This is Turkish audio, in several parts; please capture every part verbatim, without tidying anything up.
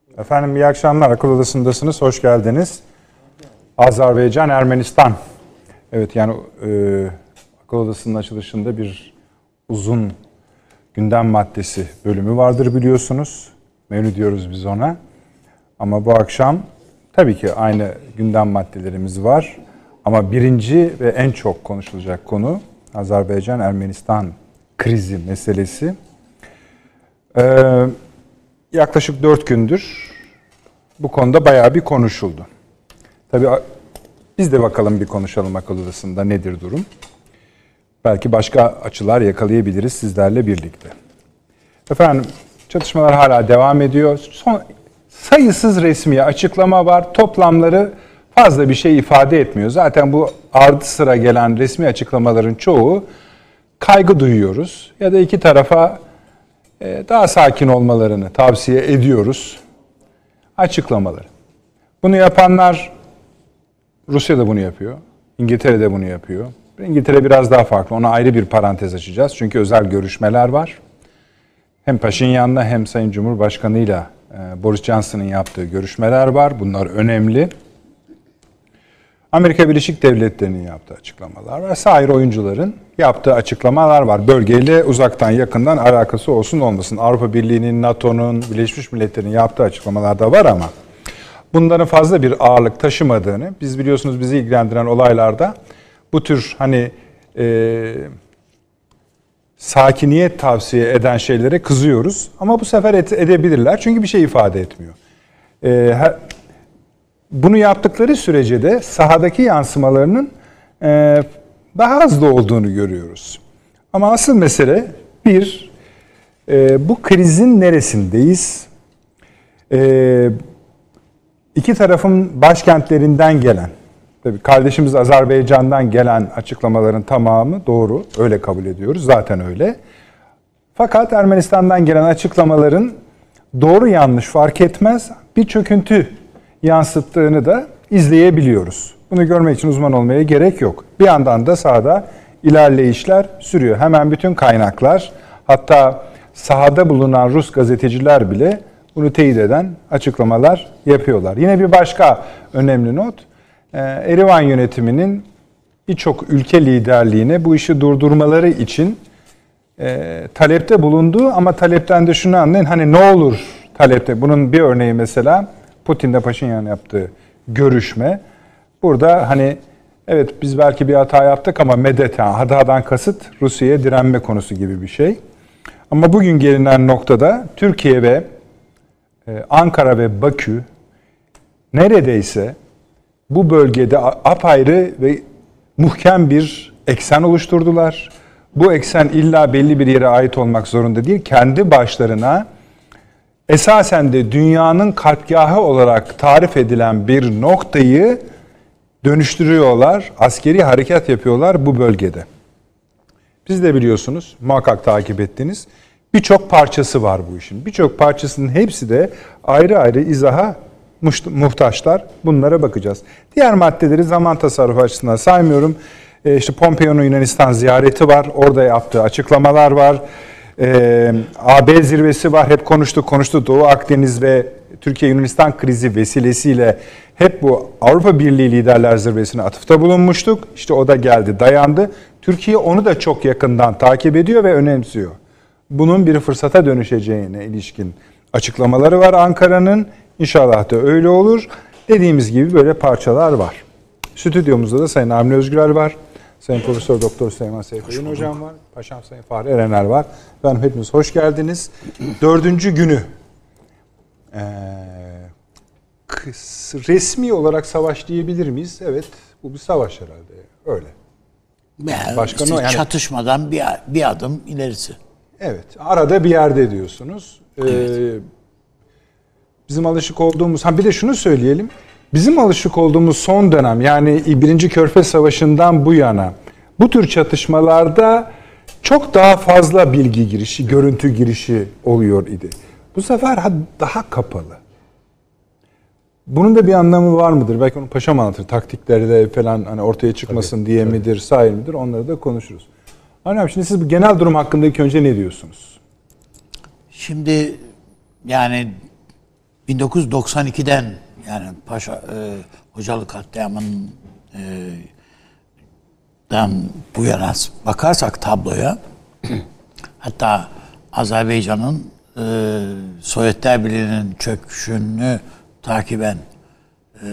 Efendim iyi akşamlar. Akıl Odası'ndasınız. Hoş geldiniz. Azerbaycan, Ermenistan. Evet yani e, Akıl Odası'nın açılışında bir uzun gündem maddesi bölümü vardır biliyorsunuz. Menü diyoruz biz ona. Ama bu akşam tabii ki aynı gündem maddelerimiz var. Ama birinci ve en çok konuşulacak konu Azerbaycan-Ermenistan krizi meselesi. Ee, yaklaşık dört gündür bu konuda bayağı bir konuşuldu. Tabii biz de bakalım bir konuşalım Akıl Odası'nda nedir durum. Belki başka açılar yakalayabiliriz sizlerle birlikte. Efendim çatışmalar hala devam ediyor. Son, sayısız resmi açıklama var. Toplamları fazla bir şey ifade etmiyor. Zaten bu ardı sıra gelen resmi açıklamaların çoğu kaygı duyuyoruz. Ya da iki tarafa daha sakin olmalarını tavsiye ediyoruz. Açıklamaları. Bunu yapanlar, Rusya da bunu yapıyor. İngiltere de bunu yapıyor. İngiltere biraz daha farklı. Ona ayrı bir parantez açacağız. Çünkü özel görüşmeler var. Hem Paşinyan'la hem Sayın Cumhurbaşkanı'yla Boris Johnson'ın yaptığı görüşmeler var. Bunlar önemli. Amerika Birleşik Devletleri'nin yaptığı açıklamalar var. Sair oyuncuların yaptığı açıklamalar var. Bölgeyle uzaktan yakından alakası olsun olmasın. Avrupa Birliği'nin, NATO'nun, Birleşmiş Milletler'in yaptığı açıklamalar da var ama bunların fazla bir ağırlık taşımadığını, biz biliyorsunuz bizi ilgilendiren olaylarda bu tür hani e, sakiniyet tavsiye eden şeylere kızıyoruz. Ama bu sefer edebilirler çünkü bir şey ifade etmiyor. E, her, Bunu yaptıkları sürece de sahadaki yansımalarının e, daha hızlı olduğunu görüyoruz. Ama asıl mesele bir, e, bu krizin neresindeyiz? E, iki tarafın başkentlerinden gelen, tabii kardeşimiz Azerbaycan'dan gelen açıklamaların tamamı doğru, öyle kabul ediyoruz, zaten öyle. Fakat Ermenistan'dan gelen açıklamaların doğru yanlış fark etmez bir çöküntü yansıttığını da izleyebiliyoruz. Bunu görmek için uzman olmaya gerek yok. Bir yandan da sahada ilerleyişler sürüyor. Hemen bütün kaynaklar, hatta sahada bulunan Rus gazeteciler bile bunu teyit eden açıklamalar yapıyorlar. Yine bir başka önemli not, Erivan yönetiminin birçok ülke liderliğine bu işi durdurmaları için talepte bulunduğu, ama talepten de şunu anlayın, hani ne olur talepte. Bunun bir örneği mesela Putin'le Paşinyan yaptığı görüşme. Burada hani evet biz belki bir hata yaptık ama medet, yani hatadan kasıt Rusya'ya direnme konusu gibi bir şey. Ama bugün gelinen noktada Türkiye ve Ankara ve Bakü neredeyse bu bölgede apayrı ve muhkem bir eksen oluşturdular. Bu eksen illa belli bir yere ait olmak zorunda değil. Kendi başlarına esasen de dünyanın kalpgahı olarak tarif edilen bir noktayı dönüştürüyorlar. Askeri harekat yapıyorlar bu bölgede. Biz de biliyorsunuz, muhakkak takip ettiniz. Birçok parçası var bu işin. Birçok parçasının hepsi de ayrı ayrı izaha muhtaçlar. Bunlara bakacağız. Diğer maddeleri zaman tasarrufu açısından saymıyorum. E işte Pompeo'nun Yunanistan ziyareti var. Orada yaptığı açıklamalar var. Ee, A B zirvesi var. Hep konuştuk konuştuk. Doğu Akdeniz ve Türkiye-Yunanistan krizi vesilesiyle hep bu Avrupa Birliği Liderler Zirvesi'ne atıfta bulunmuştuk. İşte o da geldi, dayandı. Türkiye onu da çok yakından takip ediyor ve önemsiyor. Bunun bir fırsata dönüşeceğine ilişkin açıklamaları var Ankara'nın. İnşallah da öyle olur. Dediğimiz gibi böyle parçalar var. Stüdyomuzda da Sayın Avni Özgürel var. Sayın Profesör Doktor Süleyman Seyfettin Hocam var. Paşam Sayın Fahri Erener var. Efendim hepiniz hoş geldiniz. Dördüncü günü ee, resmi olarak savaş diyebilir miyiz? Evet, bu bir savaş herhalde. Öyle. Yani Başka işte yani, çatışmadan bir, bir adım ilerisi. Evet, arada bir yerde diyorsunuz. Ee, evet. Bizim alışık olduğumuz, ha bir de şunu söyleyelim. Bizim alışık olduğumuz son dönem, yani birinci Körfez Savaşı'ndan bu yana bu tür çatışmalarda çok daha fazla bilgi girişi, görüntü girişi oluyor idi. Bu sefer daha kapalı. Bunun da bir anlamı var mıdır? Belki onu paşam anlatır. Taktikleri de falan hani ortaya çıkmasın tabii, diye tabii. midir, sahi midir? Onları da konuşuruz. Anladım. Şimdi siz bu genel durum hakkında ilk önce ne diyorsunuz? Şimdi yani bin dokuz yüz doksan ikiden yani Paşa e, Hocalı katliamının e, dan bu yana bakarsak tabloya hatta Azerbaycan'ın e, Sovyetler Birliği'nin çöküşünü takiben e,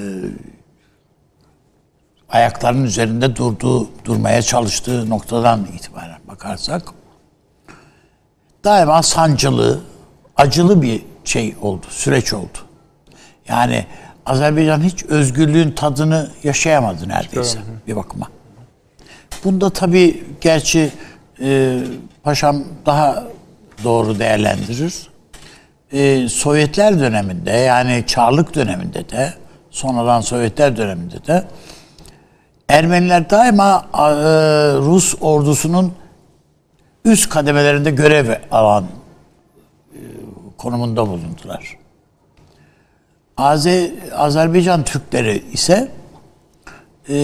ayaklarının üzerinde durduğu, durmaya çalıştığı noktadan itibaren bakarsak daima sancılı, acılı bir şey oldu, süreç oldu. Yani Azerbaycan hiç özgürlüğün tadını yaşayamadı neredeyse bir bakıma. Bunda tabii gerçi e, Paşam daha doğru değerlendirir. E, Sovyetler döneminde yani Çarlık döneminde de sonradan Sovyetler döneminde de Ermeniler daima e, Rus ordusunun üst kademelerinde görev alan e, konumunda bulundular. Azer, Azerbaycan Türkleri ise e,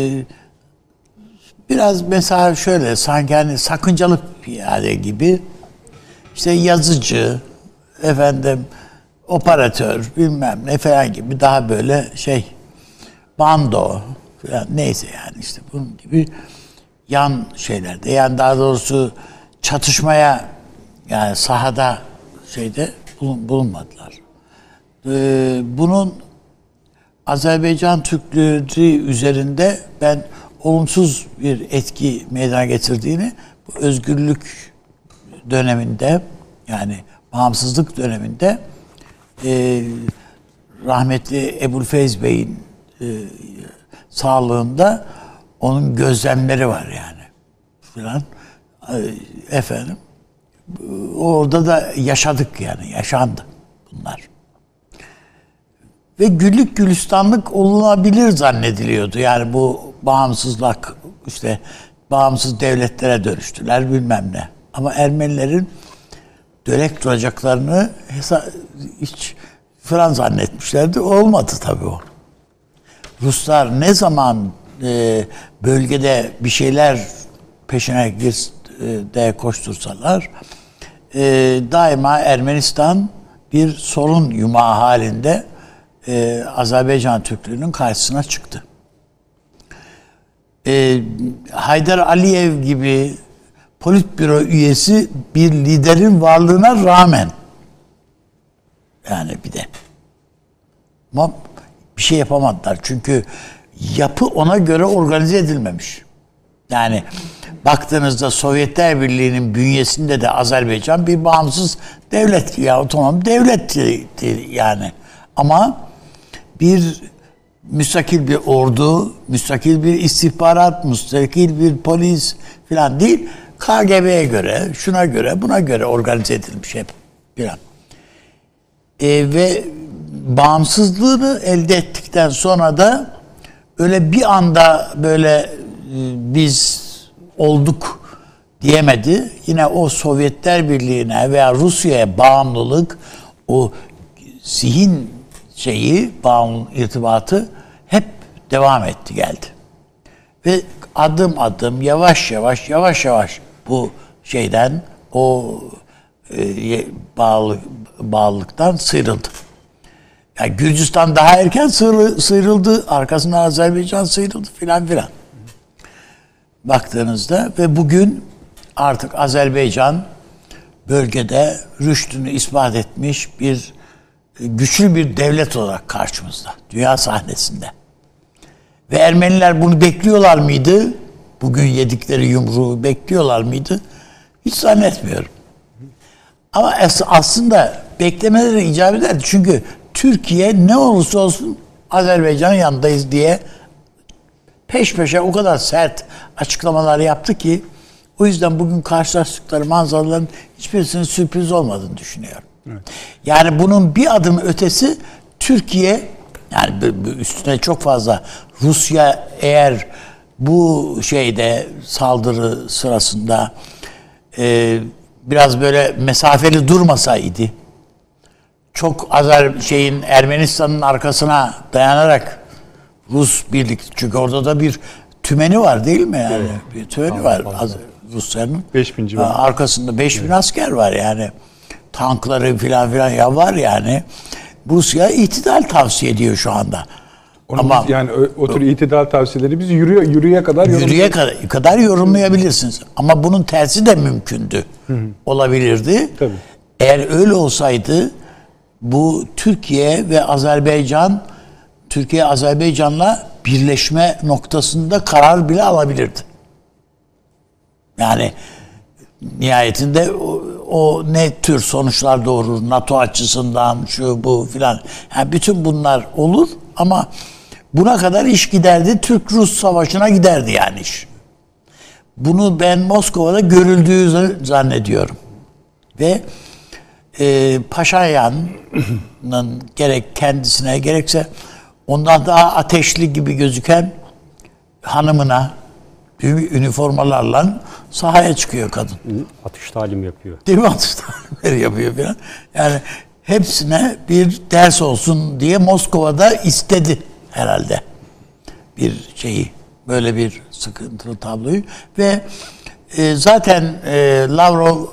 biraz mesela şöyle sanki hani sakıncalı piyade gibi işte yazıcı, efendim operatör bilmem ne falan gibi daha böyle şey bando falan neyse yani işte bunun gibi yan şeylerde yani daha doğrusu çatışmaya yani sahada şeyde bulun, bulunmadılar. Ee, bunun Azerbaycan Türkleri üzerinde ben olumsuz bir etki meydana getirdiğini bu özgürlük döneminde yani bağımsızlık döneminde e, rahmetli Ebu'l-Feyz Bey'in e, sağlığında onun gözlemleri var yani filan e, efendim orada da yaşadık yani yaşandı bunlar. Ve güllük gülistanlık olunabilir zannediliyordu. Yani bu bağımsızlık işte bağımsız devletlere dönüştüler bilmem ne. Ama Ermenilerin dölek duracaklarını hesa- hiç falan zannetmişlerdi. Olmadı tabii o. Ruslar ne zaman e, bölgede bir şeyler peşine gir e, de koştursalar e, daima Ermenistan bir sorun yumağı halinde e, Azerbaycan Türklüğünün karşısına çıktı. E, Haydar Aliyev gibi politbüro üyesi bir liderin varlığına rağmen yani bir de ama bir şey yapamadılar. Çünkü yapı ona göre organize edilmemiş. Yani baktığınızda Sovyetler Birliği'nin bünyesinde de Azerbaycan bir bağımsız devlet ya otonom devletti yani. Ama bir müstakil bir ordu, müstakil bir istihbarat, müstakil bir polis falan değil. K G B'ye göre, şuna göre, buna göre organize edilmiş hep falan. E, ve bağımsızlığını elde ettikten sonra da öyle bir anda böyle e, biz olduk diyemedi. Yine o Sovyetler Birliği'ne veya Rusya'ya bağımlılık, o zihin şeyi, bağımlı irtibatı hep devam etti geldi. Ve adım adım, yavaş yavaş, yavaş yavaş bu şeyden, o e, bağlı, bağlılıktan sıyrıldı. Yani Gürcistan daha erken sıyrıldı, arkasından Azerbaycan sıyrıldı filan filan. Baktığınızda ve bugün artık Azerbaycan bölgede rüştünü ispat etmiş bir güçlü bir devlet olarak karşımızda, dünya sahnesinde. Ve Ermeniler bunu bekliyorlar mıydı? Bugün yedikleri yumruğu bekliyorlar mıydı? Hiç zannetmiyorum. Ama aslında beklemeleri icap ederdi. Çünkü Türkiye ne olursa olsun Azerbaycan'ın yanındayız diye peş peşe o kadar sert açıklamalar yaptı ki o yüzden bugün karşılaştıkları manzaraların hiçbirisinin sürpriz olmadığını düşünüyorum. Evet. Yani bunun bir adım ötesi Türkiye yani üstüne çok fazla Rusya eğer bu şeyde saldırı sırasında e, biraz böyle mesafeli durmasaydı çok Azer şeyin Ermenistan'ın arkasına dayanarak Rus birlik çünkü orada da bir tümeni var değil mi yani? Evet. Bir tümeni tamam, var Az- Rusya'nın. beş bin arkasında beş bin evet. asker var yani. Tankları filan filan ya var yani. Rusya itidal tavsiye ediyor şu anda. Onu Ama biz, yani o, o tür itidal tavsiyeleri biz yürüye, yürüye kadar yürüye kadar, kadar yorumlayabilirsiniz. Ama bunun tersi de mümkündü. Hı hı. Olabilirdi. Tabii. Eğer öyle olsaydı bu Türkiye ve Azerbaycan, Türkiye Azerbaycan'la birleşme noktasında karar bile alabilirdi. Yani nihayetinde o, o ne tür sonuçlar doğurur NATO açısından şu bu filan. Yani bütün bunlar olur ama buna kadar iş giderdi. Türk-Rus savaşına giderdi yani iş. Bunu ben Moskova'da görüldüğü zannediyorum. Ve e, Paşinyan'ın gerek kendisine gerekse ondan daha ateşli gibi gözüken hanımına üniformalarla sahaya çıkıyor kadın. Atış talim yapıyor. Değil mi? Atış talimleri yapıyor falan. Yani hepsine bir ders olsun diye Moskova'da istedi herhalde bir şeyi. Böyle bir sıkıntılı tabloyu. Ve e, zaten e, Lavrov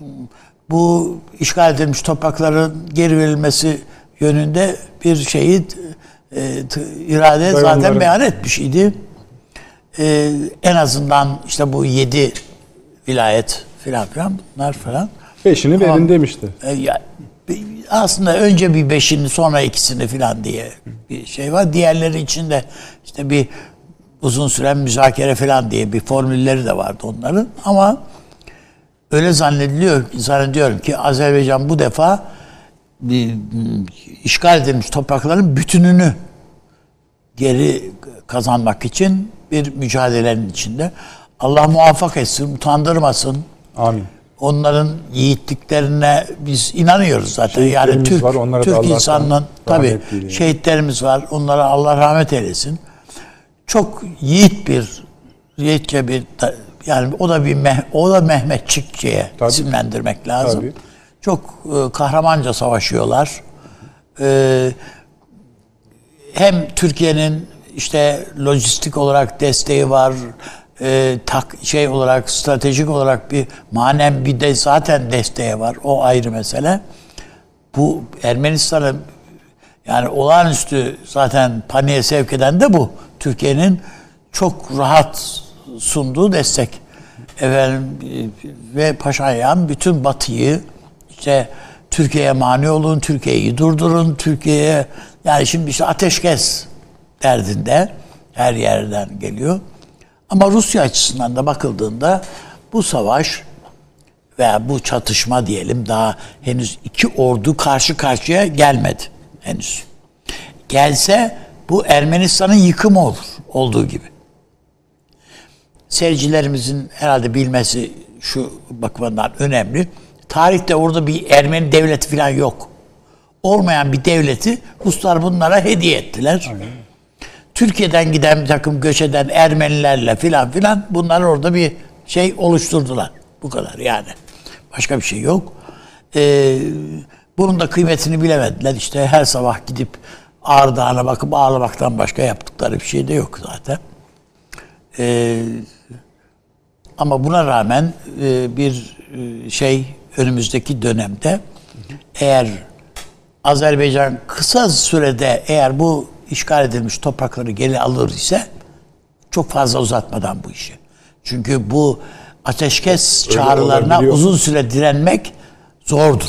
bu işgal edilmiş toprakların geri verilmesi yönünde bir şeyi e, t, irade Dayanları. zaten beyan etmiş idi. Ee, en azından işte bu yedi vilayet filan filan bunlar falan. Beşini verin demişti. E, ya, aslında önce bir beşini sonra ikisini filan diye bir şey var. Diğerleri içinde işte bir uzun süren müzakere filan diye bir formülleri de vardı onların. Ama öyle zannediliyor, zannediyorum ki Azerbaycan bu defa bir, işgal edilmiş toprakların bütününü geri kazanmak için bir mücadelenin içinde. Allah muvaffak etsin, utandırmasın. Amin. Onların yiğitliklerine biz inanıyoruz zaten. Yani Türk, var, onlara Türk insanının tabii yani. şehitlerimiz var. Onlara Allah rahmet eylesin. Çok yiğit bir yiğitçe bir yani o da bir o da Mehmetçikçe'ye tabii isimlendirmek lazım. Tabii. Çok e, kahramanca savaşıyorlar. E, hem Türkiye'nin işte lojistik olarak desteği var, e, tak şey olarak stratejik olarak bir manen bir de zaten desteği var. O ayrı mesele. Bu Ermenistan'ı yani olağanüstü zaten paniğe sevk eden de bu. Türkiye'nin çok rahat sunduğu destek. Efendim ve Paşinyan bütün Batı'yı işte Türkiye'ye mani olun, Türkiye'yi durdurun, Türkiye'ye yani şimdi işte ateşkes derdinde her yerden geliyor. Ama Rusya açısından da bakıldığında bu savaş veya bu çatışma diyelim daha henüz iki ordu karşı karşıya gelmedi henüz. Gelse bu Ermenistan'ın yıkımı olur olduğu gibi. Seyircilerimizin herhalde bilmesi şu bakımdan önemli. Tarihte orada bir Ermeni devleti falan yok. Olmayan bir devleti Ruslar bunlara hediye ettiler. Aynen. Türkiye'den giden bir takım göç eden Ermenilerle filan filan bunlar orada bir şey oluşturdular. Bu kadar yani. Başka bir şey yok. Ee, bunun da kıymetini bilemediler. İşte her sabah gidip Ağrı Dağı'na bakıp ağlamaktan başka yaptıkları bir şey de yok zaten. Ee, ama buna rağmen e, bir e, şey önümüzdeki dönemde hı hı. eğer Azerbaycan kısa sürede eğer bu işgal edilmiş toprakları geri alır ise çok fazla uzatmadan bu işi. Çünkü bu ateşkes öyle çağrılarına uzun süre direnmek zordur.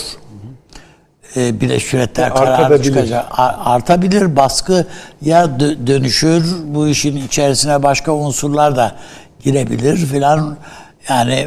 Ee, Birleşmiş Milletler kararı çıkacak. Artabilir, baskıya dönüşür. Bu işin içerisine başka unsurlar da girebilir filan. Yani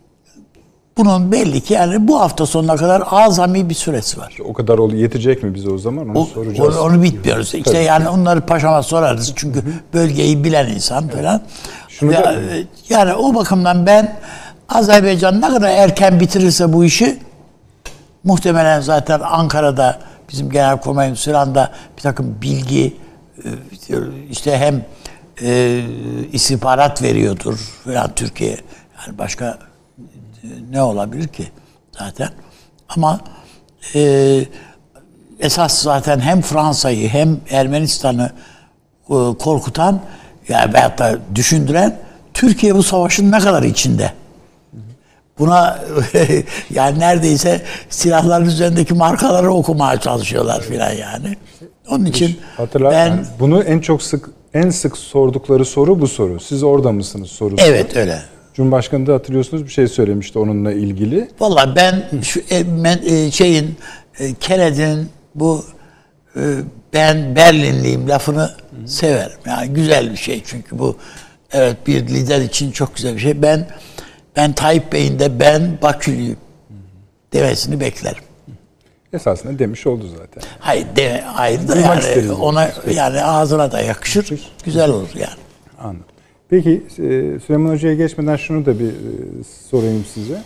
bunun belli ki yani bu hafta sonuna kadar azami bir süresi var. O kadar ol yetecek mi bize o zaman? Onu o, soracağız. Onu, onu bitmiyoruz. İşte tabii. Yani onları paşama sorarız. Çünkü hı hı. bölgeyi bilen insan evet. falan. Şunu da, yani o bakımdan ben Azerbaycan ne kadar erken bitirirse bu işi muhtemelen zaten Ankara'da bizim Genelkurmay Müdürlüğü'nde bir takım bilgi işte hem e, istihbarat veriyordur falan Türkiye. Yani başka ne olabilir ki zaten? Ama e, esas zaten hem Fransa'yı hem Ermenistan'ı e, korkutan yani veyahut da düşündüren Türkiye bu savaşın ne kadar içinde? buna yani neredeyse silahların üzerindeki markaları okumaya çalışıyorlar filan yani. Onun için Hatırlar, ben yani bunu en çok sık en sık sordukları soru bu soru. Siz orada mısınız sorusu. evet öyle. Cumhurbaşkanı da hatırlıyorsunuz bir şey söylemişti onunla ilgili. Vallahi ben şu e, ben, e, şeyin e, Kennedy'nin bu e, ben Berlinliyim lafını Hı. severim. Yani güzel bir şey çünkü bu evet bir lider için çok güzel bir şey. Ben ben Tayyip Bey'in de ben Bakülüyüm demesini beklerim. Esasında demiş oldu zaten. Hayır, de, hayır da Duymak yani ona yani ağzına da yakışır. Güzel olur yani. Anladım. Peki Süleyman Hoca'ya geçmeden şunu da bir sorayım size.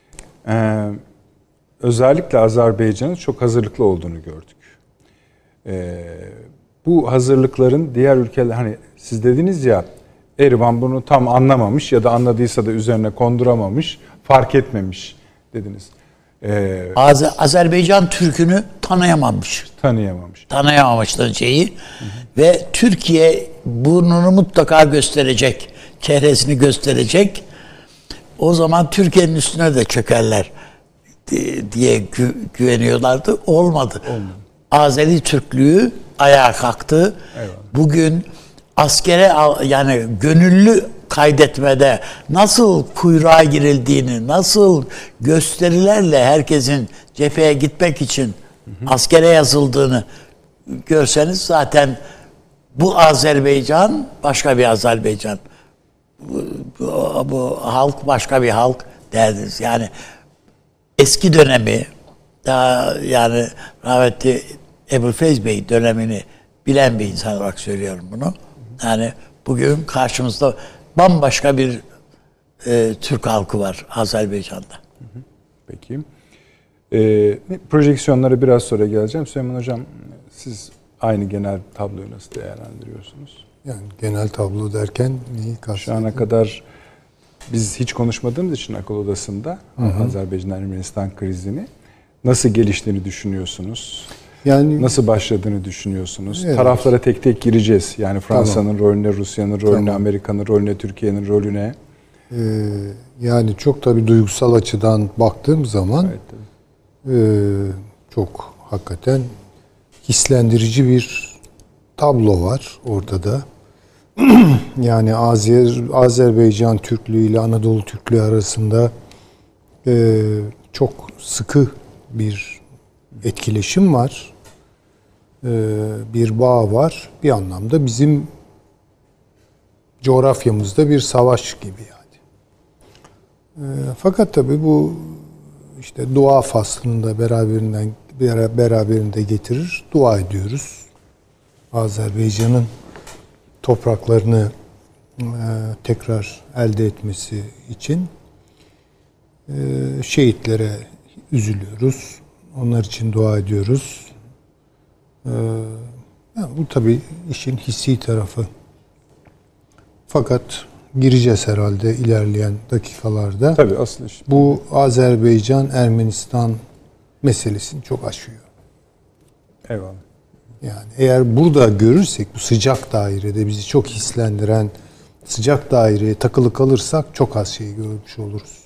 Ee, özellikle Azerbaycan'ın çok hazırlıklı olduğunu gördük. Ee, bu hazırlıkların diğer ülkeler, hani siz dediniz ya, Erivan bunu tam anlamamış ya da anladıysa da üzerine konduramamış, fark etmemiş dediniz. Ee, Az- Azerbaycan Türk'ünü tanıyamamış. tanıyamamış. Tanıyamamışlar şeyi. Hı hı. Ve Türkiye burnunu mutlaka gösterecek. Çehresini gösterecek. O zaman Türkiye'nin üstüne de çökerler diye gü- güveniyorlardı. Olmadı. Olmadı. Azeri Türklüğü ayağa kalktı. Eyvallah. Bugün askere yani gönüllü kaydetmede nasıl kuyruğa girildiğini, nasıl gösterilerle herkesin cepheye gitmek için hı hı. askere yazıldığını görseniz zaten bu Azerbaycan başka bir Azerbaycan. Bu, bu, bu halk başka bir halk derdiniz. Yani eski dönemi daha yani rahmetli Ebu'l-Feyz Bey dönemini bilen bir insan olarak söylüyorum bunu. Yani bugün karşımızda bambaşka bir e, Türk halkı var Azerbaycan'da. Peki. E, projeksiyonlara biraz sonra geleceğim. Süleyman Hocam, siz aynı genel tabloyu nasıl değerlendiriyorsunuz? Yani genel tablo derken neyi karşılıyor? Şu ana kadar biz hiç konuşmadığımız için akıl odasında Azerbaycan-Ermenistan krizini nasıl geliştiğini düşünüyorsunuz? Yani nasıl başladığını düşünüyorsunuz? Evet. Taraflara tek tek gireceğiz. Yani Fransa'nın tamam. rolüne, Rusya'nın rolüne, tamam. Amerika'nın rolüne, Türkiye'nin rolüne. Ee, yani çok tabii duygusal açıdan baktığım zaman evet, e, çok hakikaten hislendirici bir tablo var ortada. Yani Azer, Azerbaycan Türklüğü ile Anadolu Türklüğü arasında e, çok sıkı bir etkileşim var. E, bir bağ var. Bir anlamda bizim coğrafyamızda bir savaş gibi yani. E, fakat tabii bu işte dua faslını da beraberinden beraberinde getirir. Dua ediyoruz. Azerbaycan'ın topraklarını e, tekrar elde etmesi için e, şehitlere üzülüyoruz. Onlar için dua ediyoruz. E, yani bu tabii işin hissi tarafı. Fakat gireceğiz herhalde ilerleyen dakikalarda. Tabii asıl iş. Bu Azerbaycan-Ermenistan meselesini çok aşıyor. Eyvallah. Yani eğer burada görürsek bu sıcak dairede bizi çok hislendiren sıcak daireye takılı kalırsak çok az şey görmüş oluruz.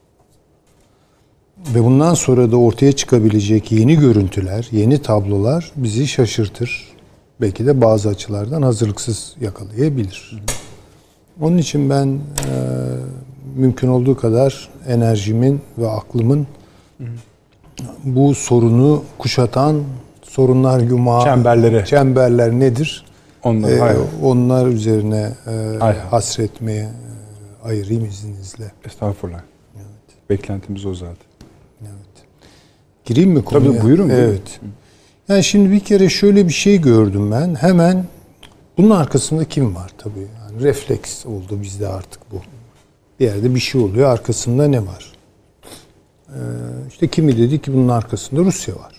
Ve bundan sonra da ortaya çıkabilecek yeni görüntüler, yeni tablolar bizi şaşırtır. Belki de bazı açılardan hazırlıksız yakalayabilir. Hı hı. Onun için ben e, mümkün olduğu kadar enerjimin ve aklımın hı hı. bu sorunu kuşatan sorunlar yumağı, çemberleri. Çemberler nedir? Onlar, ee, onlar üzerine e, hasretmeye e, ayırayım izninizle. Estağfurullah. Evet. Beklentimiz o zaten. Evet. Gireyim mi konuya? Tabii buyurun. Evet. Buyurun. Yani şimdi bir kere şöyle bir şey gördüm ben. Hemen bunun arkasında kim var tabii? Yani refleks oldu bizde artık bu. Bir yerde bir şey oluyor. Arkasında ne var? Ee, işte kimi dedi ki bunun arkasında Rusya var.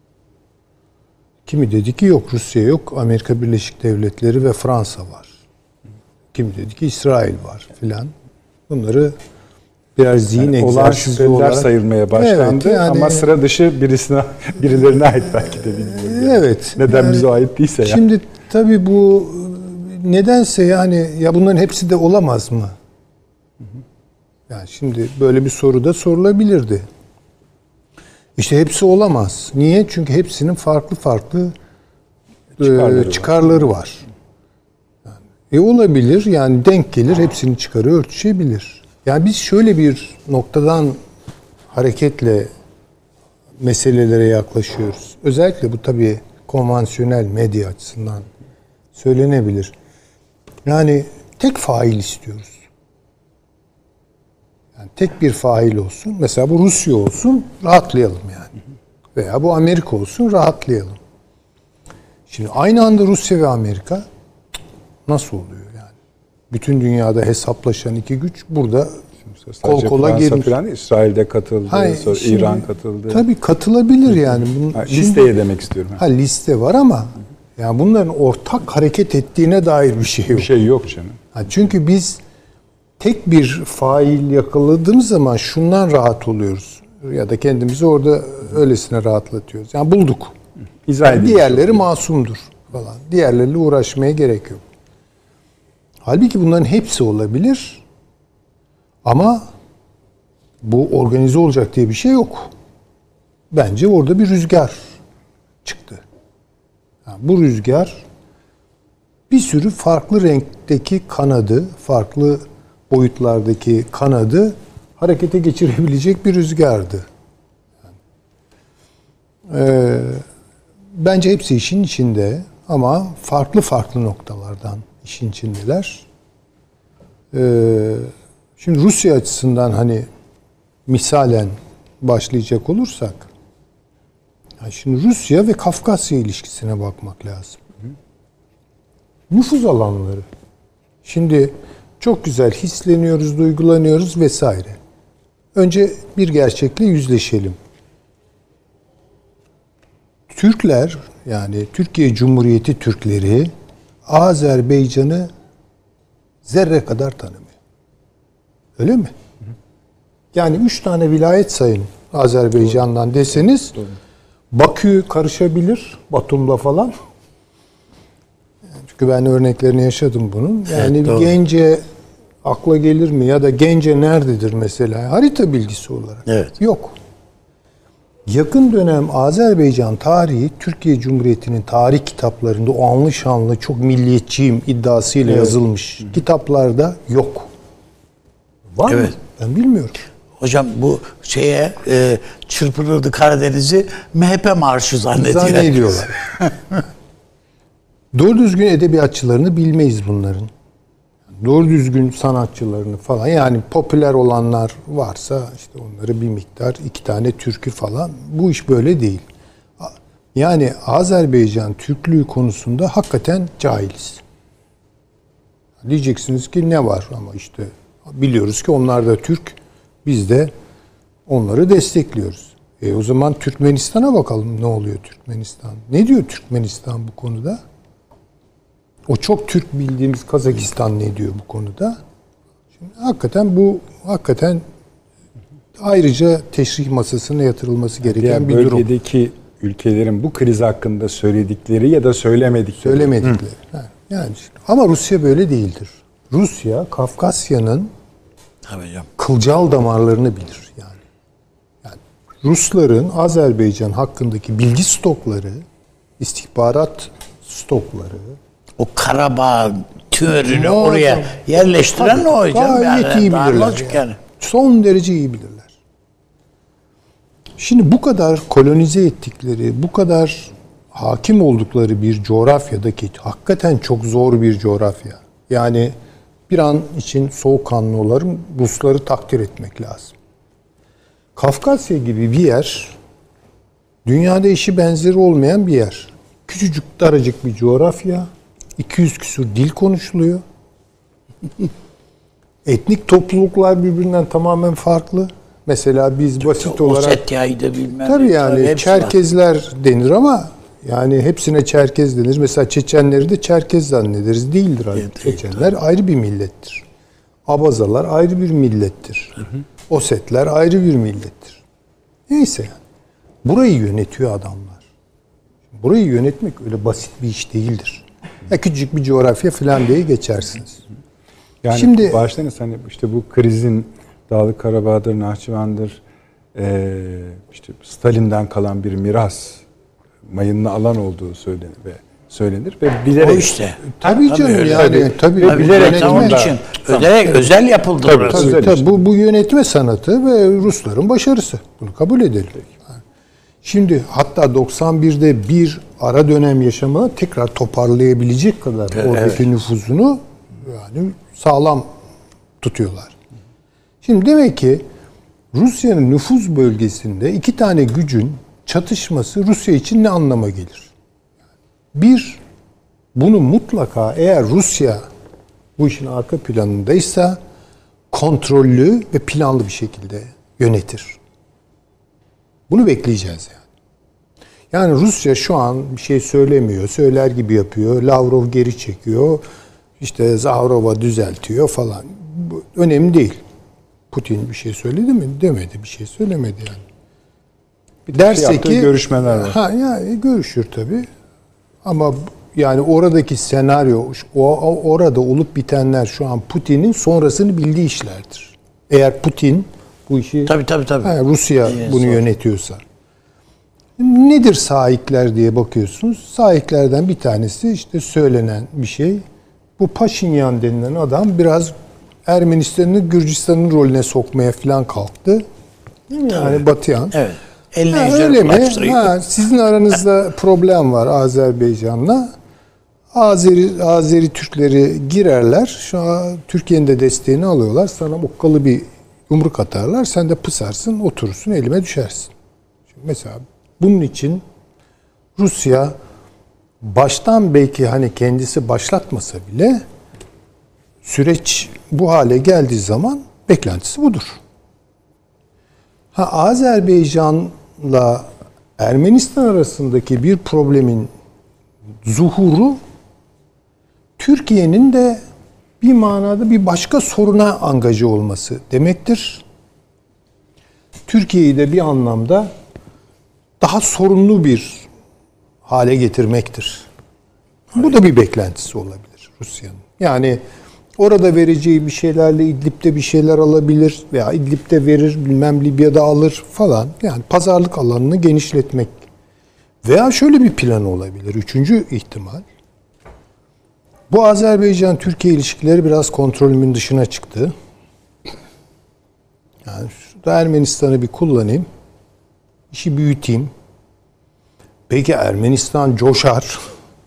Kimi dedi ki yok Rusya yok, Amerika Birleşik Devletleri ve Fransa var. Kimi dedi ki İsrail var filan. Bunları birer zihin yani egzersizi olarak sayılmaya başlandı evet, yani, ama sıra dışı birisine birilerine ait belki de bilmiyorum. Evet. Neden yani, bize ait değilse ya. Şimdi tabii bu nedense yani ya bunların hepsi de olamaz mı? Yani şimdi böyle bir soru da sorulabilirdi. İşte hepsi olamaz. Niye? Çünkü hepsinin farklı farklı çıkarları, e, çıkarları var. var. Yani, e olabilir yani denk gelir hepsinin çıkarı örtüşebilir. Yani biz şöyle bir noktadan hareketle meselelere yaklaşıyoruz. Özellikle bu tabii konvansiyonel medya açısından söylenebilir. Yani tek fail istiyoruz. Yani tek bir fail olsun. Mesela bu Rusya olsun, rahatlayalım yani. Veya bu Amerika olsun, rahatlayalım. Şimdi aynı anda Rusya ve Amerika nasıl oluyor yani? Bütün dünyada hesaplaşan iki güç burada kol kola gelir. İsrail'de katıldı, Hayır, sonra şimdi, İran katıldı. Tabii katılabilir yani. Bunun, ha, listeye şimdi, demek istiyorum. Ha, liste var ama yani bunların ortak hareket ettiğine dair bir şey yok. Bir şey yok canım. Ha, çünkü biz tek bir fail yakaladığımız zaman şundan rahat oluyoruz. Ya da kendimizi orada öylesine rahatlatıyoruz. Yani bulduk. Yani diğerleri masumdur falan. Diğerleriyle uğraşmaya gerek yok. Halbuki bunların hepsi olabilir. Ama bu organize olacak diye bir şey yok. Bence orada bir rüzgar çıktı. Yani bu rüzgar bir sürü farklı renkteki kanadı, farklı boyutlardaki kanadı harekete geçirebilecek bir rüzgardı. Yani, e, bence hepsi işin içinde ama farklı farklı noktalardan işin içindeler. E, şimdi Rusya açısından hani misalen başlayacak olursak, yani şimdi Rusya ve Kafkasya ilişkisine bakmak lazım. Nüfuz alanları. Şimdi çok güzel hisleniyoruz, duygulanıyoruz vesaire. Önce bir gerçekle yüzleşelim. Türkler, yani Türkiye Cumhuriyeti Türkleri Azerbaycan'ı zerre kadar tanımıyor. Öyle mi? Yani üç tane vilayet sayın Azerbaycan'dan doğru deseniz, doğru. Bakü karışabilir, Batum'la falan. Çünkü ben örneklerini yaşadım bunun. Yani evet, Gence akla gelir mi? Ya da Gence nerededir mesela? Harita bilgisi olarak. Evet. Yok. Yakın dönem Azerbaycan tarihi Türkiye Cumhuriyeti'nin tarih kitaplarında o anlı şanlı çok milliyetçiyim iddiasıyla evet. yazılmış Hı-hı. kitaplarda yok. Var evet. mı? Ben bilmiyorum. Hocam bu şeye e, çırpınırdı Karadeniz'i M H P marşı zannediyorlar. Zannediyorlar. Doğru düzgün edebiyatçılarını bilmeyiz bunların. Doğru düzgün sanatçılarını falan. Yani popüler olanlar varsa işte onları bir miktar, iki tane türkü falan. Bu iş böyle değil. Yani Azerbaycan Türklüğü konusunda hakikaten cahiliz. Diyeceksiniz ki ne var ama işte biliyoruz ki onlar da Türk, biz de onları destekliyoruz. E o zaman Türkmenistan'a bakalım ne oluyor Türkmenistan? Ne diyor Türkmenistan bu konuda? O çok Türk bildiğimiz Kazakistan ne diyor bu konuda? Şimdi hakikaten bu hakikaten ayrıca teşrih masasına yatırılması gereken yani bir durum. Bölgedeki ülkelerin bu kriz hakkında söyledikleri ya da söylemedikleri. Söylemedikleri. Ha, yani işte. Ama Rusya böyle değildir. Rusya Kafkasya'nın kılcal damarlarını bilir yani. Yani Rusların Azerbaycan hakkındaki bilgi stokları, istihbarat stokları, o Karabağ tümörünü oraya hocam, yerleştiren tabii, o hocam. Gayet yani, iyi bilirler. Yani. Yani. Son derece iyi bilirler. Şimdi bu kadar kolonize ettikleri, bu kadar hakim oldukları bir coğrafyadaki hakikaten çok zor bir coğrafya. Yani bir an için soğukkanlı olalım, Rusları takdir etmek lazım. Kafkasya gibi bir yer, dünyada eşi benzeri olmayan bir yer. Küçücük, daracık bir coğrafya, iki yüz küsur dil konuşuluyor. Etnik topluluklar birbirinden tamamen farklı. Mesela biz çok basit olarak... Ossetya'yı da bilmem. Tabii yani Çerkezler var. Denir ama yani hepsine Çerkez denir. Mesela Çeçenleri de Çerkez zannederiz. Değildir abi. Evet, Çeçenler evet. ayrı bir millettir. Abazalar ayrı bir millettir. Hı hı. Osetler ayrı bir millettir. Neyse yani. Burayı yönetiyor adamlar. Burayı yönetmek öyle basit bir iş değildir. Ya küçücük bir coğrafya falan diye geçersiniz. Yani şimdi başlayınız hani işte bu krizin Dağlık Karabağ'dır, Nahçıvan'dır, e, işte Stalin'den kalan bir miras, mayınlı alan olduğu söylenir ve söylenir ve bilerek. O işte. Tabii Tabii canım öyle. yani Tabii. tabii, Ve tabii bilerek yönetme- Onun Tamam. için özel, özel yapıldı Tabii, orası. Tabii, Özel tabii. işte. Bu, bu yönetme sanatı ve Rusların başarısı. Bunu kabul edelim. Şimdi hatta doksan birde bir ara dönem yaşamına tekrar toparlayabilecek kadar Evet. oradaki nüfuzunu yani sağlam tutuyorlar. Şimdi demek ki Rusya'nın nüfuz bölgesinde iki tane gücün çatışması Rusya için ne anlama gelir? Bir, bunu mutlaka eğer Rusya bu işin arka planındaysa kontrollü ve planlı bir şekilde yönetir. Bunu bekleyeceğiz yani. Yani Rusya şu an bir şey söylemiyor, söyler gibi yapıyor, Lavrov geri çekiyor, işte Zaharova düzeltiyor falan. Bu önemli değil. Putin bir şey söyledi mi? Demedi, bir şey söylemedi yani. Derse yaptığı ki görüşmeler var. Ha yani görüşür tabii. Ama yani oradaki senaryo, o, o- orada olup bitenler şu an Putin'in sonrasını bildiği işlerdir. Eğer Putin bu işi Tabii tabii tabii. ha, Rusya İyi, bunu zor. yönetiyorsa. Nedir sahipler diye bakıyorsunuz. Sahiplerden bir tanesi işte söylenen bir şey. Bu Paşinyan denilen adam biraz Ermenistan'ı Gürcistan'ın rolüne sokmaya falan kalktı. Yani Batıyan. Evet. Eline Ha, güzel öyle mi? bulaştırıyor. Ha, sizin aranızda problem var Azerbaycan'la. Azeri, Azeri Türkleri girerler. Şu an Türkiye'nin de desteğini alıyorlar. Sana okkalı bir yumruk atarlar. Sen de pısarsın, oturursun, elime düşersin. Şimdi mesela bunun için Rusya baştan belki hani kendisi başlatmasa bile süreç bu hale geldiği zaman beklentisi budur. Ha, Azerbaycan'la Ermenistan arasındaki bir problemin zuhuru Türkiye'nin de bir manada bir başka soruna angaje olması demektir. Türkiye'yi de bir anlamda daha sorunlu bir hale getirmektir. Bu da bir beklentisi olabilir Rusya'nın. Yani orada vereceği bir şeylerle İdlib'de bir şeyler alabilir veya İdlib'de verir, bilmem Libya'da alır falan. Yani pazarlık alanını genişletmek. Veya şöyle bir plan olabilir. Üçüncü ihtimal. Bu Azerbaycan-Türkiye ilişkileri biraz kontrolümün dışına çıktı. Yani şurada Ermenistan'ı bir kullanayım. İşi büyüteyim. Peki Ermenistan coşar.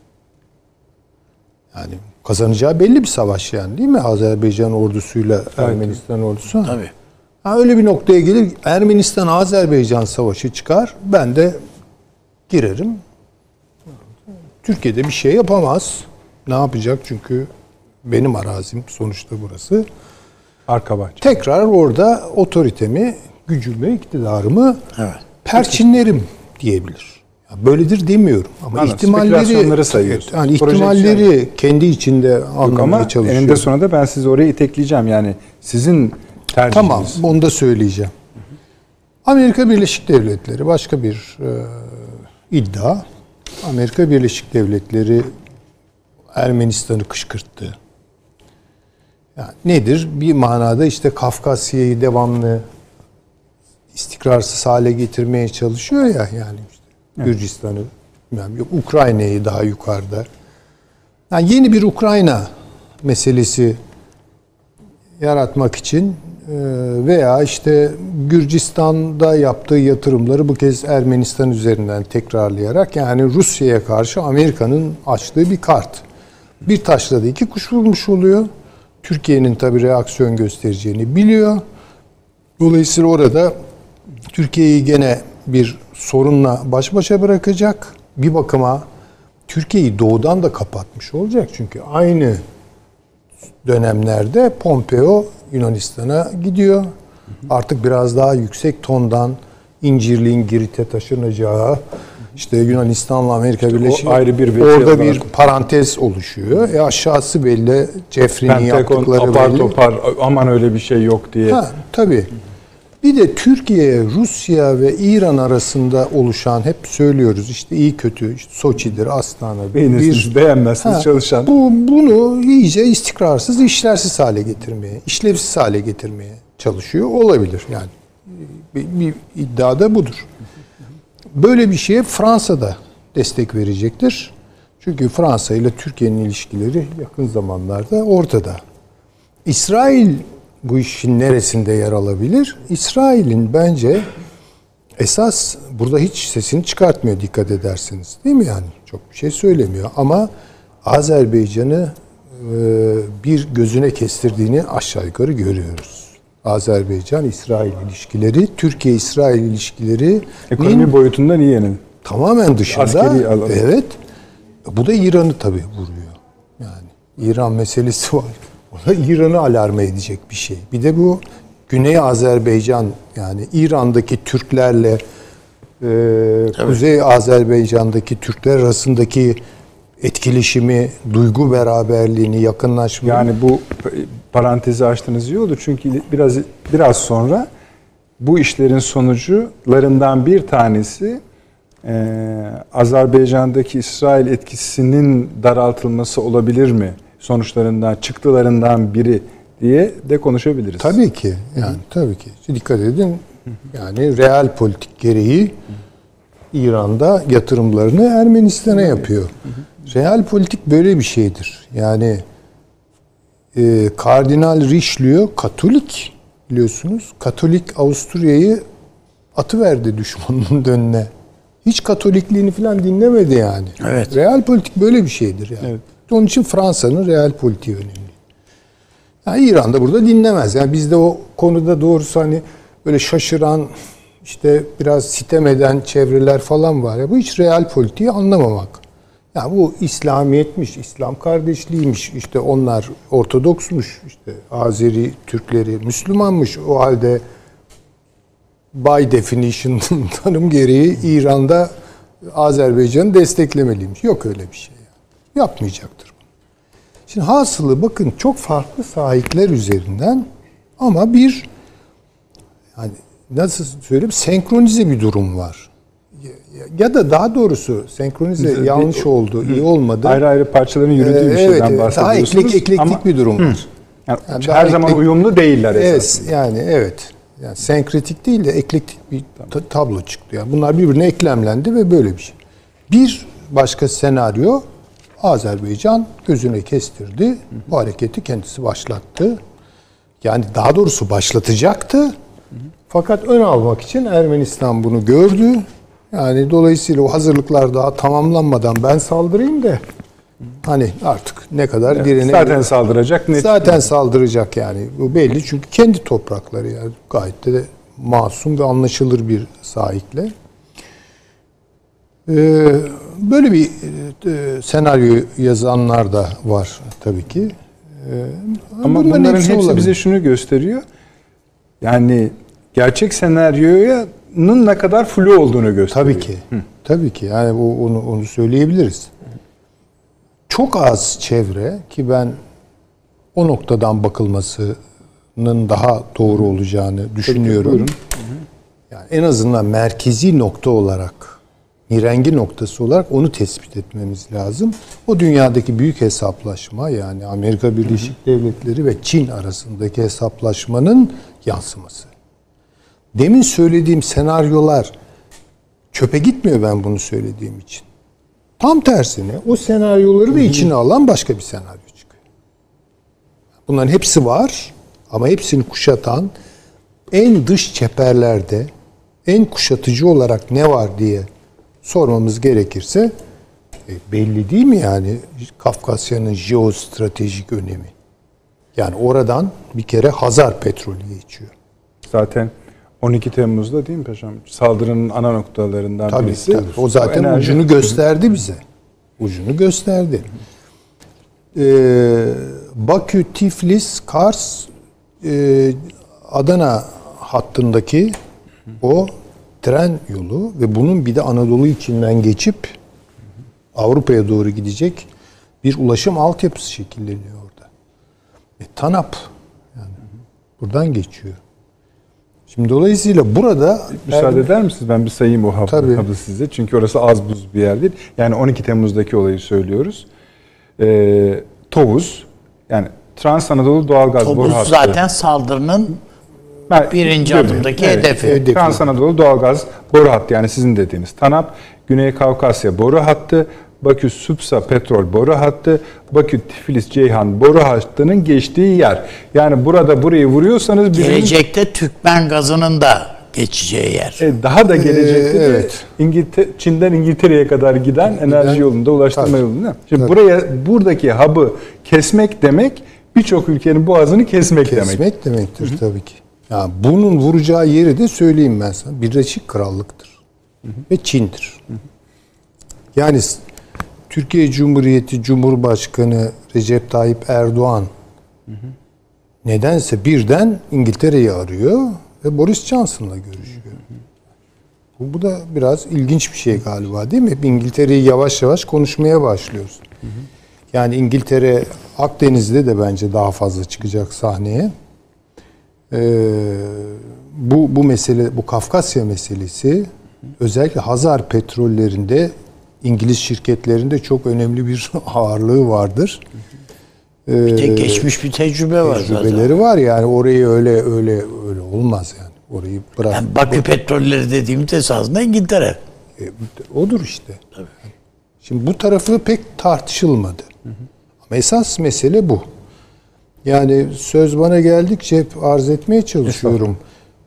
Yani kazanacağı belli bir savaş yani değil mi? Azerbaycan ordusuyla Ermenistan ordusu. Tabii. Ha, öyle bir noktaya gelir. Ermenistan-Azerbaycan savaşı çıkar. Ben de girerim. Türkiye'de bir şey yapamaz. Ne yapacak? Çünkü benim arazim sonuçta burası. Arka bahçe. Tekrar orada otoritemi, gücümü, iktidarımı Evet. perçinlerim diyebilir. Ya böyledir demiyorum ama Anladım. ihtimalleri Spekülasyonları sayıyorsun. yani Projeksiyon. ihtimalleri kendi içinde Yok anlamaya ama çalışıyor. eninde sonunda da ben sizi oraya itekleyeceğim. Yani sizin tercihiniz. Tamam, onu da söyleyeceğim. Amerika Birleşik Devletleri başka bir e, iddia. Amerika Birleşik Devletleri Ermenistan'ı kışkırttı. Yani nedir? Bir manada işte Kafkasya'yı devamlı istikrarsız hale getirmeye çalışıyor ya yani işte Gürcistan'ı, bilmem yok Ukrayna'yı daha yukarıda. Yani yeni bir Ukrayna meselesi yaratmak için veya işte Gürcistan'da yaptığı yatırımları bu kez Ermenistan üzerinden tekrarlayarak yani Rusya'ya karşı Amerika'nın açtığı bir kart. Bir taşla da iki kuş vurmuş oluyor. Türkiye'nin tabii reaksiyon göstereceğini biliyor. Dolayısıyla orada Türkiye'yi gene bir sorunla baş başa bırakacak. Bir bakıma Türkiye'yi doğudan da kapatmış olacak. Çünkü aynı dönemlerde Pompeo Yunanistan'a gidiyor. Artık biraz daha yüksek tondan İncirli'nin Girit'e taşınacağı, işte Yunanistan'la Amerika İşte o Birleşik ayrı bir veci orada olarak. bir parantez oluşuyor. E aşağısı belli. Jeffrey'nin Pentagon yaptıkları apar belli. topar aman öyle bir şey yok diye. Ha, tabii. Bir de Türkiye, Rusya ve İran arasında oluşan hep söylüyoruz işte iyi kötü işte Soçi'dir, Astana. Beğenirsiniz, beğenmezsiniz Ha, çalışan. Bu bunu iyice istikrarsız, işlersiz hale getirmeye, işlevsiz hale getirmeye çalışıyor olabilir. Yani bir, bir iddia da budur. Böyle bir şeye Fransa da destek verecektir. Çünkü Fransa ile Türkiye'nin ilişkileri yakın zamanlarda ortada. İsrail bu işin neresinde yer alabilir? İsrail'in bence esas burada hiç sesini çıkartmıyor, dikkat ederseniz. Değil mi yani? Çok bir şey söylemiyor ama Azerbaycan'ı e, bir gözüne kestirdiğini aşağı yukarı görüyoruz. Azerbaycan-İsrail ilişkileri, Türkiye-İsrail ilişkileri ekonomi boyutundan iyi yani. Tamamen dışında. Askeri alan. Evet. Bu da İran'ı tabii vuruyor. Yani İran meselesi var. O da İran'ı alarm edecek bir şey. Bir de bu Güney Azerbaycan, yani İran'daki Türklerle e, Kuzey Azerbaycan'daki Türkler arasındaki etkileşimi, duygu beraberliğini, yakınlaşmayı. Yani bu parantezi açtığınız iyi oldu. Çünkü biraz biraz sonra bu işlerin sonucularından bir tanesi Ee, Azerbaycan'daki İsrail etkisinin daraltılması olabilir mi? Sonuçlarından, çıktılarından biri diye de konuşabiliriz. Tabii ki. Yani Hı-hı. tabii ki. Dikkat edin. Yani real politik gereği İran'da yatırımlarını Ermenistan'a yapıyor. Hı-hı. Real politik böyle bir şeydir. Yani e, Kardinal Richelieu Katolik, biliyorsunuz. Katolik Avusturya'yı atıverdi düşmanının önüne. Hiç Katolikliğini falan dinlemedi yani. Evet. Real politik böyle bir şeydir yani. Evet. Onun için Fransa'nın real politiği önemli. Yani İran da burada dinlemez. Yani bizde o konuda doğrusu hani böyle şaşıran, işte biraz sitem eden çevreler falan var ya. Bu hiç real politiği anlamamak. Yani bu İslamiyetmiş, İslam kardeşliğiymiş. İşte onlar Ortodoksmuş. İşte Azeri Türkleri Müslümanmış. O halde by definition tanım gereği İran'da Azerbaycan'ı desteklemeliymiş. Yok öyle bir şey. Yani. Yapmayacaktır. Şimdi hasılı bakın çok farklı sahipler üzerinden ama bir yani nasıl söyleyeyim senkronize bir durum var. Ya, ya da daha doğrusu senkronize Biz, yanlış bir, oldu, hı. iyi olmadı. Ayrı ayrı parçaların yürüdüğü ee, bir şeyden evet, bahsediyorsunuz. Daha eklek, eklektik ama, bir durum var. Yani yani her zaman eklek, uyumlu değiller esasında. Evet, yani evet. Yani senkretik değil de eklektik bir ta- tablo çıktı. Yani bunlar birbirine eklemlendi ve böyle bir şey. Bir başka senaryo, Azerbaycan gözüne kestirdi. Hı hı. Bu hareketi kendisi başlattı. Yani daha doğrusu başlatacaktı. Hı hı. Fakat ön almak için Ermenistan bunu gördü. Yani dolayısıyla o hazırlıklar daha tamamlanmadan ben saldırayım da hani artık ne kadar evet, direnebilir. Zaten saldıracak. Net zaten yani. saldıracak yani. Bu belli çünkü kendi toprakları yani gayet de masum ve anlaşılır bir sahiple. Ee, böyle bir e, senaryo yazanlar da var tabii ki. Ee, Ama bunların hepsi, hepsi bize şunu gösteriyor. Yani gerçek senaryo'nun ne kadar flu olduğunu gösteriyor. Tabii ki. Hı. Tabii ki. Yani o, onu onu söyleyebiliriz. Çok az çevre ki ben o noktadan bakılmasının daha doğru olacağını düşünüyorum. Yani en azından merkezi nokta olarak, mirengi noktası olarak onu tespit etmemiz lazım. O dünyadaki büyük hesaplaşma yani Amerika Birleşik hı hı. Devletleri ve Çin arasındaki hesaplaşmanın yansıması. Demin söylediğim senaryolar çöpe gitmiyor ben bunu söylediğim için. Tam tersine o senaryoları da içine alan başka bir senaryo çıkıyor. Bunların hepsi var ama hepsini kuşatan en dış çeperlerde en kuşatıcı olarak ne var diye sormamız gerekirse e, belli değil mi yani Kafkasya'nın jeostratejik önemi? Yani oradan bir kere Hazar petrolü geçiyor. Zaten on iki Temmuz'da değil mi paşam? Saldırının ana noktalarından tabii, birisi. Tabii. O zaten o ucunu gösterdi bize. Ucunu gösterdi. Ee, Bakü, Tiflis, Kars, e, Adana hattındaki o tren yolu ve bunun bir de Anadolu içinden geçip Avrupa'ya doğru gidecek bir ulaşım altyapısı şekilleniyor orada. E, TANAP yani buradan geçiyor. Şimdi dolayısıyla burada... Müsaade eder misiniz? Ben bir sayayım o hapı size. Çünkü orası az buz bir yer değil. Yani on iki Temmuz'daki olayı söylüyoruz. Ee, Tovuz, yani Trans Anadolu Doğalgaz Boru Tovuz Hattı. zaten saldırının Ben- Birinci Tabii, adımdaki evet. hedefi. Hedefi. Trans Anadolu doğalgaz boru hattı, yani sizin dediğiniz TANAP, Güney Kafkasya boru hattı, Bakü Supsa petrol boru hattı, Bakü Tiflis Ceyhan boru hattının geçtiği yer. Yani burada burayı vuruyorsanız birinin- Gelecekte Türkmen gazının da geçeceği yer. E, daha da gelecekte Ee, de evet. İngiltere, Çin'den İngiltere'ye kadar giden enerji yolunda, ulaştırma tabii. yolunda. Şimdi Tabii. buraya, buradaki hub'ı kesmek demek, birçok ülkenin boğazını kesmek, demek. Kesmek demektir tabii ki. Ya bunun vuracağı yeri de söyleyeyim ben sana. Birleşik Krallık'tır. Ve Çin'dir. Yani s- Türkiye Cumhuriyeti Cumhurbaşkanı Recep Tayyip Erdoğan nedense birden İngiltere'yi arıyor ve Boris Johnson'la görüşüyor. Bu, bu da biraz ilginç bir şey galiba, değil mi? Hep İngiltere'yi yavaş yavaş konuşmaya başlıyoruz. Yani İngiltere Akdeniz'de de bence daha fazla çıkacak sahneye. Ee, bu bu mesele, bu Kafkasya meselesi özellikle Hazar petrollerinde İngiliz şirketlerinde çok önemli bir ağırlığı vardır. Ee, Bir tek geçmiş bir tecrübe var zaten. tecrübeleri var yani, orayı öyle öyle öyle olmaz yani. Orayı bırak. Yani Bakü petrolleri dediğimiz esasında İngiltere. E, odur işte. Şimdi bu tarafı pek tartışılmadı. Ama esas mesele bu. Yani söz bana geldikçe hep arz etmeye çalışıyorum.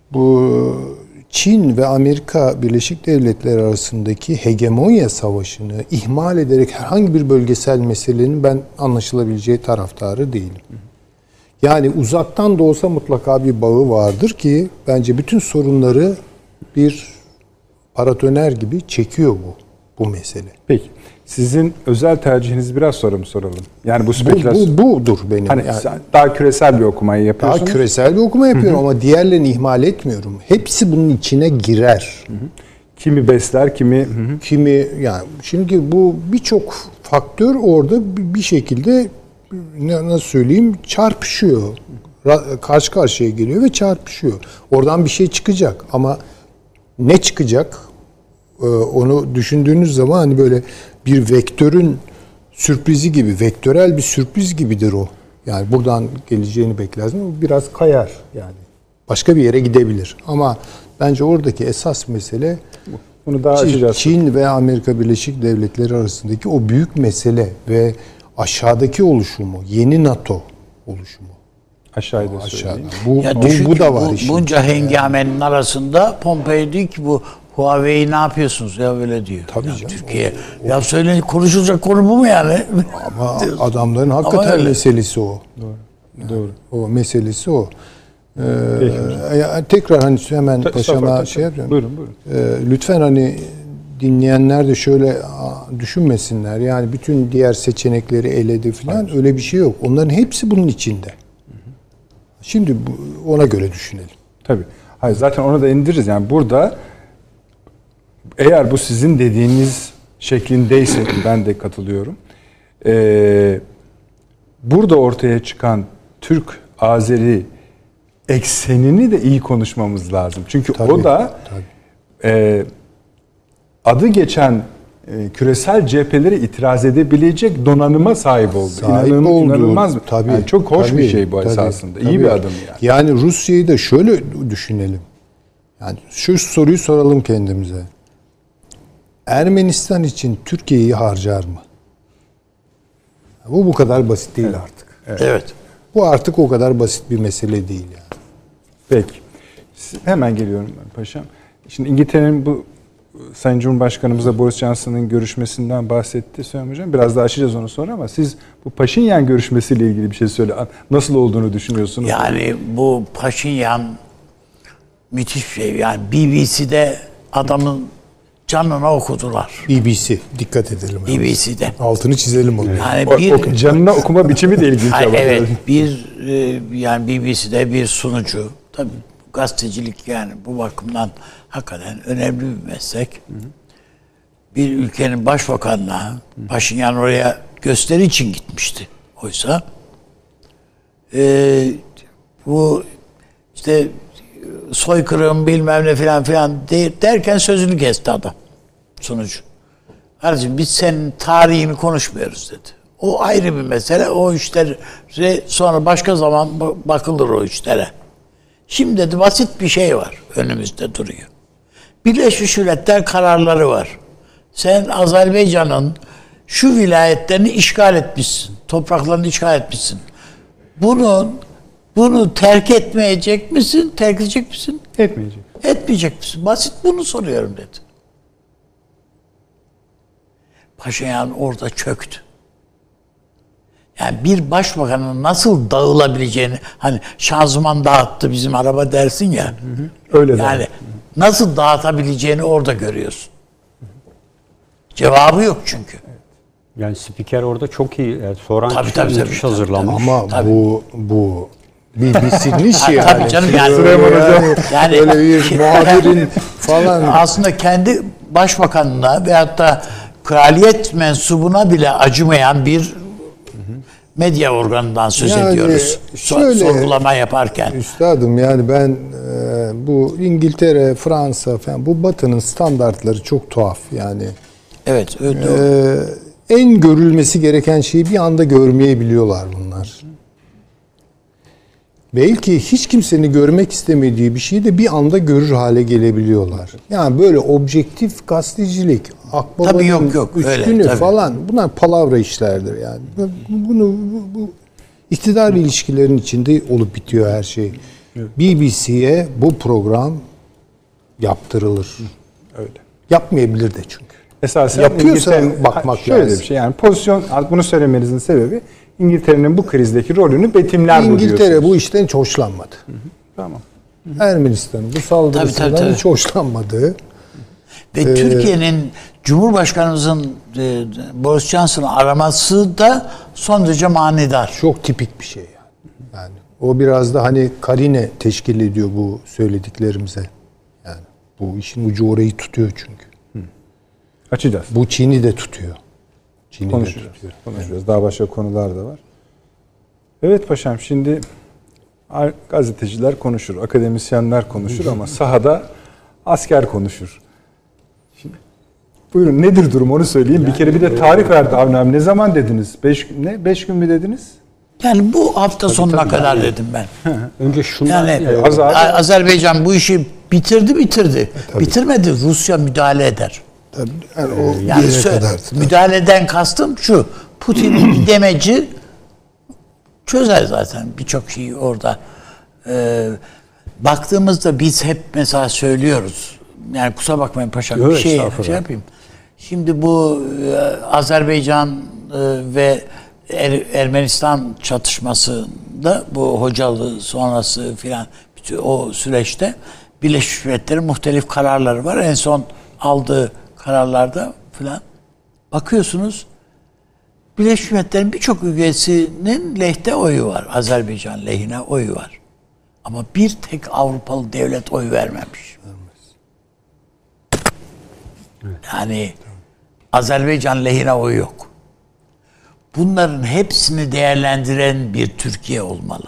Bu Çin ve Amerika Birleşik Devletleri arasındaki hegemonya savaşını ihmal ederek herhangi bir bölgesel meselenin ben anlaşılabileceği taraftarı değilim. Yani uzaktan da olsa mutlaka bir bağı vardır ki bence bütün sorunları bir paratoner gibi çekiyor bu bu mesele. Peki. Sizin özel tercihinizi biraz sonra mı soralım? Yani bu Bu, spekülasyon. bu budur benim. Hani Yani sen daha küresel bir okumayı daha yapıyorsunuz. küresel bir okuma yapıyorum ama diğerlerini ihmal etmiyorum. Hepsi bunun içine girer. Kimi besler, kimi... Hı hı. Kimi yani şimdi bu birçok faktör orada bir bir şekilde ne- nasıl söyleyeyim çarpışıyor. Ra- Karşı karşıya geliyor ve çarpışıyor. Oradan bir şey çıkacak ama ne çıkacak? Ee, onu düşündüğünüz zaman hani böyle bir vektörün sürprizi gibi, vektörel bir sürpriz gibidir o. Yani buradan geleceğini beklersin ama biraz kayar yani. Başka bir yere gidebilir. Ama bence oradaki esas mesele Bunu daha Çin, açacağız. Çin ve Amerika Birleşik Devletleri arasındaki o büyük mesele ve aşağıdaki oluşumu, yeni NATO oluşumu. Aşağıda Aşağıda. söyleyeyim. Bu, Ya bu, düşün bu ki da var bu, işin. bunca hengamenin arasında Pompeo diyor ki bu Huawei'yi ne yapıyorsunuz ya böyle diyor. Tabii Ya canım. Türkiye. Ya söyle konuşulacak konu bu mu yani? Ama adamların hakikaten öyle. meselesi o. Doğru. O meselesi o. Ee, Peki. ya tekrar hani hemen Ta- paşama estağfurullah, şey yapıyorum. Buyurun buyurun. Ee, lütfen hani dinleyenler de şöyle aa, düşünmesinler. Yani bütün diğer seçenekleri eledi falan, öyle bir şey yok. Onların hepsi bunun içinde. Şimdi bu, ona göre düşünelim. Tabii. Hayır, zaten onu da indiririz. Yani burada eğer bu sizin dediğiniz şeklindeyse ki ben de katılıyorum. Ee, burada ortaya çıkan Türk-Azeri eksenini de iyi konuşmamız lazım. Çünkü Tabii, o da tabii. e, adı geçen e, küresel cepheleri itiraz edebilecek donanıma sahip oldu. Sahip İnanın, olduğu, inanılmaz mı? tabii, Yani çok hoş tabii, bir şey bu tabii, esasında. İyi tabii. bir adım yani. Yani Rusya'yı da şöyle düşünelim. Yani şu soruyu soralım kendimize. Ermenistan için Türkiye'yi harcar mı? Bu bu kadar basit değil artık. Evet. Bu artık o kadar basit bir mesele değil yani. Peki. Hemen geliyorum ben paşam. Şimdi İngiltere'nin bu Sayın Cumhurbaşkanımızla Boris Johnson'ın görüşmesinden bahsetti Süleyman Hocam. Biraz daha açacağız onu sonra ama siz bu Paşinyan görüşmesiyle ilgili bir şey söyle. Nasıl olduğunu düşünüyorsunuz? Yani bu Paşinyan müthiş bir şey. Yani B B C'de adamın canına okudular. B B C. Dikkat edelim. B B C'de. Altını çizelim onu. Yani O- bir o canına okuma biçimi de ilginç. Ay, ama. evet, bir e, yani B B C'de bir sunucu. Tabii gazetecilik yani bu bakımdan hakikaten önemli bir meslek. Bir ülkenin başbakanına Paşinyan oraya gösteri için gitmişti. Oysa e, bu işte soykırım bilmem ne filan filan de- derken sözünü kesti adam sunucu. Kardeşim biz senin tarihini konuşmuyoruz dedi. O ayrı bir mesele. O işlere sonra başka zaman bakılır o işlere. Şimdi de basit bir şey var önümüzde duruyor. Birleşmiş Milletler kararları var. Sen Azerbaycan'ın şu vilayetlerini işgal etmişsin. Topraklarını işgal etmişsin. Bunun bunu terk etmeyecek misin? Terk edecek misin? Etmeyecek. Etmeyecek misin? Basit bunu soruyorum dedi. Paşayan orada çöktü. Yani bir başbakanın nasıl dağılabileceğini, hani şanzıman dağıttı bizim araba dersin ya. Hı hı. Öyle yani de. nasıl dağıtabileceğini orada görüyorsun. Cevabı yok çünkü. Yani spiker orada çok iyi. Yani soran Tabii, kişi tabii, tabii, müthiş tabii, hazırlamış. Ama Tabii. bu bu B B C'nin işi yani. Tabii canım yani. Süleyman Hocam. Yani Öyle bir muhabirin falan. aslında kendi başbakanına veyahut da kraliyet mensubuna bile acımayan bir medya organından söz Yani ediyoruz. So- şöyle- sorgulama yaparken. Üstadım yani ben e, bu İngiltere, Fransa falan bu Batı'nın standartları çok tuhaf yani. Evet, öyle. E, en görülmesi gereken şeyi bir anda görmeyebiliyorlar bunlar. Belki hiç kimsenin görmek istemediği bir şeyi de bir anda görür hale gelebiliyorlar. Yani böyle objektif gazetecilik, Akbaba'nın Tabii yok, yok, öyle, üstünü tabii. falan bunlar palavra işlerdir yani. Bunu bu, bu iktidar ilişkilerinin içinde olup bitiyor her şey. B B C'ye bu program yaptırılır. Öyle. Yapmayabilir de çünkü. Esasen Yapıyorsa İngiltere- bakmak şöyle lazım. bir şey yani pozisyon, bunu söylemenizin sebebi İngiltere'nin bu krizdeki rolünü betimler bu İngiltere diyorsunuz. bu işten hiç hoşlanmadı. Tamam. Ermenistan'ın bu saldırısından Tabii, tabii, tabii. hiç hoşlanmadı. Ve Türkiye'nin Cumhurbaşkanımızın e, Boris Johnson'ı araması da son derece manidar. Çok tipik bir şey yani. Yani o biraz da hani karine teşkil ediyor bu söylediklerimize. Yani bu işin ucu orayı tutuyor çünkü. Açacağız. Bu Çin'i de tutuyor. Çin'i de Konuşacağız. tutuyor. Konuşacağız. Daha başka konular da var. Evet paşam, şimdi gazeteciler konuşur, akademisyenler konuşur ama sahada asker konuşur. Şimdi, buyurun nedir durum onu söyleyeyim. Yani, bir kere bir de tarih verdi Avni abi. Ne zaman dediniz? Beş gün ne? Beş gün mü dediniz? Yani bu hafta sonuna kadar yani. dedim ben. Önce şunu Yani e, Azerbaycan, Azerbaycan bu işi bitirdi bitirdi. Tabii. Bitirmedi. Rusya müdahale eder. Tabii, yani o yani yere sö- kadar. müdahaleden kastım şu. Putin'in bir demeci çözer zaten birçok şeyi orada. Ee, baktığımızda biz hep mesela söylüyoruz. Yani kusura bakmayın paşam Yok, bir şey, şey yapayım. Şimdi bu e, Azerbaycan e, ve er, Ermenistan çatışmasında bu Hocalı sonrası filan bütün o süreçte Birleşmiş Milletler'in muhtelif kararları var. En son aldığı kararlarda filan bakıyorsunuz Birleşmiş Milletler'in birçok üyesinin lehte oyu var. Azerbaycan lehine oyu var. Ama bir tek Avrupalı devlet oy vermemiş. Yani Azerbaycan lehine oyu yok. Bunların hepsini değerlendiren bir Türkiye olmalı.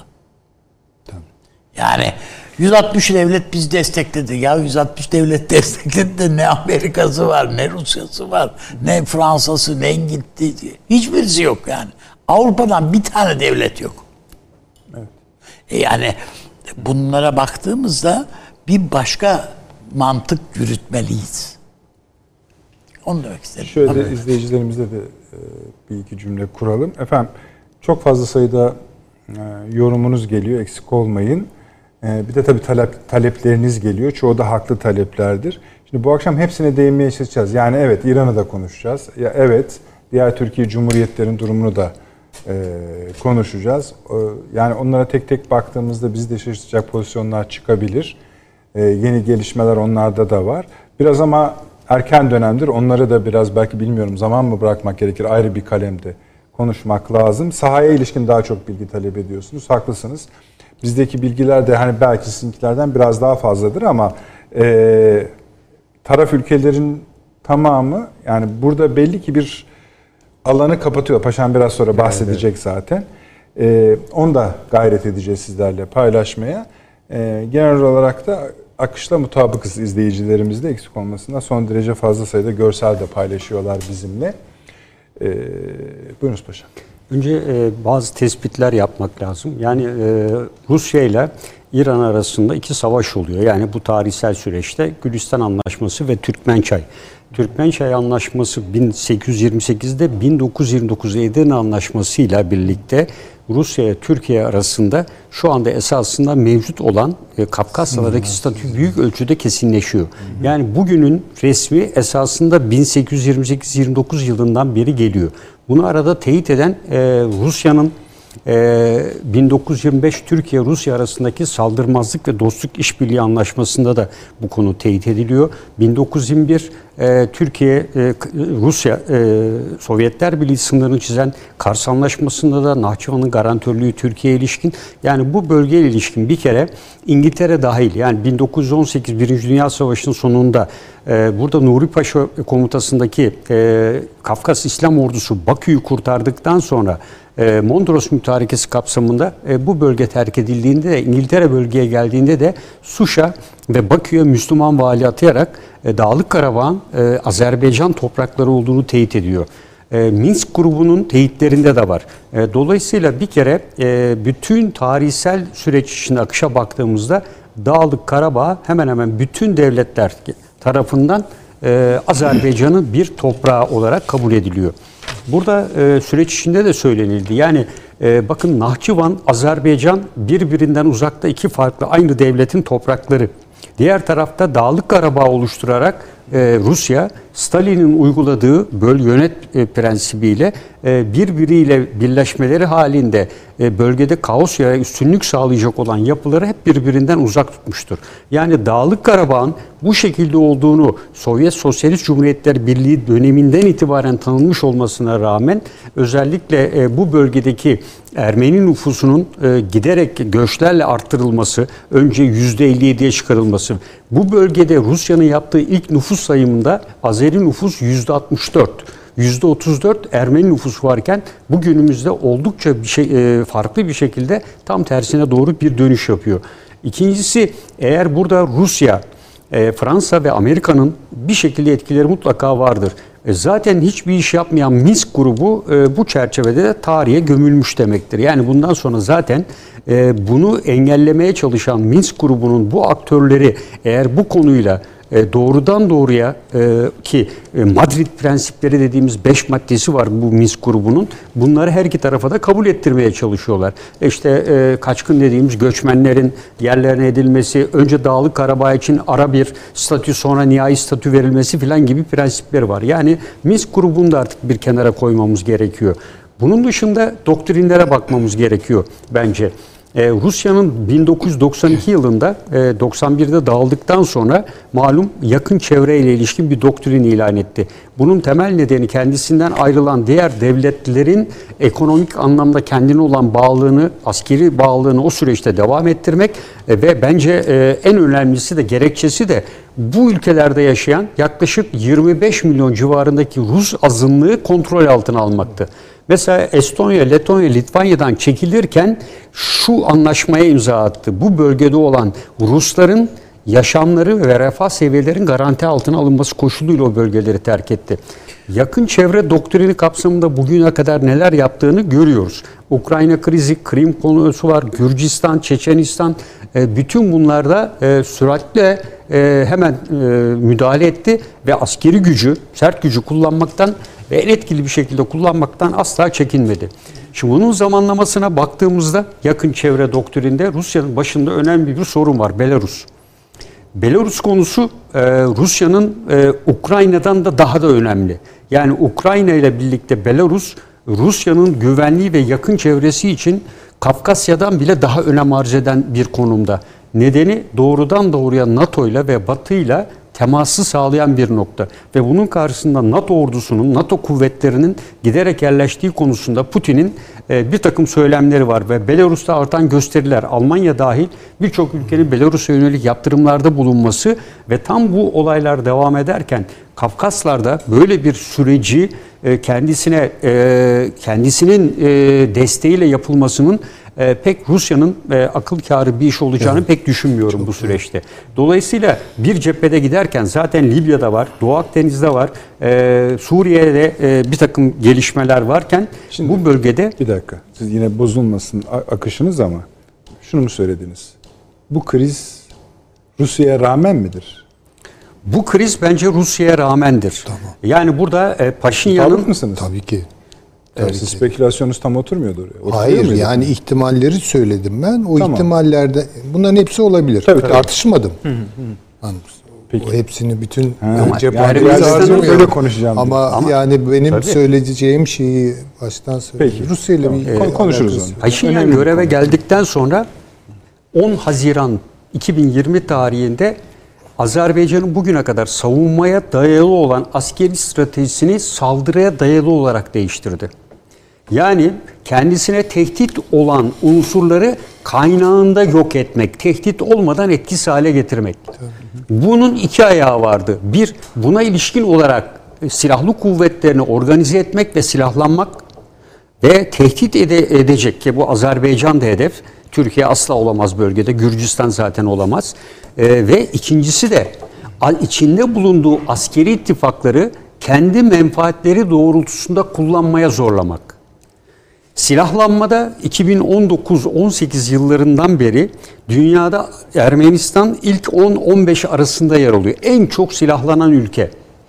Yani yüz altmış devlet biz destekledi. Ya yüz altmış devlet destekledi de ne Amerika'sı var, ne Rusya'sı var, ne Fransa'sı, ne İngiltere'si. Hiçbirisi yok yani. Avrupa'dan bir tane devlet yok. Evet. E yani bunlara baktığımızda bir başka mantık yürütmeliyiz. Onu demek istedim. Şöyle Tabii. izleyicilerimize de bir iki cümle kuralım. Efendim çok fazla sayıda yorumunuz geliyor, eksik olmayın. Bir de tabii talep, talepleriniz geliyor. Çoğu da haklı taleplerdir. Şimdi bu akşam hepsine değinmeye çalışacağız. Yani evet İran'ı da konuşacağız. Ya evet diğer Türkiye Cumhuriyetlerin durumunu da e, konuşacağız. E, yani onlara tek tek baktığımızda bizi de şaşırtacak pozisyonlar çıkabilir. E, yeni gelişmeler onlarda da var. Biraz ama erken dönemdir. Onları da biraz belki bilmiyorum zaman mı bırakmak gerekir, ayrı bir kalemde konuşmak lazım. Sahaya ilişkin daha çok bilgi talep ediyorsunuz. Haklısınız. Bizdeki bilgiler de hani belki sizinkilerden biraz daha fazladır ama e, taraf ülkelerin tamamı yani burada belli ki bir alanı kapatıyor. Paşam biraz sonra bahsedecek evet. zaten. E, onu da gayret edeceğiz sizlerle paylaşmaya. E, genel olarak da akışla mutabıkız izleyicilerimizde eksik olmasına. Son derece fazla sayıda görsel de paylaşıyorlar bizimle. E, buyurunuz paşam. Önce e, bazı tespitler yapmak lazım. Yani e, Rusya ile İran arasında iki savaş oluyor. Yani bu tarihsel süreçte Gülistan Anlaşması ve Türkmençay. Türkmençay Anlaşması bin sekiz yüz yirmi sekizde bin dokuz yüz yirmi dokuz Edirne Anlaşması ile birlikte Rusya ile Türkiye arasında şu anda esasında mevcut olan e, Kafkasya'daki statü büyük ölçüde kesinleşiyor. Yani bugünün resmi esasında bin sekiz yüz yirmi sekiz yirmi dokuz yılından beri geliyor. Bunu arada teyit eden e, Rusya'nın e, bin dokuz yüz yirmi beş Türkiye-Rusya arasındaki saldırmazlık ve dostluk işbirliği anlaşmasında da bu konu teyit ediliyor. bin dokuz yüz yirmi bir e, Türkiye, e, Rusya, e, Sovyetler Birliği sınırını çizen Kars Anlaşması'nda da Nahçıvan'ın garantörlüğü Türkiye'ye ilişkin. Yani bu bölgeye ilişkin bir kere İngiltere dahil, yani bin dokuz yüz on sekiz Birinci Dünya Savaşı'nın sonunda e, burada Nuri Paşa komutasındaki e, Kafkas İslam Ordusu Bakü'yü kurtardıktan sonra e, Mondros Mütarekesi kapsamında e, bu bölge terk edildiğinde de İngiltere bölgeye geldiğinde de Suşa ve Bakü'ye Müslüman vali atayarak e, Dağlık Karabağ'ın e, Azerbaycan toprakları olduğunu teyit ediyor. E, Minsk grubunun teyitlerinde de var. E, dolayısıyla bir kere e, bütün tarihsel süreç içinde akışa baktığımızda Dağlık Karabağ hemen hemen bütün devletler tarafından e, Azerbaycan'ın bir toprağı olarak kabul ediliyor. Burada e, süreç içinde de söylenildi. Yani e, bakın Nahçıvan, Azerbaycan birbirinden uzakta iki farklı aynı devletin toprakları. Diğer tarafta Dağlık Karabağ oluşturarak e, Rusya, Stalin'in uyguladığı böl yönet e, prensibiyle e, birbiriyle birleşmeleri halinde e, bölgede kaos ya üstünlük sağlayacak olan yapıları hep birbirinden uzak tutmuştur. Yani Dağlık Karabağ'ın bu şekilde olduğunu Sovyet Sosyalist Cumhuriyetler Birliği döneminden itibaren tanınmış olmasına rağmen özellikle e, bu bölgedeki Ermeni nüfusunun e, giderek göçlerle arttırılması, önce yüzde elli yediye çıkarılması, bu bölgede Rusya'nın yaptığı ilk nüfus sayımında Azeri nüfus yüzde altmış dört, yüzde otuz dört Ermeni nüfus varken bugünümüzde oldukça bir şey, e, farklı bir şekilde tam tersine doğru bir dönüş yapıyor. İkincisi, eğer burada Rusya, e, Fransa ve Amerika'nın bir şekilde etkileri mutlaka vardır. E, zaten hiçbir iş yapmayan Minsk grubu e, bu çerçevede de tarihe gömülmüş demektir. Yani bundan sonra zaten e, bunu engellemeye çalışan Minsk grubunun bu aktörleri eğer bu konuyla doğrudan doğruya ki Madrid prensipleri dediğimiz beş maddesi var bu Minsk grubunun. Bunları her iki tarafa da kabul ettirmeye çalışıyorlar. İşte kaçkın dediğimiz göçmenlerin yerlerine edilmesi, önce Dağlık Karabağ için ara bir statü sonra nihai statü verilmesi falan gibi prensipleri var. Yani Minsk grubunu da artık bir kenara koymamız gerekiyor. Bunun dışında doktrinlere bakmamız gerekiyor bence. Ee, Rusya'nın bin dokuz yüz doksan iki yılında e, doksan birde dağıldıktan sonra malum yakın çevreyle ilişkin bir doktrin ilan etti. Bunun temel nedeni kendisinden ayrılan diğer devletlerin ekonomik anlamda kendine olan bağlılığını, askeri bağlılığını o süreçte devam ettirmek e, ve bence e, en önemlisi de gerekçesi de bu ülkelerde yaşayan yaklaşık yirmi beş milyon civarındaki Rus azınlığı kontrol altına almaktı. Mesela Estonya, Letonya, Litvanya'dan çekilirken şu anlaşmaya imza attı. Bu bölgede olan Rusların yaşamları ve refah seviyelerinin garanti altına alınması koşuluyla o bölgeleri terk etti. Yakın çevre doktrini kapsamında bugüne kadar neler yaptığını görüyoruz. Ukrayna krizi, Krim konusu var, Gürcistan, Çeçenistan, bütün bunlarda süratle hemen müdahale etti ve askeri gücü, sert gücü kullanmaktan ve en etkili bir şekilde kullanmaktan asla çekinmedi. Şimdi bunun zamanlamasına baktığımızda yakın çevre doktrinde Rusya'nın başında önemli bir sorun var, Belarus. Belarus konusu Rusya'nın Ukrayna'dan da daha da önemli. Yani Ukrayna ile birlikte Belarus, Rusya'nın güvenliği ve yakın çevresi için Kafkasya'dan bile daha önem arz eden bir konumda. Nedeni doğrudan doğruya NATO ile ve Batı ile teması sağlayan bir nokta. Ve bunun karşısında NATO ordusunun, NATO kuvvetlerinin giderek yerleştiği konusunda Putin'in e, bir takım söylemleri var. Ve Belarus'ta artan gösteriler, Almanya dahil birçok ülkenin Belarus'a yönelik yaptırımlarda bulunması ve tam bu olaylar devam ederken Kafkaslar'da böyle bir süreci e, kendisine e, kendisinin e, desteğiyle yapılmasının E, pek Rusya'nın e, akıl kârı bir iş olacağını evet. pek düşünmüyorum Çok bu süreçte. Evet. Dolayısıyla bir cephede giderken zaten Libya'da var, Doğu Akdeniz'de var, e, Suriye'de e, bir takım gelişmeler varken Şimdi, bu bölgede... Bir dakika, siz yine bozulmasın akışınız ama şunu mu söylediniz? bu kriz Rusya'ya rağmen midir? Bu kriz bence Rusya'ya rağmendir. Tamam. Yani burada e, Mutabık Paşinyan'ın mısınız? Tabii ki. Yani Tabii siz ki. spekülasyonunuz tam oturmuyordur. Oturuyor Hayır muydu? yani ihtimalleri söyledim ben. O Tamam. ihtimallerde bunların hepsi olabilir. Tabii, tabii. Tartışmadım. Yani Peki. o hepsini bütün Ha, cephanemize yani harcamıyorum. öyle konuşacağım Ama, Ama- yani benim Tabii. söyleyeceğim şeyi baştan söyleyeyim. Peki. Rusya ile Tamam. bir Kon- konuşuruz alakası onu. yok. Paşinyan Önemli bir göreve konu. geldikten sonra on Haziran iki bin yirmi tarihinde Azerbaycan'ın bugüne kadar savunmaya dayalı olan askeri stratejisini saldırıya dayalı olarak değiştirdi. Yani kendisine tehdit olan unsurları kaynağında yok etmek, tehdit olmadan etkisiz hale getirmek. Bunun iki ayağı vardı. Bir, buna ilişkin olarak silahlı kuvvetlerini organize etmek ve silahlanmak ve tehdit ede- edecek ki bu Azerbaycan da hedef. Türkiye asla olamaz bölgede, Gürcistan zaten olamaz. Ee, ve ikincisi de a- içinde bulunduğu askeri ittifakları kendi menfaatleri doğrultusunda kullanmaya zorlamak. Silahlanmada iki bin on dokuz on sekiz yıllarından beri dünyada Ermenistan ilk on on beş arasında yer alıyor. En çok silahlanan ülke.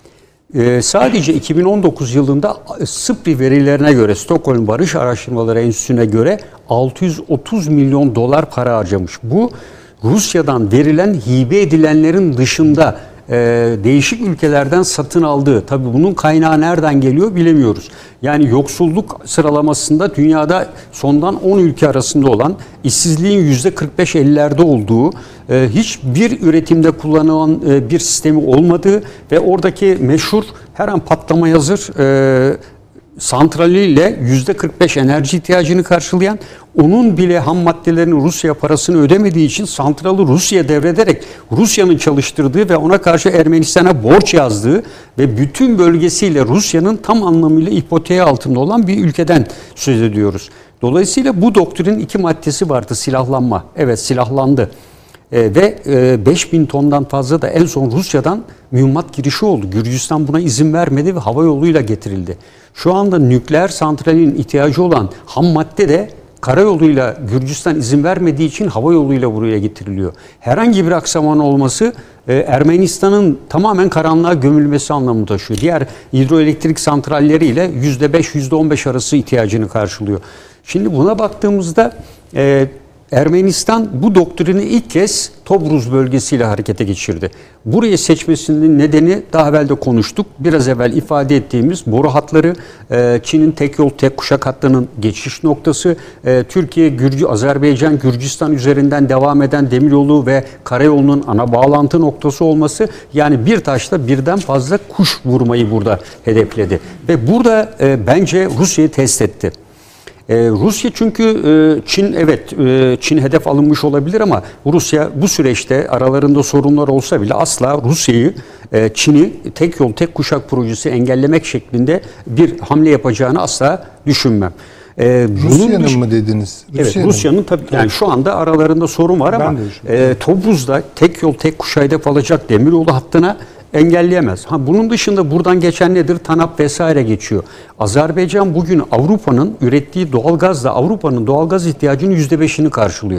Ee, sadece iki bin on dokuz yılında SIPRI verilerine göre, Stockholm Barış Araştırmaları Enstitüsü'ne göre altı yüz otuz milyon dolar para harcamış. Bu Rusya'dan verilen hibe edilenlerin dışında e, değişik ülkelerden satın aldığı, tabii bunun kaynağı nereden geliyor bilemiyoruz. Yani yoksulluk sıralamasında dünyada sondan on ülke arasında olan, işsizliğin yüzde kırk beş ellilerde olduğu, e, hiçbir üretimde kullanılan e, bir sistemi olmadığı ve oradaki meşhur her an patlamaya hazır e, santraliyle yüzde kırk beş enerji ihtiyacını karşılayan, onun bile ham maddelerini Rusya parasını ödemediği için santralı Rusya'ya devrederek Rusya'nın çalıştırdığı ve ona karşı Ermenistan'a borç yazdığı ve bütün bölgesiyle Rusya'nın tam anlamıyla ipoteği altında olan bir ülkeden söz ediyoruz. Dolayısıyla bu doktrinin iki maddesi vardı. Silahlanma. Evet, silahlandı. E, ve e, beş bin tondan fazla da en son Rusya'dan mühimmat girişi oldu. Gürcistan buna izin vermedi ve hava yoluyla getirildi. Şu anda nükleer santralin ihtiyacı olan ham madde de karayoluyla Gürcistan izin vermediği için hava yoluyla buraya getiriliyor. Herhangi bir aksaman olması e, Ermenistan'ın tamamen karanlığa gömülmesi anlamını taşıyor. Diğer hidroelektrik santralleriyle yüzde beş yüzde on beş arası ihtiyacını karşılıyor. Şimdi buna baktığımızda e, Ermenistan bu doktrini ilk kez Tobruz bölgesiyle harekete geçirdi. Burayı seçmesinin nedeni daha evvel de konuştuk. Biraz evvel ifade ettiğimiz boru hatları, Çin'in tek yol tek kuşak hattının geçiş noktası, Türkiye, Gürcü, Azerbaycan, Gürcistan üzerinden devam eden demiryolu ve karayolunun ana bağlantı noktası olması, yani bir taşla birden fazla kuş vurmayı burada hedefledi. Ve burada bence Rusya'yı test etti. Ee, Rusya çünkü e, Çin evet e, Çin hedef alınmış olabilir ama Rusya bu süreçte aralarında sorunlar olsa bile asla Rusya'yı e, Çin'i tek yol tek kuşak projesi engellemek şeklinde bir hamle yapacağını asla düşünmem. Ee, Rusya'nın dış- mı dediniz? Evet, Rusya'nın. Rusya'nın tabii yani şu anda aralarında sorun var ama e, Tobruz'da tek yol tek kuşağı hedef alacak demiryolu hattına engelleyemez. Ha, bunun dışında buradan geçen nedir? TANAP vesaire geçiyor. Azerbaycan bugün Avrupa'nın ürettiği doğalgazla Avrupa'nın doğalgaz ihtiyacının yüzde beşini karşılıyor.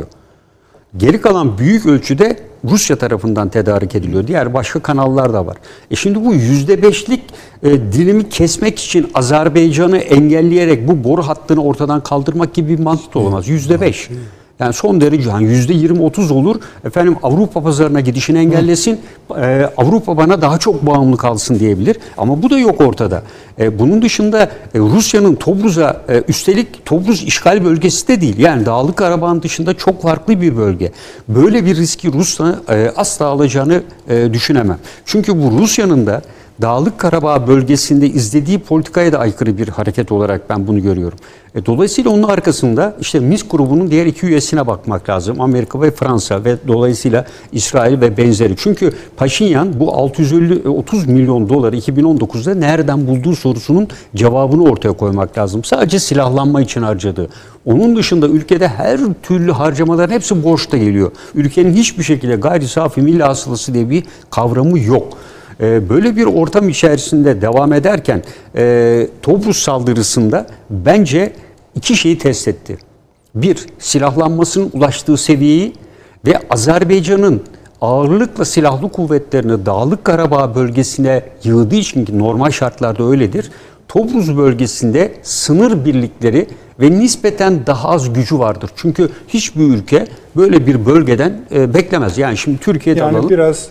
Geri kalan büyük ölçüde Rusya tarafından tedarik ediliyor. Diğer başka kanallar da var. E şimdi bu yüzde beşlik e, dilimi kesmek için Azerbaycan'ı engelleyerek bu boru hattını ortadan kaldırmak gibi bir mantık da olamaz. yüzde beş. Yani son derece yani yüzde yirmi otuz olur. Efendim Avrupa pazarına gidişini engellesin. E, Avrupa bana daha çok bağımlı kalsın diyebilir. Ama bu da yok ortada. E, bunun dışında e, Rusya'nın Tobruz'a e, üstelik Tobruz işgal bölgesi de değil. Yani Dağlık Karabağ'ın dışında çok farklı bir bölge. Böyle bir riski Rusya e, asla alacağını e, düşünemem. Çünkü bu Rusya'nın da Dağlık Karabağ bölgesinde izlediği politikaya da aykırı bir hareket olarak ben bunu görüyorum. E, dolayısıyla onun arkasında işte Minsk grubunun diğer iki üyesine bakmak lazım. Amerika ve Fransa ve dolayısıyla İsrail ve benzeri. Çünkü Paşinyan bu altı yüz otuz milyon doları iki bin on dokuzda nereden bulduğu sorusunun cevabını ortaya koymak lazım. Sadece silahlanma için harcadığı. Onun dışında ülkede her türlü harcamaların hepsi borçta geliyor. Ülkenin hiçbir şekilde gayri safi milli hasılası diye bir kavramı yok. Böyle bir ortam içerisinde devam ederken e, Tobruz saldırısında bence iki şeyi test etti. Bir, silahlanmasının ulaştığı seviyeyi ve Azerbaycan'ın ağırlıkla silahlı kuvvetlerini Dağlık Karabağ bölgesine yığdığı için ki normal şartlarda öyledir. Tobruz bölgesinde sınır birlikleri ve nispeten daha az gücü vardır. Çünkü hiçbir ülke böyle bir bölgeden e, beklemez. Yani şimdi Türkiye'de Yani alalım. biraz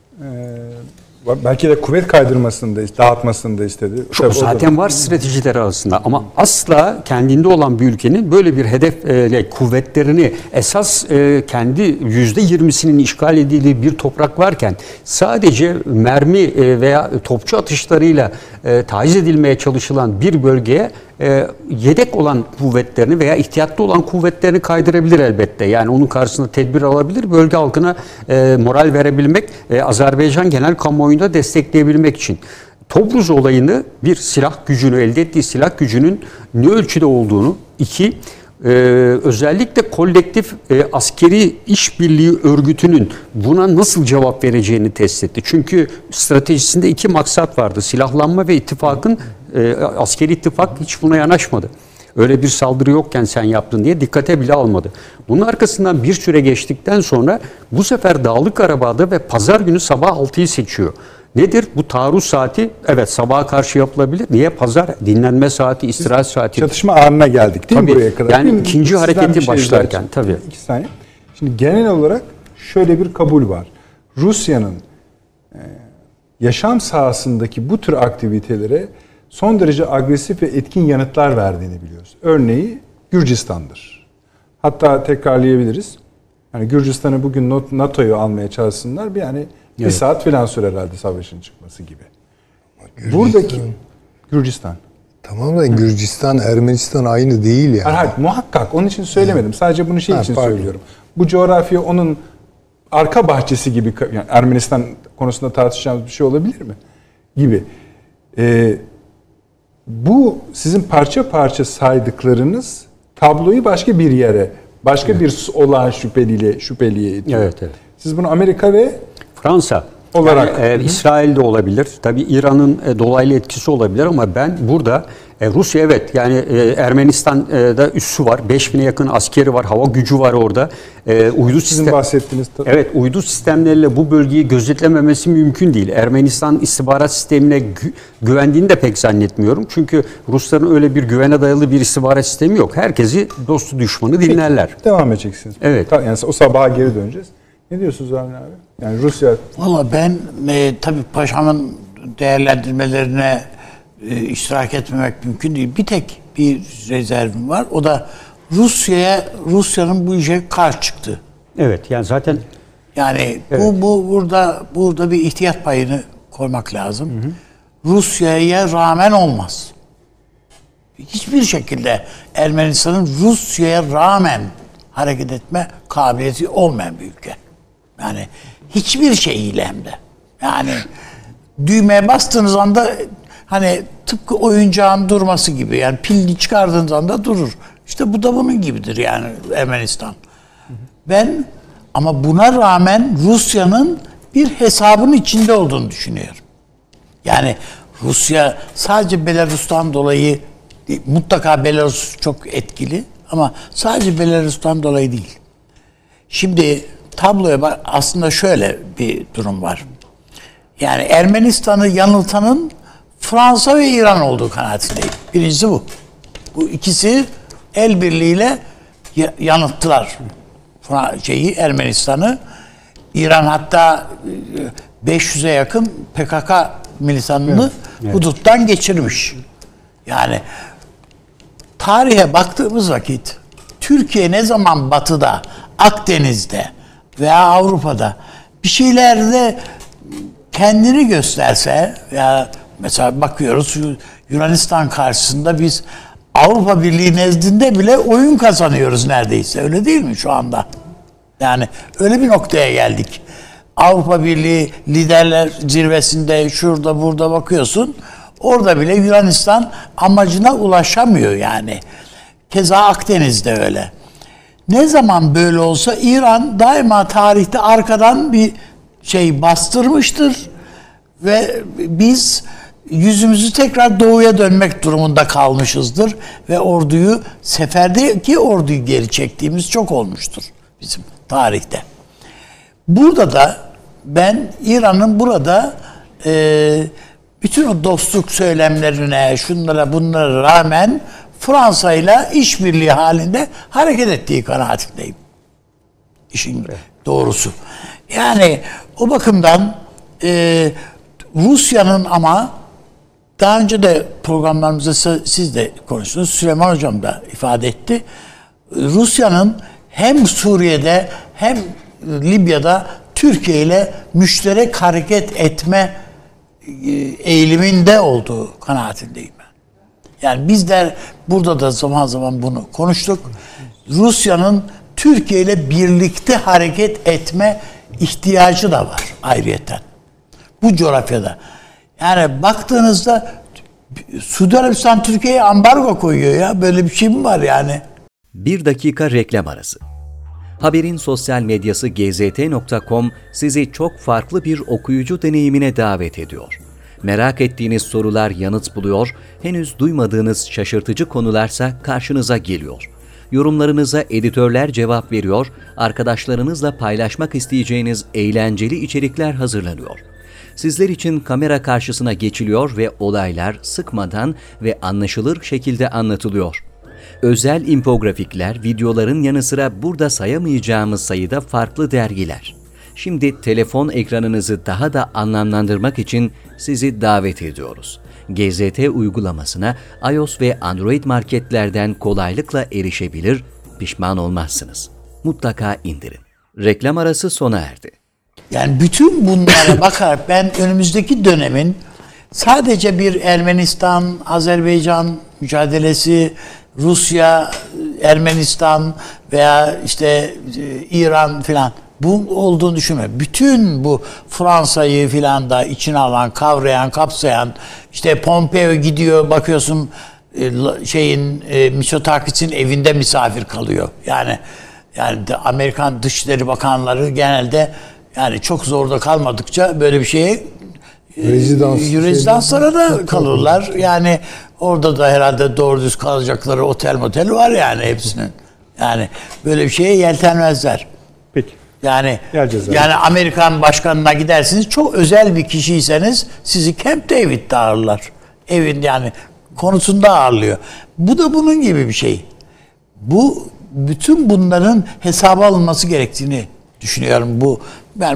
e, belki de kuvvet kaydırmasını da dağıtmasını da istedi. Şu, zaten var stratejileri arasında ama asla kendinde olan bir ülkenin böyle bir hedefle kuvvetlerini esas e, kendi yüzde yirmisinin işgal edildiği bir toprak varken sadece mermi e, veya topçu atışlarıyla e, taciz edilmeye çalışılan bir bölgeye e, yedek olan kuvvetlerini veya ihtiyatlı olan kuvvetlerini kaydırabilir elbette. Yani onun karşısında tedbir alabilir. Bölge halkına e, moral verebilmek, e, Azerbaycan genel kamuoyunda destekleyebilmek için. Tobruz olayını bir silah gücünü, elde ettiği silah gücünün ne ölçüde olduğunu, iki, e, özellikle kolektif e, askeri işbirliği örgütünün buna nasıl cevap vereceğini test etti. Çünkü stratejisinde iki maksat vardı. Silahlanma ve ittifakın, e, askeri ittifak hiç buna yanaşmadı. Öyle bir saldırı yokken sen yaptın diye dikkate bile almadı. Bunun arkasından bir süre geçtikten sonra bu sefer Dağlık Karabağ'da ve pazar günü sabah altıyı seçiyor. Nedir? Bu taarruz saati evet sabaha karşı yapılabilir. Niye? Pazar dinlenme saati, istirahat saati. Çatışma anına geldik değil tabii, mi buraya kadar? Yani Değil mi? ikinci Sizden hareketi bir şey başlarken rica tabii. İki saniye. Şimdi genel olarak şöyle bir kabul var. Rusya'nın e, yaşam sahasındaki bu tür aktivitelere son derece agresif ve etkin yanıtlar verdiğini biliyoruz. Örneği Gürcistan'dır. Hatta tekrarlayabiliriz. Yani Gürcistan'ı bugün NATO'yu almaya çalışsınlar. Bir yani bir evet. saat falan sürer herhalde savaşın çıkması gibi. Gürcistan. Buradaki Gürcistan. Tamam da Gürcistan, Ermenistan aynı değil yani. Hayır, hayır, muhakkak. Onun için söylemedim. Sadece bunu şey Ha, için pardon. söylüyorum. Bu coğrafya onun arka bahçesi gibi, yani Ermenistan konusunda tartışacağımız bir şey olabilir mi? Gibi. Ee, bu sizin parça parça saydıklarınız tabloyu başka bir yere, başka evet. bir olağan şüpheliyle şüpheliye itiyor. Evet, evet. Siz bunu Amerika ve Fransa olarak yani, e, İsrail de olabilir. Tabii İran'ın e, dolaylı etkisi olabilir ama ben burada e, Rusya evet yani e, Ermenistan'da üssü var. beş bine yakın askeri var. Hava gücü var orada. E, uydu sizin sistem bahsettiğiniz Evet, uydu sistemleriyle bu bölgeyi gözetlememesi mümkün değil. Ermenistan istihbarat sistemine gü- güvendiğini de pek zannetmiyorum. Çünkü Rusların öyle bir güvene dayalı bir istihbarat sistemi yok. Herkesi dostu düşmanı dinlerler. Peki, devam edeceksiniz. Evet. Yani o sabaha geri döneceğiz. Ne diyorsunuz Avni abi? Yani Rusya... Valla ben e, tabii paşamın değerlendirmelerine e, iştirak etmemek mümkün değil. Bir tek bir rezervim var. O da Rusya'ya, Rusya'nın bu işe karşı çıktı. Evet, yani zaten Yani evet. bu bu burada burada bir ihtiyat payını koymak lazım. Hı hı. Rusya'ya rağmen olmaz. Hiçbir şekilde Ermenistan'ın Rusya'ya rağmen hareket etme kabiliyeti olmayan bir ülke. Yani hiçbir şeyiyle hem de. Yani düğmeye bastığınız anda hani tıpkı oyuncağın durması gibi. Yani pilini çıkardığınız anda durur. İşte bu da bunun gibidir yani Ermenistan. Hı hı. Ben ama buna rağmen Rusya'nın bir hesabın içinde olduğunu düşünüyorum. Yani Rusya sadece Belarus'tan dolayı mutlaka Belarus çok etkili ama sadece Belarus'tan dolayı değil. Şimdi tabloya bak, aslında şöyle bir durum var. Yani Ermenistan'ı yanıltanın Fransa ve İran olduğu kanaatindeyim. Birincisi bu. Bu ikisi el birliğiyle yanılttılar şeyi, Ermenistan'ı. İran hatta beş yüze yakın P K K militanını evet. huduttan geçirmiş. Yani tarihe baktığımız vakit Türkiye ne zaman batıda, Akdeniz'de veya Avrupa'da bir şeylerde kendini gösterse, ya mesela bakıyoruz Yunanistan karşısında biz Avrupa Birliği nezdinde bile oyun kazanıyoruz neredeyse. Öyle değil mi şu anda? Yani öyle bir noktaya geldik. Avrupa Birliği liderler zirvesinde şurada burada bakıyorsun. Orada bile Yunanistan amacına ulaşamıyor yani. Keza Akdeniz'de öyle. Ne zaman böyle olsa İran daima tarihte arkadan bir şey bastırmıştır ve biz yüzümüzü tekrar doğuya dönmek durumunda kalmışızdır ve orduyu, seferdeki orduyu geri çektiğimiz çok olmuştur bizim tarihte. Burada da ben İran'ın burada e, bütün o dostluk söylemlerine, şunlara bunlara rağmen Fransa ile işbirliği halinde hareket ettiği kanaatindeyim. İşin doğrusu. Yani o bakımdan e, Rusya'nın ama daha önce de programlarımızda siz de konuştunuz, Süleyman Hocam da ifade etti. Rusya'nın hem Suriye'de hem Libya'da Türkiye ile müşterek hareket etme eğiliminde olduğu kanaatindeyim ben. Yani biz de burada da zaman zaman bunu konuştuk. Rusya'nın Türkiye ile birlikte hareket etme ihtiyacı da var ayrıyeten. Bu coğrafyada. Yani baktığınızda Suudi Arabistan Türkiye'ye ambargo koyuyor ya. Böyle bir şey mi var yani? Bir dakika reklam arası. Haberin sosyal medyası ge zete nokta com sizi çok farklı bir okuyucu deneyimine davet ediyor. Merak ettiğiniz sorular yanıt buluyor, henüz duymadığınız şaşırtıcı konularsa karşınıza geliyor. Yorumlarınıza editörler cevap veriyor, arkadaşlarınızla paylaşmak isteyeceğiniz eğlenceli içerikler hazırlanıyor. Sizler için kamera karşısına geçiliyor ve olaylar sıkmadan ve anlaşılır şekilde anlatılıyor. Özel infografikler, videoların yanı sıra burada sayamayacağımız sayıda farklı dergiler. Şimdi telefon ekranınızı daha da anlamlandırmak için sizi davet ediyoruz. G Z T uygulamasına iOS ve Android marketlerden kolaylıkla erişebilir, pişman olmazsınız. Mutlaka indirin. Reklam arası sona erdi. Yani bütün bunlara bakarak ben önümüzdeki dönemin sadece bir Ermenistan, Azerbaycan mücadelesi, Rusya, Ermenistan veya işte İran filan bu olduğunu düşünmüyorum. Bütün bu Fransa'yı filan da içine alan, kavrayan, kapsayan, işte Pompeo gidiyor bakıyorsun şeyin Mitsotakis'in evinde misafir kalıyor. Yani yani de Amerikan Dışişleri Bakanları genelde yani çok zorda kalmadıkça böyle bir şeye Rezidans, rezidanslara da kalırlar. Yani orada da herhalde doğru düz kalacakları otel motel var yani hepsinin. Yani böyle bir şeye yeltenmezler. Peki. Yani Geleceğiz yani abi. Amerikan başkanına gidersiniz, çok özel bir kişiyseniz sizi Camp David'de ağırlar. Evin yani konusunda ağırlıyor. Bu da bunun gibi bir şey. Bu bütün bunların hesaba alınması gerektiğini düşünüyorum. Bu ben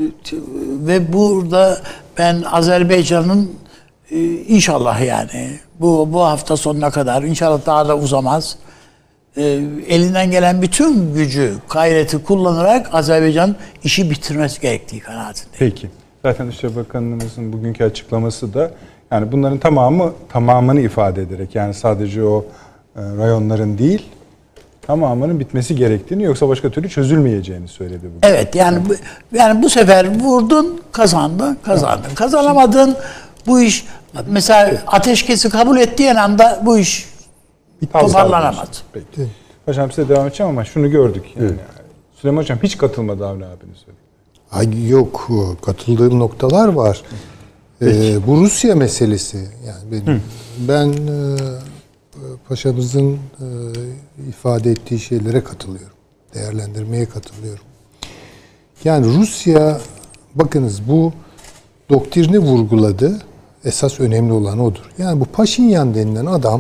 ve burada ben Azerbaycan'ın inşallah yani bu bu hafta sonuna kadar inşallah daha da uzamaz. Elinden gelen bütün gücü, gayreti kullanarak Azerbaycan işi bitirmesi gerektiği kanaatindeyim. Peki. Zaten Dışişleri Bakanımızın bugünkü açıklaması da yani bunların tamamı tamamını ifade ederek yani sadece o e, rayonların değil tamamının bitmesi gerektiğini yoksa başka türlü çözülmeyeceğini söyledi bugün. Evet yani bu, yani bu sefer vurdun, kazandın, kazandın. Evet. Kazanamadın bu iş mesela ateşkesi kabul ettiğin anda bu iş toparlanamaz. Peki. Hocam size devam edeceğim ama şunu gördük. Yani. Evet. Süleyman Hocam hiç katılmadı Avni abinin söyledi. Ay yok, katıldığım noktalar var. Ee, bu Rusya meselesi yani benim. Hı. Ben e, paşamızın e, ifade ettiği şeylere katılıyorum. Değerlendirmeye katılıyorum. Yani Rusya, bakınız bu doktrini vurguladı. Esas önemli olan odur. Yani bu Paşinyan denilen adam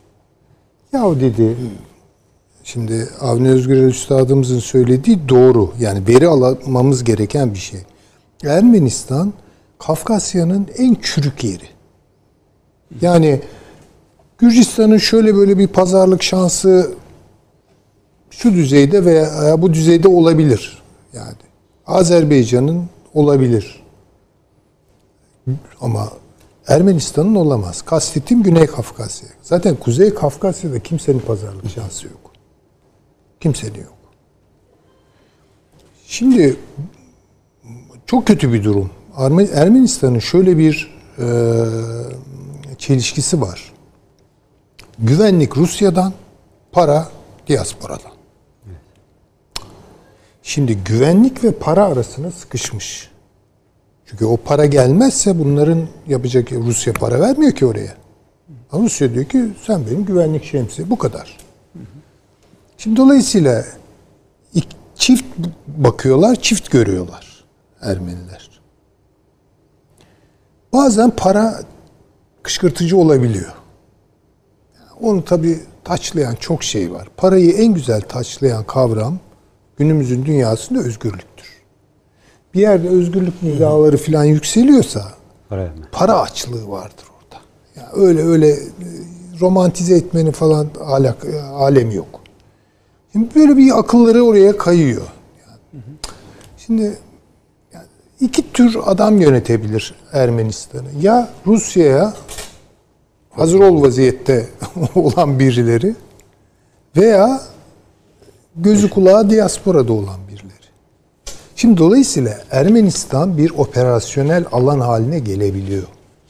yahu dedi, şimdi Avni Özgürel Üstadımızın söylediği doğru. Yani veri almamız gereken bir şey. Ermenistan Kafkasya'nın en çürük yeri. Yani Gürcistan'ın şöyle böyle bir pazarlık şansı şu düzeyde veya bu düzeyde olabilir. Yani Azerbaycan'ın olabilir. Ama Ermenistan'ın olamaz. Kastettiğim Güney Kafkasya. Zaten Kuzey Kafkasya'da kimsenin pazarlık şansı yok. Kimsenin yok. Şimdi çok kötü bir durum. Ermenistan'ın şöyle bir e, çelişkisi var. Güvenlik Rusya'dan, para diasporadan. Şimdi güvenlik ve para arasına sıkışmış. Çünkü o para gelmezse bunların yapacak, Rusya para vermiyor ki oraya. Ama Rusya diyor ki sen benim güvenlik şemsi, bu kadar. Şimdi dolayısıyla çift bakıyorlar, çift görüyorlar Ermeniler. Bazen para kışkırtıcı olabiliyor. Onu tabii taçlayan çok şey var. Parayı en güzel taçlayan kavram günümüzün dünyasında özgürlüktür. Bir yerde özgürlük nidaları falan yükseliyorsa Para, para açlığı vardır orada. Yani öyle öyle romantize etmenin falan alak, alemi yok. Şimdi böyle bir akılları oraya kayıyor. Yani. Şimdi yani iki tür adam yönetebilir Ermenistan'ı. Ya Rusya'ya hazır ol vaziyette olan birileri veya gözü kulağı diasporada olan birileri. Şimdi dolayısıyla Ermenistan bir operasyonel alan haline gelebiliyor.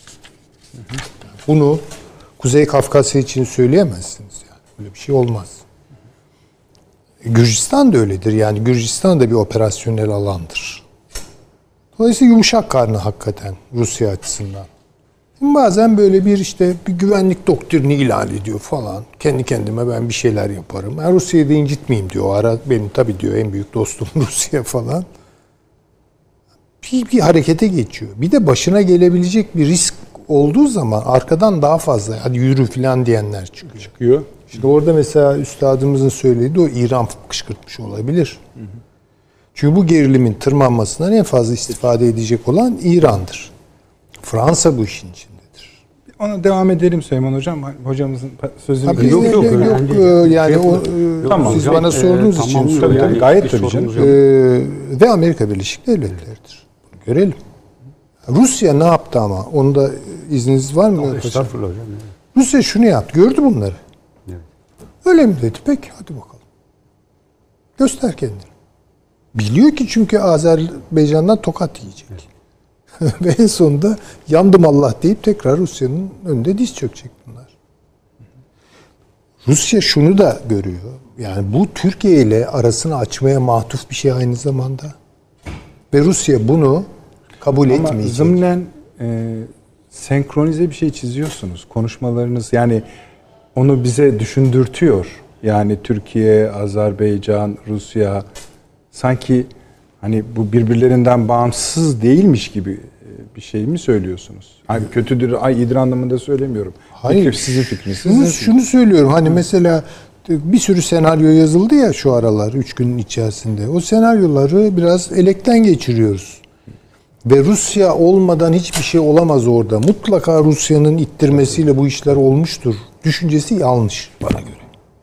Bunu Kuzey Kafkasya için söyleyemezsiniz yani. Böyle bir şey olmaz. Gürcistan da öyledir. Yani Gürcistan da bir operasyonel alandır. Dolayısıyla yumuşak karnı hakikaten Rusya açısından. Şimdi bazen böyle bir işte bir güvenlik doktrini ilan ediyor falan. Kendi kendime ben bir şeyler yaparım. Ben Rusya'yı da incitmeyeyim diyor. O ara benim tabii diyor en büyük dostum Rusya falan. Bir, bir harekete geçiyor. Bir de başına gelebilecek bir risk olduğu zaman arkadan daha fazla hadi yürü falan diyenler çıkıyor. Çıkıyor. İşte orada mesela üstadımızın söylediği o İran kışkırtmış olabilir. Hı hı. Çünkü bu gerilimin tırmanmasından en fazla istifade edecek olan İran'dır. Fransa bu işin içindedir. Ona devam edelim Süleyman Hocam. Hocamızın sözünü... Tabii yok yok, yok, yok yani, yani o, tamam, siz hocam, bana sorduğunuz e, için tamam, söylüyorum. Yani, gayet tabii canım. Ee, ve Amerika Birleşik Devletleri'dir. Görelim. Rusya ne yaptı ama? Onda izniniz var mı? Estağfurullah hocam. Rusya şunu yaptı. Gördü bunları. Evet. Öyle mi dedi? Peki hadi bakalım. Göster kendini. Biliyor ki çünkü Azerbaycan'dan tokat yiyecek. Evet. Ve en sonunda yandım Allah deyip tekrar Rusya'nın önünde diz çökecek bunlar. Rusya şunu da görüyor. Yani bu Türkiye ile arasını açmaya matuf bir şey aynı zamanda. Ve Rusya bunu kabul Ama etmeyecek. zımnen e, senkronize bir şey çiziyorsunuz. Konuşmalarınız yani onu bize düşündürtüyor. Yani Türkiye, Azerbaycan, Rusya sanki hani bu birbirlerinden bağımsız değilmiş gibi bir şey mi söylüyorsunuz? Hani kötüdür, ay iyidir anlamında söylemiyorum. Hayır. Fikir, sizin fikriniz. Şunu, şunu söylüyorum. Hani Hı. mesela bir sürü senaryo yazıldı ya şu aralar, üç günün içerisinde. O senaryoları biraz elekten geçiriyoruz. Ve Rusya olmadan hiçbir şey olamaz orada. Mutlaka Rusya'nın ittirmesiyle bu işler olmuştur. Düşüncesi yanlış bana göre.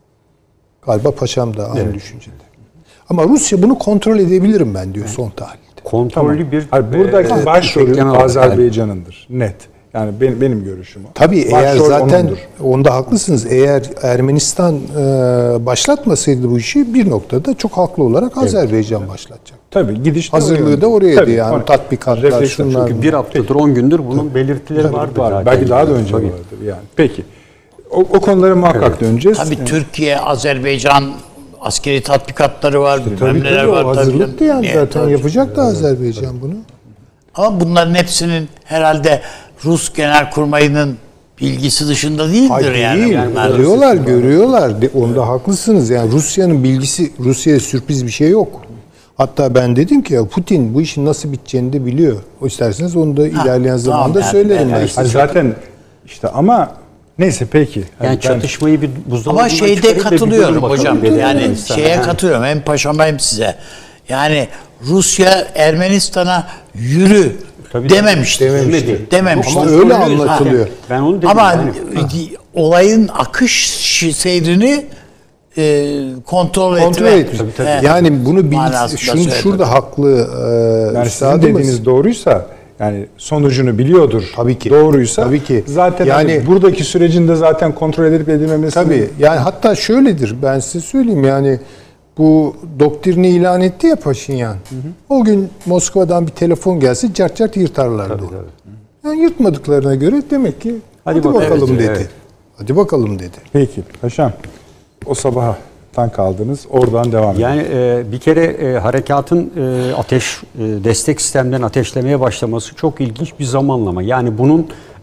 Galiba Paşam da aynı evet. düşüncede. Ama Rusya bunu kontrol edebilirim ben diyor son tahlilde. Kontrollü tamam. bir... Hayır, buradaki e, başrol Azerbaycan'ındır. Net. Yani benim, benim görüşüm o. Tabii başrol eğer zaten onundur. Onda haklısınız. Eğer Ermenistan e, başlatmasaydı bu işi bir noktada çok haklı olarak evet. Azerbaycan evet. başlatacak. Tabii gidiş hazırlığı da orayaydı Tabii, yani onu, tatbikatlar şunlar. Çünkü bir haftadır on gündür bunun Tabii. belirtileri Tabii, vardı. Var. Belki daha da önce Tabii. vardır yani. Peki. O, o konulara muhakkak evet. döneceğiz. Tabii yani. Türkiye, Azerbaycan askeri tatbikatları var, işte, bilmem tabii, neler tabii, var. Hazırlıktı yani zaten tabii. yapacaktı evet, Azerbaycan tabii. bunu. Ama bunların hepsinin herhalde Rus Genelkurmayı'nın bilgisi dışında değildir. Hayır, yani. Değil. yani görüyorlar, görüyorlar. De, onda evet. haklısınız. Yani Rusya'nın bilgisi, Rusya'ya sürpriz bir şey yok. Hatta ben dedim ki ya Putin bu işin nasıl biteceğini de biliyor. O isterseniz onu da ha, ilerleyen tamam, zamanda yani, söylerim. Yani işte zaten işte ama neyse peki. Yani hani çatışmayı bir buzdolabına ama şeyde katılıyorum hocam. Yani şeye katılıyorum. Hem paşama hem size. Yani Rusya Ermenistan'a yürü Tabii dememişti. Dememişti. Dememişti. Ama öyle anlatılıyor. Ben onu dedim. Ama yani. olayın akış seyrini e, kontrol, kontrol etmek. Tabii, tabii. Yani bunu bil, şunu, şurada haklı. E, yani sizin dediğiniz doğruysa yani sonucunu biliyordur. Tabii ki. Doğruysa tabii ki. Zaten yani hani buradaki sürecin de zaten kontrol edilip edilmemesi. Tabii. Yani hatta şöyledir. Ben size söyleyeyim yani bu doktrini ilan etti ya Paşinyan. Hı hı. O gün Moskova'dan bir telefon gelse cart cart yırtarlardı. Tabii, tabii. Yani yırtmadıklarına göre demek ki hadi, hadi bakalım evet, dedi. Evet. Hadi bakalım dedi. Peki Paşam o sabahtan kaldınız. Oradan devam edelim. Yani e, bir kere e, harekatın e, ateş e, destek sistemden ateşlemeye başlaması çok ilginç bir zamanlama. Yani bunun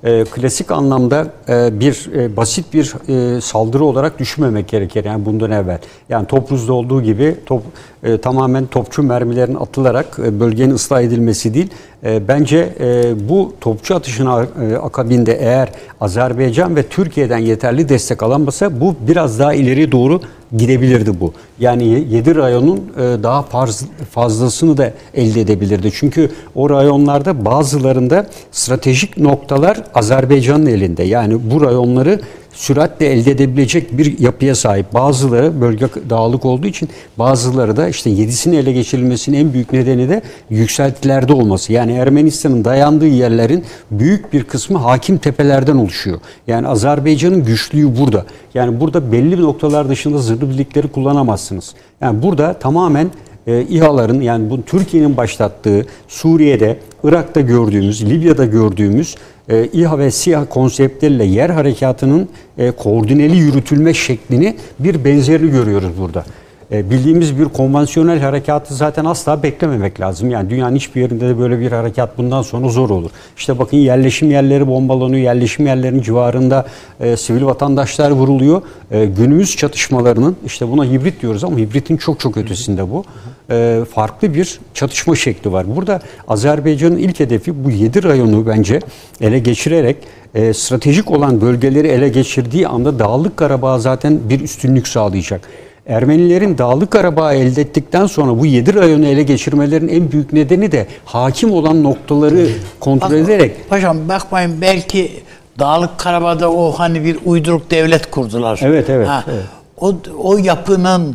e, klasik anlamda e, bir e, basit bir e, saldırı olarak düşünmemek gerekir. Yani bundan evvel. Yani Tobruk'ta olduğu gibi top, e, tamamen topçu mermilerin atılarak e, bölgenin ıslah edilmesi değil. E, bence e, bu topçu atışına e, akabinde eğer Azerbaycan ve Türkiye'den yeterli destek alamasa bu biraz daha ileriye doğru gidebilirdi bu. Yani yedi rayonun e, daha farz, fazlasını da elde edebilirdi. Çünkü o rayonlarda bazılarında stratejik noktalar Azerbaycan'ın elinde. Yani bu rayonları süratle elde edebilecek bir yapıya sahip. Bazıları bölge dağlık olduğu için bazıları da işte yedisinin ele geçirilmesinin en büyük nedeni de yükseltilerde olması. Yani Ermenistan'ın dayandığı yerlerin büyük bir kısmı hakim tepelerden oluşuyor. Yani Azerbaycan'ın güçlüğü burada. Yani burada belli noktalar dışında zırhlı birlikleri kullanamazsınız. Yani burada tamamen e, İHA'ların yani bu Türkiye'nin başlattığı Suriye'de, Irak'ta gördüğümüz, Libya'da gördüğümüz e, İHA ve SİHA konseptleriyle yer harekatının e, koordineli yürütülme şeklini bir benzerini görüyoruz burada. E, bildiğimiz bir konvansiyonel harekatı zaten asla beklememek lazım. Yani dünyanın hiçbir yerinde de böyle bir harekat bundan sonra zor olur. İşte bakın yerleşim yerleri bombalanıyor. Yerleşim yerlerinin civarında e, sivil vatandaşlar vuruluyor. E, günümüz çatışmalarının işte buna hibrit diyoruz ama hibritin çok çok ötesinde bu. E, farklı bir çatışma şekli var. Burada Azerbaycan'ın ilk hedefi bu yedi rayonu bence ele geçirerek e, stratejik olan bölgeleri ele geçirdiği anda Dağlık Karabağ zaten bir üstünlük sağlayacak. Ermenilerin Dağlık Karabağ'ı elde ettikten sonra bu yedi rayonu ele geçirmelerinin en büyük nedeni de hakim olan noktaları kontrol Bak, ederek. Paşam bakmayın belki Dağlık Karabağ'da o hani bir uyduruk devlet kurdular. Evet, evet, Ha, evet. O, o yapının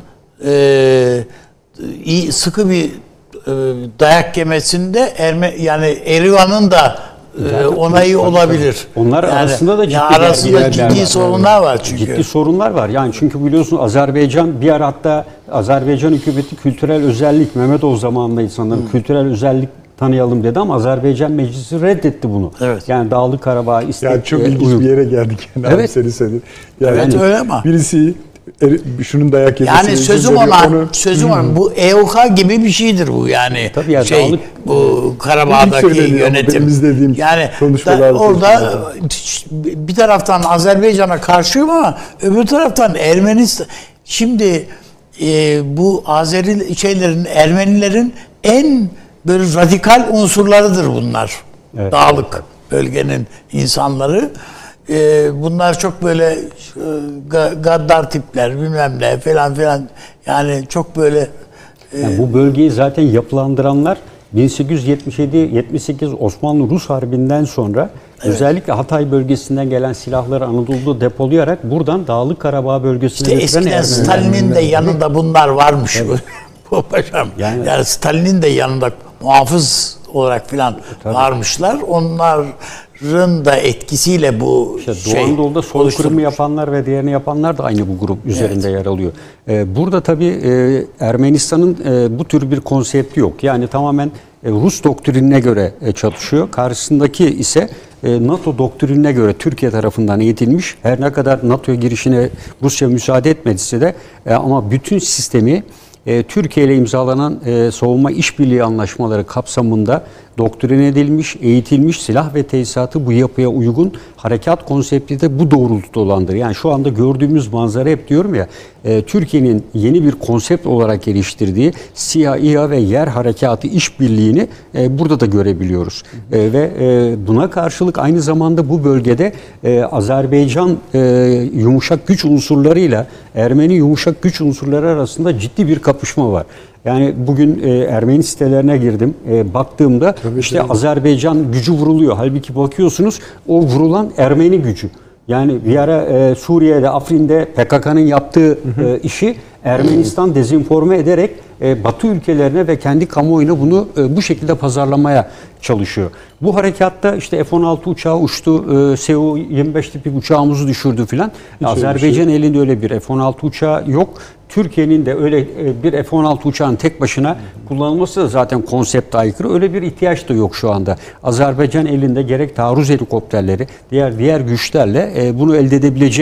e, iyi, sıkı bir e, dayak yemesinde Erme, yani Erivan'ın da e, onayı olabilir. Onlar yani, arasında da ciddi, ya arasında yerler ciddi var. sorunlar var çünkü. Ciddi sorunlar var. Yani çünkü biliyorsun Azerbaycan bir ara hatta Azerbaycan hükümeti kültürel özellik Mehmetov zamanında insanların hmm. kültürel özellik tanıyalım dedi ama Azerbaycan Meclisi reddetti bunu. Evet. Yani Dağlık Karabağ istek Yani çok e, ilginç uyum. bir yere geldik. Yani Evet. Seni söyledi. Yani Evet öyle ama. Birisi eri- şunun dayak yemesine Yani izin sözüm veriyor, ona, onu- sözüm ona. Bu E O K gibi bir şeydir bu yani. Tabii ya, şey, dağlık- bu İlk Karabağ'daki söyleniyor ama yönetim. benim izlediğim Yani konuşmalar da, orada sırasında. bir taraftan Azerbaycan'a karşıyım ama öbür taraftan Ermenistan. Şimdi e, bu Azeri şeylerin, Ermenilerin en böyle radikal unsurlarıdır bunlar. Evet. Dağlık bölgenin insanları. Ee, bunlar çok böyle e, ga- gaddar tipler bilmem ne falan filan yani çok böyle e, Yani bu bölgeyi zaten yapılandıranlar bin sekiz yüz yetmiş yedi yetmiş sekiz Osmanlı-Rus Harbi'nden sonra evet. özellikle Hatay bölgesinden gelen silahları Anadolu'da depolayarak buradan Dağlık Karabağ bölgesine işte götüren eskiden Ermeniler. Stalin'in de yanında bunlar varmış. Evet. Bu paşam. Yani- Yani, Stalin'in de yanında muhafız olarak filan varmışlar. Onların da etkisiyle bu İşte şey Doğu Anadolu'da soykırımı oluşturmuş. yapanlar yapanlar ve diğerini yapanlar da aynı bu grup üzerinde yer alıyor. Ee, burada tabii e, Ermenistan'ın e, bu tür bir konsepti yok. Yani tamamen e, Rus doktrinine göre e, çalışıyor. Karşısındaki ise e, NATO doktrinine göre Türkiye tarafından eğitilmiş. Her ne kadar NATO'ya girişine Rusya müsaade etmediyse de e, ama bütün sistemi e, Türkiye ile imzalanan e, savunma işbirliği anlaşmaları kapsamında doktrin edilmiş, eğitilmiş silah ve teçhizatı bu yapıya uygun harekat konsepti de bu doğrultuda olandır. Yani şu anda gördüğümüz manzara hep diyorum ya, e, Türkiye'nin yeni bir konsept olarak geliştirdiği SİHA, İHA ve yer harekatı işbirliğini e, burada da görebiliyoruz. E, ve e, buna karşılık aynı zamanda bu bölgede e, Azerbaycan e, yumuşak güç unsurlarıyla Ermeni yumuşak güç unsurları arasında ciddi bir kapışma var. Yani bugün e, Ermeni sitelerine girdim. E, baktığımda Tabii, işte tabii. Azerbaycan gücü vuruluyor. Halbuki bakıyorsunuz o vurulan Ermeni gücü. Yani bir ara e, Suriye'de, Afrin'de P K K'nın yaptığı e, işi Ermenistan dezenforme ederek e, Batı ülkelerine ve kendi kamuoyuna bunu e, bu şekilde pazarlamaya çalışıyor. Bu harekatta işte F on altı uçağı uçtu, e, S U yirmi beş tipi uçağımızı düşürdü filan. Azerbaycan elinde öyle bir F on altı uçağı yok. Türkiye'nin de öyle bir F on altı uçağın tek başına kullanılması da zaten konsepte aykırı. Öyle bir ihtiyaç da yok şu anda. Azerbaycan elinde gerek taarruz helikopterleri, diğer diğer güçlerle bunu elde edebilecek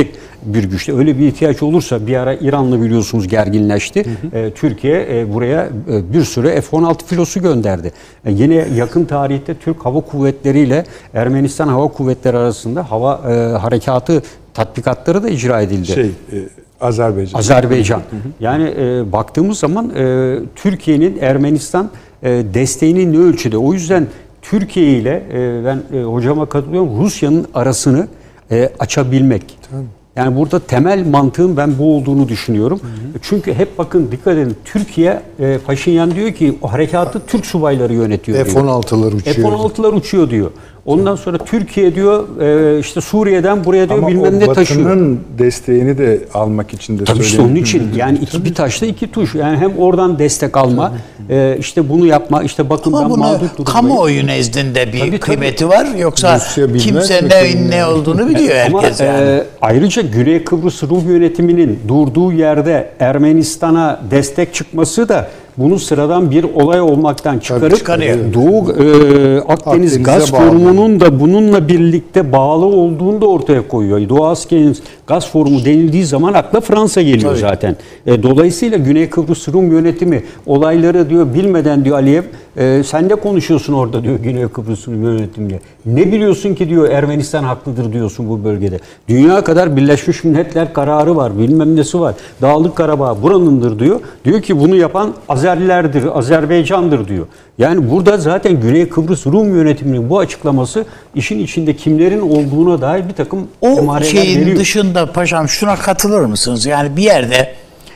bir güçte. Öyle bir ihtiyaç olursa bir ara İran'la biliyorsunuz gerginleşti. Hı hı. E, Türkiye e, buraya e, bir sürü F on altı filosu gönderdi. E, yine yakın tarihte Türk Hava Kuvvetleri ile Ermenistan Hava Kuvvetleri arasında hava e, harekatı tatbikatları da icra edildi. Şey, e, Azerbaycan. Azerbaycan. Hı hı. Yani e, baktığımız zaman e, Türkiye'nin Ermenistan e, desteğinin ne ölçüde? O yüzden Türkiye ile e, ben e, hocama katılıyorum, Rusya'nın arasını e, açabilmek. Tabii. Yani burada temel mantığın ben bu olduğunu düşünüyorum. Hı hı. Çünkü hep bakın dikkat edin, Türkiye, e, Paşinyan diyor ki o harekatı Türk subayları yönetiyor F on altılar uçuyor. F on altılar uçuyor diyor. Ondan sonra Türkiye diyor e, işte Suriye'den buraya diyor ama bilmem ne taşıyor. Ama Batı'nın desteğini de almak için de tabii söyleyeyim. işte onun için yani iki, bir taşla iki tuş. Yani hem oradan destek alma, e, işte bunu yapma, işte bakın ama ben bunu mağdur durumdayım. kamuoyu nezdinde bir Tabii, kıymeti tabii. var. Yoksa kimse ne, ne olduğunu biliyor herkes ama, yani. E, ayrıca Güney Kıbrıs Rum yönetiminin durduğu yerde Ermenistan'a destek çıkması da bunu sıradan bir olay olmaktan çıkarıp çıkarıyor. Doğu e, Akdeniz Akdeniz'e Gaz bağlı. Forumu'nun da bununla birlikte bağlı olduğunu da ortaya koyuyor. Doğu Akdeniz Gaz Forumu denildiği zaman akla Fransa geliyor Tabii. zaten. E, dolayısıyla Güney Kıbrıs Rum yönetimi olayları diyor bilmeden diyor Aliyev, e, sen de konuşuyorsun orada diyor Güney Kıbrıs Rum yönetimiyle. Ne biliyorsun ki diyor Ermenistan haklıdır diyorsun bu bölgede. Dünya kadar Birleşmiş Milletler kararı var, bilmem nesi var. Dağlık Karabağ buranındır diyor. Diyor ki bunu yapan Azerilerdir, Azerbaycan'dır diyor. Yani burada zaten Güney Kıbrıs Rum yönetiminin bu açıklaması işin içinde kimlerin olduğuna dair bir takım o emareler şeyin veriyor. dışında paşam şuna katılır mısınız? Yani bir yerde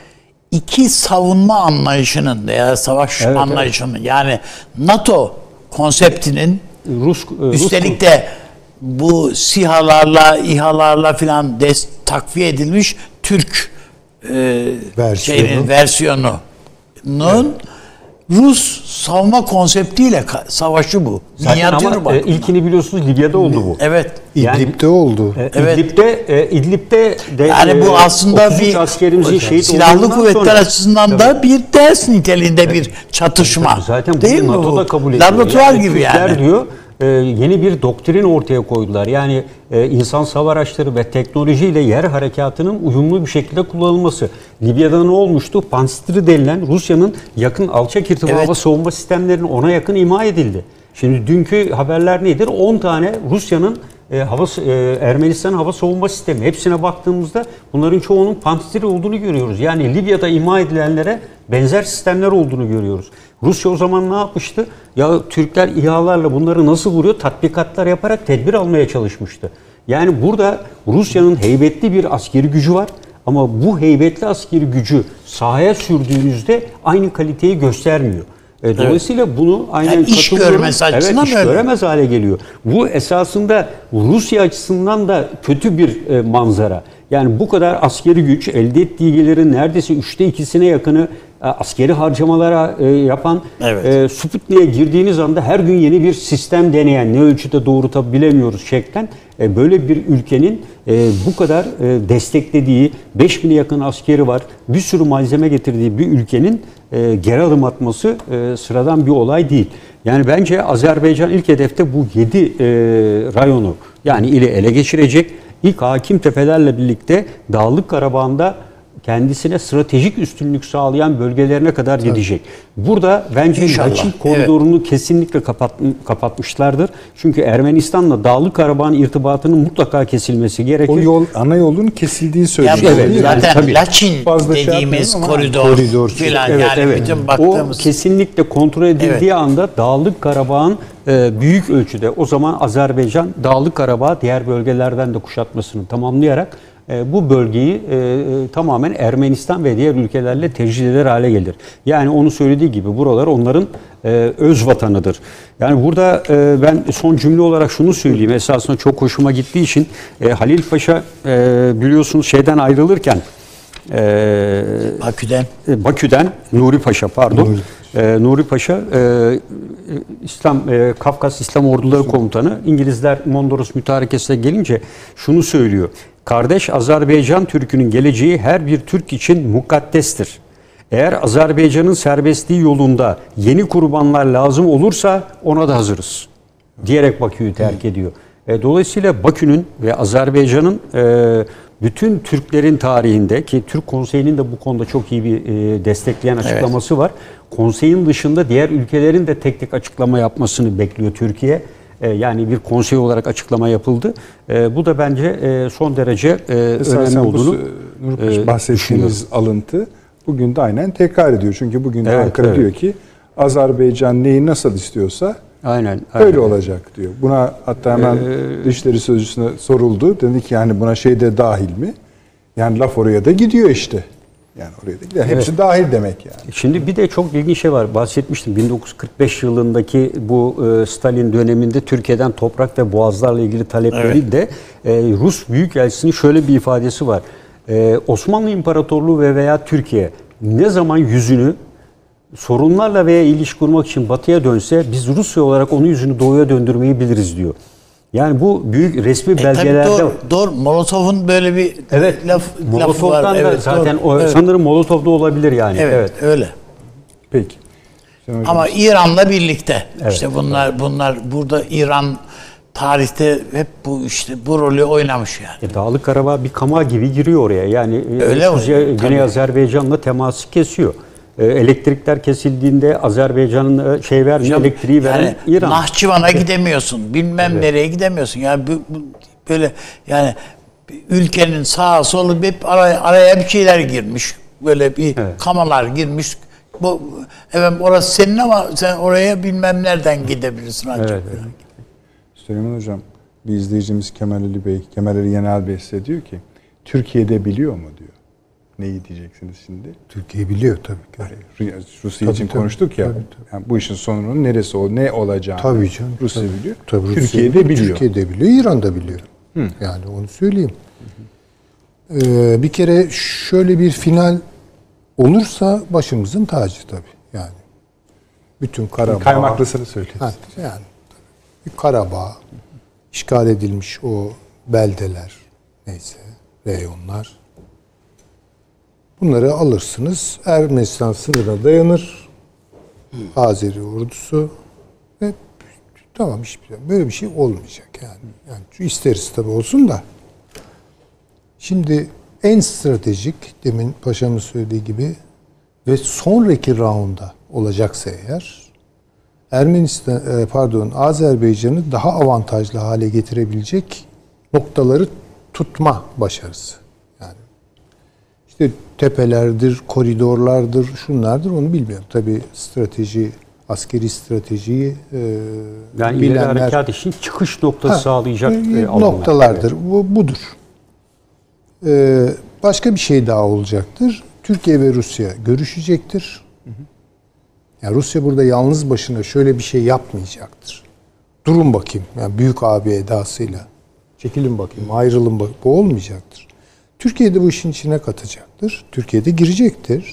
iki savunma anlayışının veya savaş Evet, anlayışının evet. yani NATO konseptinin Rus, üstelik Rus, de bu SİHA'larla, İHA'larla filan takviye edilmiş Türk e, Versiyonu. şeyinin versiyonunun evet. Rus savunma konseptiyle savaşı bu. zaten ama e, ilkini biliyorsunuz Libya'da oldu bu. Evet. Yani, İdlib'de oldu. E, Evet. İdlib'de, e, İdlib'de de yani bu aslında bir askerimizin şehit silahlı kuvvetler sonra, açısından tabii. da bir ders niteliğinde evet. bir çatışma. Tabii, zaten değil mi NATO bu? da kabul ediyor. Laboratuvar yani, gibi Türkler yani. diyor e, yeni bir doktrin ortaya koydular. Yani e, insan hava araçları ve teknolojiyle yer harekatının uyumlu bir şekilde kullanılması. Libya'da ne olmuştu? Pansitri denilen Rusya'nın yakın alçak irtifa evet. hava savunma sistemlerinin ona yakın imha edildi. Şimdi dünkü haberler nedir? on tane Rusya'nın e, hava e, Ermenistan hava savunma sistemi. Hepsine baktığımızda bunların çoğunun Pansitri olduğunu görüyoruz. Yani Libya'da imha edilenlere benzer sistemler olduğunu görüyoruz. Rusya o zaman ne yapmıştı? Ya Türkler İHA'larla bunları nasıl vuruyor? Tatbikatlar yaparak tedbir almaya çalışmıştı. Yani burada Rusya'nın heybetli bir askeri gücü var. Ama bu heybetli askeri gücü sahaya sürdüğünüzde aynı kaliteyi göstermiyor. E, dolayısıyla evet. bunu aynen yani iş görmez açısından evet, iş öyle. göremez hale geliyor. Bu esasında Rusya açısından da kötü bir e, manzara. Yani bu kadar askeri güç elde ettiği gelirin neredeyse üçte ikisine yakını e, askeri harcamalara e, yapan evet. e, Sputnik'e girdiğiniz anda her gün yeni bir sistem deneyen, ne ölçüde doğru tabi bilemiyoruz şeklen, e, böyle bir ülkenin e, bu kadar e, desteklediği beş bine yakın askeri var, bir sürü malzeme getirdiği bir ülkenin e, geri adım atması e, sıradan bir olay değil. Yani bence Azerbaycan ilk hedefte bu yedi e, rayonu yani ili ele geçirecek. İlk hakim tepelerle birlikte Dağlık Karabağ'da kendisine stratejik üstünlük sağlayan bölgelerine kadar gidecek. Burada bence Laçin koridorunu evet. kesinlikle kapat, kapatmışlardır. Çünkü Ermenistan'la Dağlık Karabağ'ın irtibatının mutlaka kesilmesi gerekir. O yol, ana yolun kesildiği söyleniyor. Evet, değil zaten mi? Laçin Fazla dediğimiz şey koridor, koridor filan evet, yani evet. bütün baktığımız. O kesinlikle kontrol edildiği evet. anda Dağlık Karabağ'ın e, büyük ölçüde o zaman Azerbaycan Dağlık Karabağ diğer bölgelerden de kuşatmasını tamamlayarak E, bu bölgeyi e, e, tamamen Ermenistan ve diğer ülkelerle tecrid eder hale gelir. Yani onu söylediği gibi buralar onların e, öz vatanıdır. Yani burada e, ben son cümle olarak şunu söyleyeyim. Esasında çok hoşuma gittiği için e, Halil Paşa e, biliyorsunuz şeyden ayrılırken e, Bakü'den Bakü'den Nuri Paşa pardon. Nuri. Ee, Nuri Paşa e, İslam e, Kafkas İslam Orduları Komutanı İngilizler Mondros mütarekesine gelince şunu söylüyor. Kardeş Azerbaycan Türk'ünün geleceği her bir Türk için mukaddestir. Eğer Azerbaycan'ın serbestliği yolunda yeni kurbanlar lazım olursa ona da hazırız diyerek Bakü'yü terk ediyor. E, dolayısıyla Bakü'nün ve Azerbaycan'ın e, bütün Türklerin tarihinde, ki Türk Konseyi'nin de bu konuda çok iyi bir e, destekleyen açıklaması evet. var. Konseyin dışında diğer ülkelerin de tek tek açıklama yapmasını bekliyor Türkiye. E, yani bir konsey olarak açıklama yapıldı. E, bu da bence e, son derece e, önemli olduğunu e, bahsettiğiniz alıntı bugün de aynen tekrar ediyor. Çünkü bugün de evet, Ankara evet. diyor ki Azerbaycan neyi nasıl istiyorsa aynen, öyle aynen. olacak diyor. Buna hatta hemen ee, Dışişleri Sözcüsü'ne soruldu. Dedi ki yani buna şey de dahil mi? Yani laf oraya da gidiyor işte. Yani oraya da gidiyor. Hepsi evet. dahil demek yani. Şimdi bir de çok ilginç şey var. Bahsetmiştim. bin dokuz yüz kırk beş yılındaki bu e, Stalin döneminde Türkiye'den toprak ve boğazlarla ilgili talepleri evet. de e, Rus Büyükelçisi'nin şöyle bir ifadesi var. E, Osmanlı İmparatorluğu ve veya Türkiye ne zaman yüzünü sorunlarla veya ilişki kurmak için batıya dönse biz Rusya olarak onun yüzünü doğuya döndürmeyi biliriz diyor. Yani bu büyük resmi e, belgelerde... Doğru, doğru. Molotov'un böyle bir evet, laf, lafı var. Da evet, zaten o, evet. sanırım Molotov'da olabilir yani. Evet, evet. öyle. Peki. Ama İran'la birlikte. Evet, işte bunlar evet. bunlar burada İran tarihte hep bu işte bu rolü oynamış yani. E, Dağlık Karabağ bir kama gibi giriyor oraya. Yani öyle Kuzey, Güney Azerbaycan'la teması kesiyor. Elektrikler kesildiğinde Azerbaycan'ın şey vermiyor, elektriği veren yani İran. Nahçıvan'a gidemiyorsun, bilmem evet. nereye gidemiyorsun. Yani bu, bu, böyle yani ülkenin sağa solu hep araya, araya bir şeyler girmiş. Böyle bir evet. kamalar girmiş. Bu efendim orası senin ama sen oraya bilmem nereden gidebilirsin ancak. Evet, evet. Süleyman Hocam, bir izleyicimiz Kemal Ali Bey, Kemal Ali Yenal Bey size diyor ki Türkiye'de biliyor mu diyor. Neyi diyeceksiniz şimdi? Türkiye biliyor tabii ki. Yani Rusya tabii, için tabii, konuştuk ya. Tabii, tabii. Yani bu işin sonunun neresi o, ne olacağını tabii canım, Rusya tabii, biliyor. Tabii, Türkiye'de Rusya, biliyor. Türkiye'de biliyor, İran'da biliyor. Hı. Yani onu söyleyeyim. Hı hı. Ee, bir kere şöyle bir final olursa başımızın tacı tabii. Yani bütün Karabağ. Kaymaklısını söyleyin. Yani bir Karabağ, işgal edilmiş o beldeler, neyse, reyonlar. Bunları alırsınız. Ermenistan sınırına dayanır. Hmm. Azeri ordusu ve tamam hiçbir şey. Böyle bir şey olmayacak yani. Yani isteriz tabii olsun da. Şimdi en stratejik demin paşamın söylediği gibi ve sonraki raunda olacaksa eğer Ermenistan pardon Azerbaycan'ı daha avantajlı hale getirebilecek noktaları tutma başarısı. İşte tepelerdir, koridorlardır, şunlardır onu bilmiyorum. Tabii strateji, askeri stratejiyi e, yani bilenler... Yani harekat için çıkış noktası ha, sağlayacak e, noktalardır. Evet. Bu budur. E, başka bir şey daha olacaktır. Türkiye ve Rusya görüşecektir. Hı hı. Yani Rusya burada yalnız başına şöyle bir şey yapmayacaktır. Durun bakayım. Yani büyük abi edasıyla. Çekilin bakayım, ayrılın bakayım. Bu olmayacaktır. Türkiye'de bu işin içine katacaktır. Türkiye'de girecektir.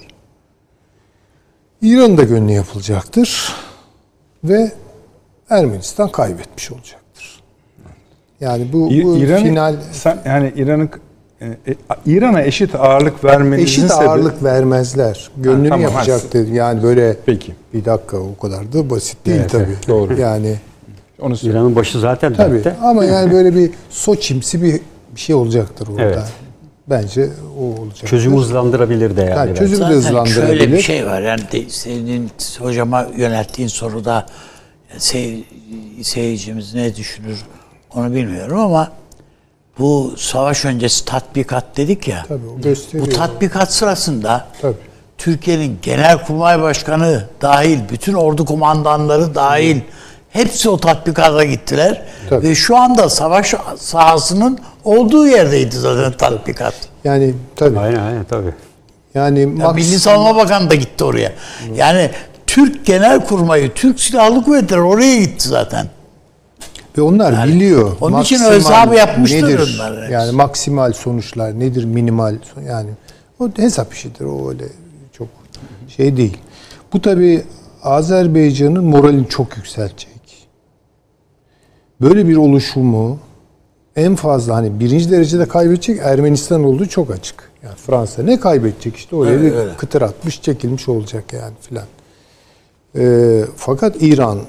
İran'da gönlü yapılacaktır. Ve Ermenistan kaybetmiş olacaktır. Yani bu, bu İran, final... Sen, yani İran'ın e, İran'a eşit ağırlık vermenizin Eşit sebebi... ağırlık vermezler. Gönlünü ha, tamam, yapacaktır. Yani böyle peki. Bir dakika o kadar da basit değil evet, tabii. Evet, doğru. Yani onu İran'ın başı zaten tabii dertte. Ama yani böyle bir Soçimsi bir bir şey olacaktır orada. Evet. Bence o olacak. Çözümü hızlandırabilir de yani. yani çözümü de hızlandırabilir. Şöyle bir şey var. Yani de, senin hocama yönelttiğin soruda sey, seyircimiz ne düşünür onu bilmiyorum ama bu savaş öncesi tatbikat dedik ya. Tabii, o gösteriyor. Bu tatbikat sırasında tabii. Türkiye'nin Genelkurmay Başkanı dahil, bütün ordu kumandanları dahil hepsi o tatbikata gittiler. Tabii. Ve şu anda savaş sahasının olduğu yerdeydi zaten tatbikat. Yani tabii. Aynen aynen tabii. Yani ya maksimum... Milli Savunma Bakanı da gitti oraya. Hı. Yani Türk Genelkurmayı, Türk Silahlı Kuvvetleri oraya gitti zaten. Ve onlar yani, biliyor. Onun için hesabı yapmıştır nedir? onlar. Yani maksimal sonuçlar nedir, minimal yani o hesap işidir. O öyle çok şey değil. Bu tabii Azerbaycan'ın moralini çok yükseltecek. Böyle bir oluşumu en fazla hani birinci derecede kaybedecek Ermenistan olduğu çok açık. Yani Fransa ne kaybedecek işte oraya evet, bir kıtır atmış çekilmiş olacak yani filan. E, fakat İran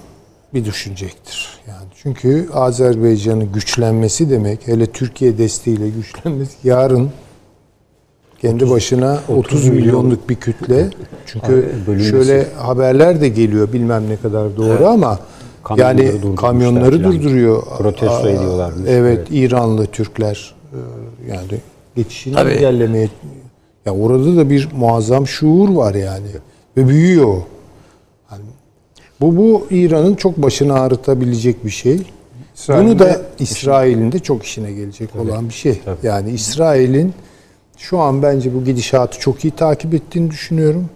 bir düşünecektir. Yani çünkü Azerbaycan'ın güçlenmesi demek, hele Türkiye desteğiyle güçlenmesi, yarın kendi başına otuz milyonluk bir kütle. Çünkü bölünmesi. şöyle haberler de geliyor, bilmem ne kadar doğru, Evet. ama Kamyonları yani durdurmuşlar kamyonları falan. durduruyor. Protesto Aa, ediyorlarmış. Evet, Evet. İranlı Türkler e, yani geçişini Tabii. engellemeye. Ya orada da bir muazzam şuur var yani ve büyüyor. o. Yani bu bu İran'ın çok başını ağrıtabilecek bir şey. İsrail'in Bunu da de İsrail'in de çok işine gelecek Tabii. olan bir şey. Tabii. Yani İsrail'in şu an bence bu gidişatı çok iyi takip ettiğini düşünüyorum.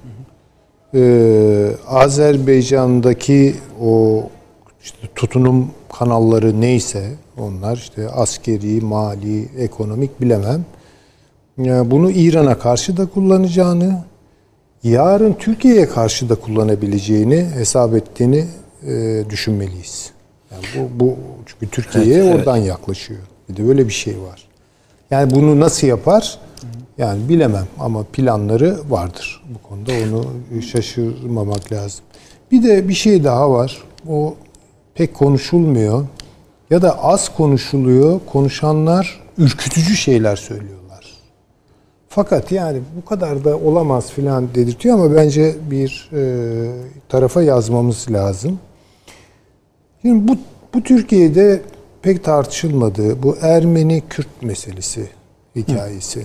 Ee, Azerbaycan'daki o işte tutunum kanalları neyse, onlar işte askeri, mali, ekonomik bilemem. Ya bunu İran'a karşı da kullanacağını, yarın Türkiye'ye karşı da kullanabileceğini hesap ettiğini e, düşünmeliyiz. Yani bu, bu çünkü Türkiye'ye Evet, evet. oradan yaklaşıyor. Bir de böyle bir şey var. Yani bunu nasıl yapar? Yani bilemem ama planları vardır. Bu konuda onu şaşırmamak lazım. Bir de bir şey daha var. O pek konuşulmuyor ya da az konuşuluyor. Konuşanlar ürkütücü şeyler söylüyorlar. Fakat yani bu kadar da olamaz filan dedirtiyor ama bence bir e, tarafa yazmamız lazım. Şimdi bu, bu Türkiye'de pek tartışılmadı. Bu Ermeni-Kürt meselesi hikayesi.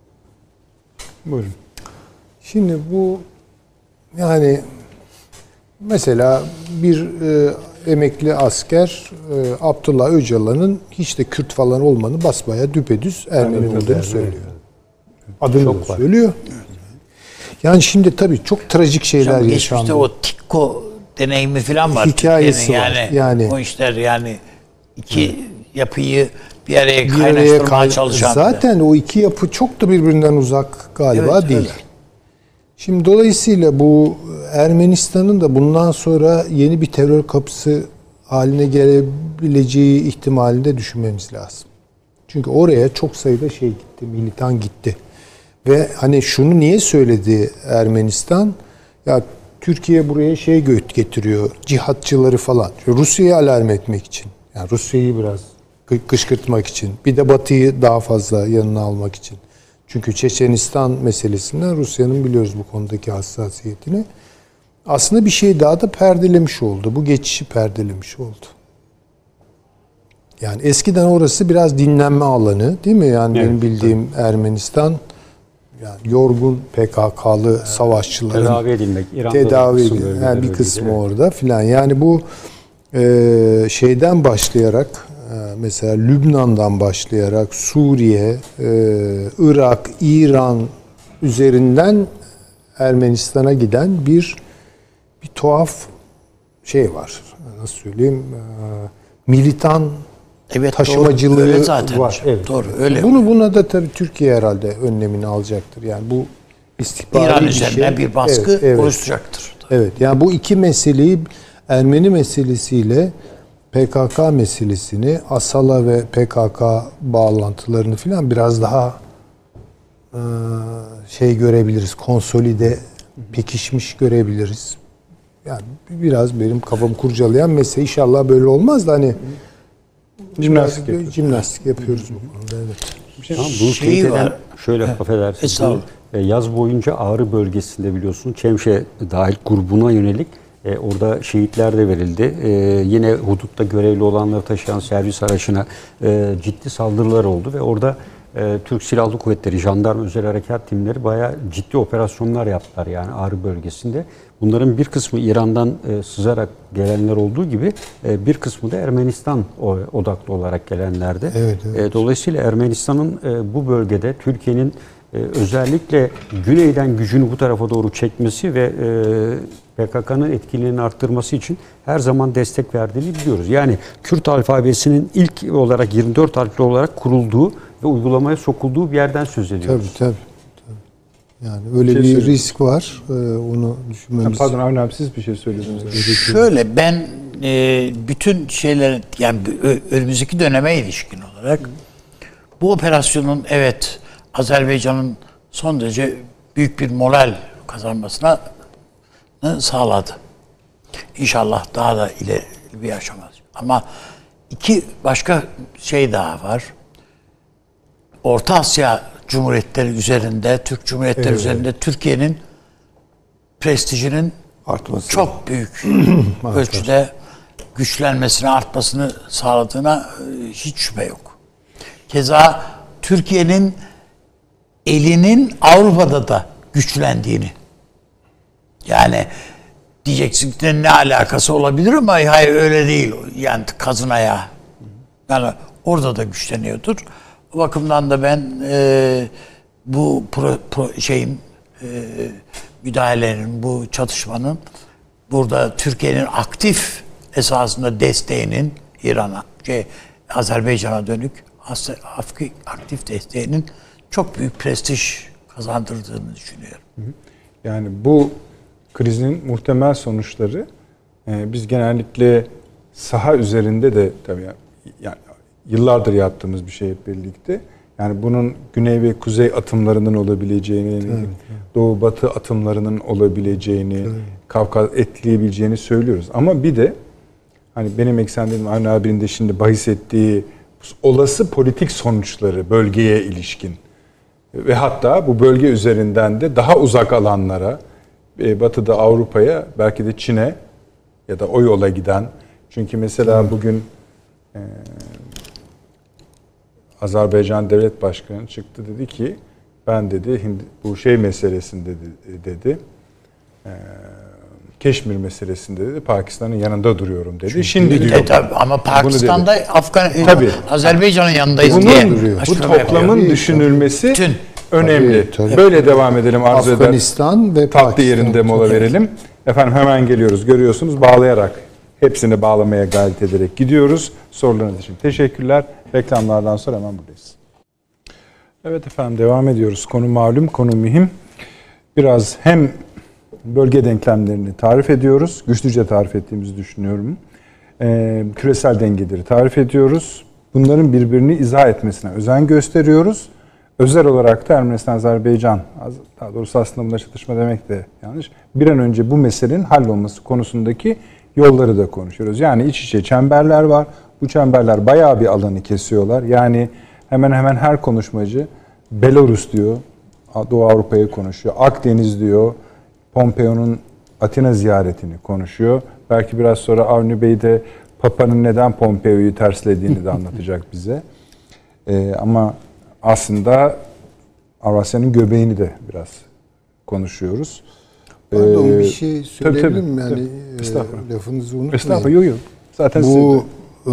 Buyurun. Şimdi bu yani mesela bir e, emekli asker e, Abdullah Öcalan'ın hiç de Kürt falan olmanı basbaya düpedüz Ermeni Evet, olduğunu evet, söylüyor. Adını Çok da var. söylüyor. Yani şimdi tabii çok trajik şeyler Hocam yaşandı. geçmişte o Tikko deneyimi falan var. Hikayesi Türkiye'nin. var. Yani, Yani- o işler yani iki yapıyı bir araya Bir araya kaynaştırmaya kay- çalışan. Zaten o iki yapı çok da birbirinden uzak galiba Evet, değil. öyle. Şimdi dolayısıyla bu Ermenistan'ın da bundan sonra yeni bir terör kapısı haline gelebileceği ihtimalini de düşünmemiz lazım. Çünkü oraya çok sayıda şey gitti, militan gitti. Ve hani şunu niye söyledi Ermenistan? Ya Türkiye buraya şey gö- getiriyor, cihatçıları falan. Rusya'yı alarm etmek için. Yani Rusya'yı biraz kı- kışkırtmak için. Bir de Batı'yı daha fazla yanına almak için. Çünkü Çeçenistan meselesinden Rusya'nın biliyoruz bu konudaki hassasiyetini. Aslında bir şey daha da perdelemiş oldu. Bu geçişi perdelemiş oldu. Yani eskiden orası biraz dinlenme alanı değil mi? Yani Evet, benim bildiğim Ermenistan yani yorgun P K K'lı savaşçıların Tedavi edilmek. İran'da tedavi da kısım edilmek. bölgeler Yani bir öyleydi, kısmı evet. orada filan. Yani bu e, şeyden başlayarak e, mesela Lübnan'dan başlayarak Suriye, e, Irak, İran üzerinden Ermenistan'a giden bir bir tuhaf şey var. Nasıl söyleyeyim? E, militan Evet, taşımacılığı doğru. Öyle zaten. var. Evet. Doğru, öyle. Bunu buna da tabii Türkiye herhalde önlemini alacaktır. Yani bu istihbari İran bir üzerinden şey. bir baskı Evet, evet. oluşturacaktır. Evet. Yani bu iki meseleyi Ermeni meselesiyle P K K meselesini, Asala ve P K K bağlantılarını filan biraz daha e, şey görebiliriz. Konsolide, pekişmiş görebiliriz. Yani biraz benim kafamı kurcalayan mesele, inşallah böyle olmaz da hani Jimnastik biraz yapıyoruz. Jimnastik yapıyoruz bu konuda, evet. Tamam, bunu Şeyi teyit eden var. şöyle affedersiniz. Estağfurullah. Bu, e, Yaz boyunca Ağrı bölgesinde biliyorsun Çemşe dahil grubuna yönelik e, orada şehitler de verildi. E, yine hudutta görevli olanları taşıyan servis aracına e, ciddi saldırılar oldu ve orada e, Türk Silahlı Kuvvetleri, jandarma özel harekat timleri bayağı ciddi operasyonlar yaptılar yani Ağrı bölgesinde. Bunların bir kısmı İran'dan e, sızarak gelenler olduğu gibi e, bir kısmı da Ermenistan o, odaklı olarak gelenlerdi. Evet, evet. E, dolayısıyla Ermenistan'ın e, bu bölgede Türkiye'nin e, özellikle güneyden gücünü bu tarafa doğru çekmesi ve e, P K K'nın etkinliğini arttırması için her zaman destek verdiğini biliyoruz. Yani Kürt alfabesinin ilk olarak yirmi dört harfli olarak kurulduğu ve uygulamaya sokulduğu bir yerden söz Tabii ediyoruz. tabii. tabii. Yani öyle Bir şey bir söyleyeyim. risk var. Ee, onu Ha, düşünmemiz. pardon Avni abi siz bir şey söylüyordunuz. Şöyle ben e, bütün şeylerin yani ö- önümüzdeki döneme ilişkin olarak bu operasyonun evet Azerbaycan'ın son derece büyük bir moral kazanmasına sağladı. İnşallah daha da ile bir aşama. Ama iki başka şey daha var. Orta Asya Cumhuriyetleri üzerinde, Türk Cumhuriyetleri Evet. üzerinde Türkiye'nin prestijinin Artması. çok büyük ölçüde güçlenmesini, artmasını sağladığına e, hiç şüphe yok. Keza Türkiye'nin elinin Avrupa'da da güçlendiğini. Yani diyeceksin ki ne alakası olabilir ama hayır öyle değil. Yani kazın ayağı. Yani orada da güçleniyordur. O bakımdan da ben e, bu pro, pro, şeyin e, müdahalenin, bu çatışmanın burada Türkiye'nin aktif esasında desteğinin İran'a, şey, Azerbaycan'a dönük aktif desteğinin çok büyük prestij kazandırdığını düşünüyorum. Yani bu krizin muhtemel sonuçları e, biz genellikle saha üzerinde de tabii yani yıllardır yaptığımız bir şey hep birlikte. Yani bunun güney ve kuzey atımlarının olabileceğini, evet, evet. doğu batı atımlarının olabileceğini, evet. Kavkaz etkileyebileceğini söylüyoruz. Ama bir de hani benim eksenlerim Avni abinin de şimdi bahis ettiği olası politik sonuçları bölgeye ilişkin ve hatta bu bölge üzerinden de daha uzak alanlara, batıda Avrupa'ya, belki de Çin'e ya da o yola giden. Çünkü mesela evet. bugün e, Azerbaycan Devlet Başkanı çıktı, dedi ki ben dedi Hindi, bu şey meselesinde dedi, dedi e, Keşmir meselesinde dedi Pakistan'ın yanında duruyorum dedi. Çünkü şimdi diyor. E, tabii, ama Pakistan'da Afgan tabii. Azerbaycan'ın yanındayız bunun, diye. Bu toplamın yapıyor. düşünülmesi Tün. önemli. Tabii, tabii. Böyle devam edelim arzu eder. Afganistan ve tatlı yerinde mola verelim. Efendim hemen geliyoruz. Görüyorsunuz bağlayarak, hepsini bağlamaya gayret ederek gidiyoruz. Sorularınız için teşekkürler. Reklamlardan sonra hemen buradayız. Evet efendim devam ediyoruz. Konu malum, konu mühim. Biraz hem bölge denklemlerini tarif ediyoruz. Güçlüce tarif ettiğimizi düşünüyorum. Ee, küresel dengeleri tarif ediyoruz. Bunların birbirini izah etmesine özen gösteriyoruz. Özel olarak da Ermenistan-Azerbaycan, daha doğrusu aslında bunda çatışma demek de yanlış, bir an önce bu meselenin hallolması konusundaki yolları da konuşuyoruz. Yani iç içe çemberler var. Bu çemberler bayağı bir alanı kesiyorlar. Yani hemen hemen her konuşmacı Belarus diyor, Doğu Avrupa'yı konuşuyor. Akdeniz diyor, Pompeo'nun Atina ziyaretini konuşuyor. Belki biraz sonra Avni Bey de Papa'nın neden Pompeo'yu terslediğini de anlatacak bize. Ee, ama aslında Avrasya'nın göbeğini de biraz konuşuyoruz. Pardon ee, bir şey söyleyebilir miyim? Yani e, lafınızı unutmayın. Estağfurullah, yok yok. Zaten bu e,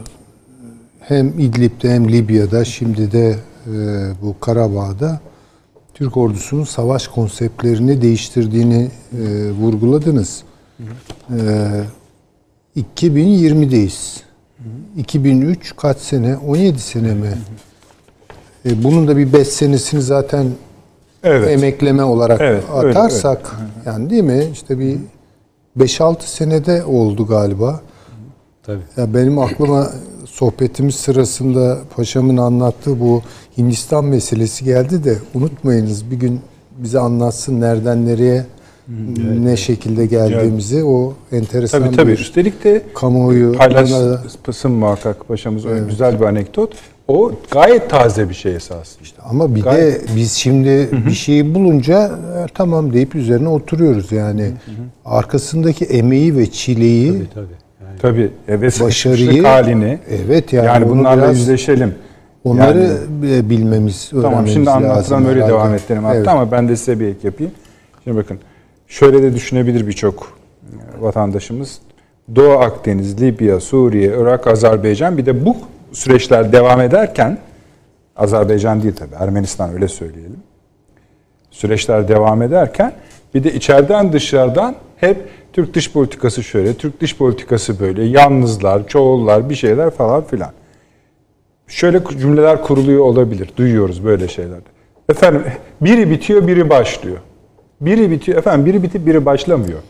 hem İdlib'de hem Libya'da şimdi de e, bu Karabağ'da Türk ordusunun savaş konseptlerini değiştirdiğini e, vurguladınız. Hı hı. E, iki bin yirmideyiz. Hı hı. iki bin üç kaç sene? on yedi sene mi? Hı hı. E, bunun da bir beş senesini zaten evet. emekleme olarak evet, atarsak öyle, evet. yani değil mi? İşte bir beş altı senede oldu galiba. Tabii. Ya benim aklıma sohbetimiz sırasında paşamın anlattığı bu Hindistan meselesi geldi de unutmayınız bir gün bize anlatsın nereden nereye evet, ne evet. şekilde geldiğimizi evet. o enteresan tabii, tabii. Üstelik de kamuoyu paylaşsın muhakkak paşamız evet. güzel bir anekdot. O gayet taze bir şey esasında. İşte ama bir gayet... de biz şimdi Hı-hı. bir şeyi bulunca tamam deyip üzerine oturuyoruz yani. Hı-hı. Arkasındaki emeği ve çileyi tabii, tabii. Yani, tabii evet, başarıyı halini evet yani, yani bunlarla yüzleşelim. Onları yani, bilmemiz öğrenmemiz tamam şimdi anlatılan öyle herhalde. Devam edelim hatta evet. ama ben de size bir ek yapayım. Şimdi bakın şöyle de düşünebilir birçok vatandaşımız. Doğu Akdeniz, Libya, Suriye, Irak, Azerbaycan bir de bu süreçler devam ederken Azerbaycan değil tabii Ermenistan öyle söyleyelim. Süreçler devam ederken bir de içeriden dışarıdan hep Türk dış politikası şöyle, Türk dış politikası böyle, yalnızlar, çoğullar bir şeyler falan filan. Şöyle cümleler kuruluyor olabilir. Duyuyoruz böyle şeylerde. Efendim biri bitiyor, biri başlıyor. Biri bitiyor, efendim biri bitip biri başlamıyor.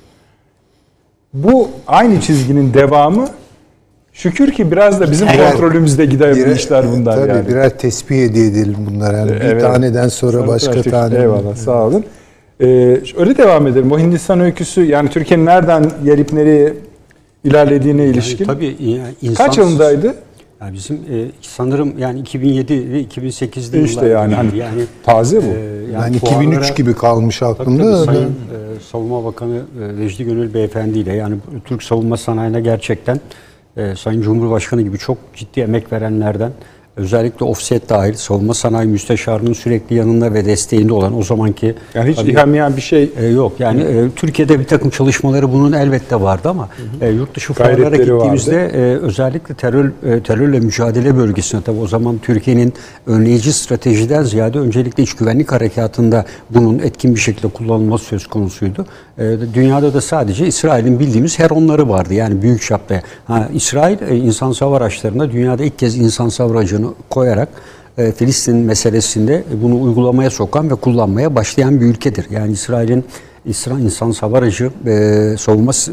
Bu aynı çizginin devamı. Şükür ki biraz da bizim evet. kontrolümüzde giden birer, işler bunlar tabii, yani. Tabii birer tespih hediye edelim bunlar. Yani evet. Bir taneden sonra, sonra başka tane. Eyvallah sağ olun. Ee, öyle devam edelim. O Hindistan öyküsü yani Türkiye'nin nereden gelip nereye ilerlediğine Yani ilişkin. tabii yani insan, Kaç yılındaydı? Yani bizim e, sanırım yani iki bin yedi ve iki bin sekizde İşte yani hani yani taze bu. e, Yani iki bin üç fuarlara- gibi kalmış Tabii aklımda. tabii, da Sayın ben- e, Savunma Bakanı e, Vecdi Gönül Beyefendi ile yani Türk savunma sanayine gerçekten e, Sayın Cumhurbaşkanı gibi çok ciddi emek verenlerden, özellikle Offset dahil savunma sanayi müsteşarının sürekli yanında ve desteğinde olan o zamanki Yani hiç tabii, ihameyen bir şey e, yok. Yani e, Türkiye'de bir takım çalışmaları bunun elbette vardı ama e, yurt dışı fuarlara Gayretleri gittiğimizde e, özellikle terör e, terörle mücadele bölgesine, tabii o zaman Türkiye'nin önleyici stratejiden ziyade öncelikle iç güvenlik harekatında bunun etkin bir şekilde kullanılması söz konusuydu. E, dünyada da sadece İsrail'in bildiğimiz Heronları vardı. Yani büyük çapta. Ha, İsrail e, insansız araçlarında dünyada ilk kez insansız aracını koyarak e, Filistin meselesinde bunu uygulamaya sokan ve kullanmaya başlayan bir ülkedir. Yani İsrail'in İsrail insansız hava aracı e, savunma e,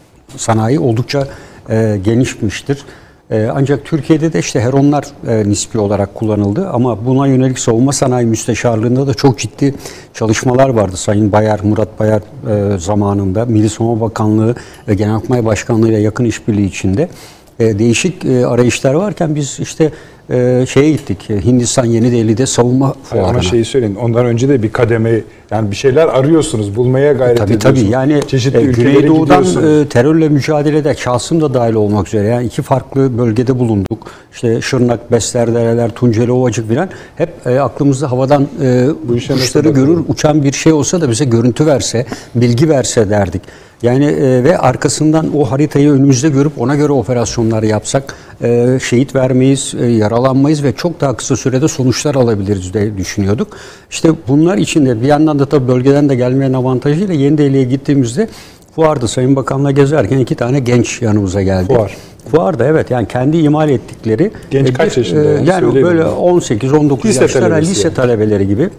sanayi oldukça e, genişmiştir. E, ancak Türkiye'de de işte Heronlar e, nispi olarak kullanıldı ama buna yönelik savunma sanayi müsteşarlığında da çok ciddi çalışmalar vardı. Sayın Bayar, Murat Bayar e, zamanında Milli Savunma Bakanlığı ve Genelkurmay Başkanlığı ile yakın işbirliği içinde e, değişik e, arayışlar varken biz işte e, şeye gittik. Hindistan Yeni Delhi'de savunma fuarına. ama şeyi söyleyin. Ondan önce de bir kademe, yani bir şeyler arıyorsunuz, bulmaya gayret Tabii ediyorsunuz. tabii yani çeşitli e, ülkelere Güneydoğu'dan gidiyorsunuz. e, terörle mücadelede şahsım da dahil olmak üzere yani iki farklı bölgede bulunduk. İşte Şırnak, Beslerdereler, Tunceli Ovacık filan hep e, aklımızda havadan e, işe kuşları nasıl görür, bakalım? uçan bir şey olsa da bize görüntü verse, bilgi verse derdik. Yani e, ve arkasından o haritayı önümüzde görüp ona göre operasyonlar yapsak e, şehit vermeyiz, e, yaralanmayız ve çok daha kısa sürede sonuçlar alabiliriz diye düşünüyorduk. İşte bunlar içinde bir yandan da tabii bölgeden de gelmeyen avantajıyla Yeni Delhi'ye gittiğimizde fuarda Sayın Bakan'la gezerken iki tane genç yanımıza geldi. Fuar. Fuarda evet yani kendi imal ettikleri. Genç e, kaç bir, yaşında e, yani? Yani Söyleyelim böyle mi? on sekiz on dokuz Lise yaşlar talebesi lise yani. talebeleri gibi.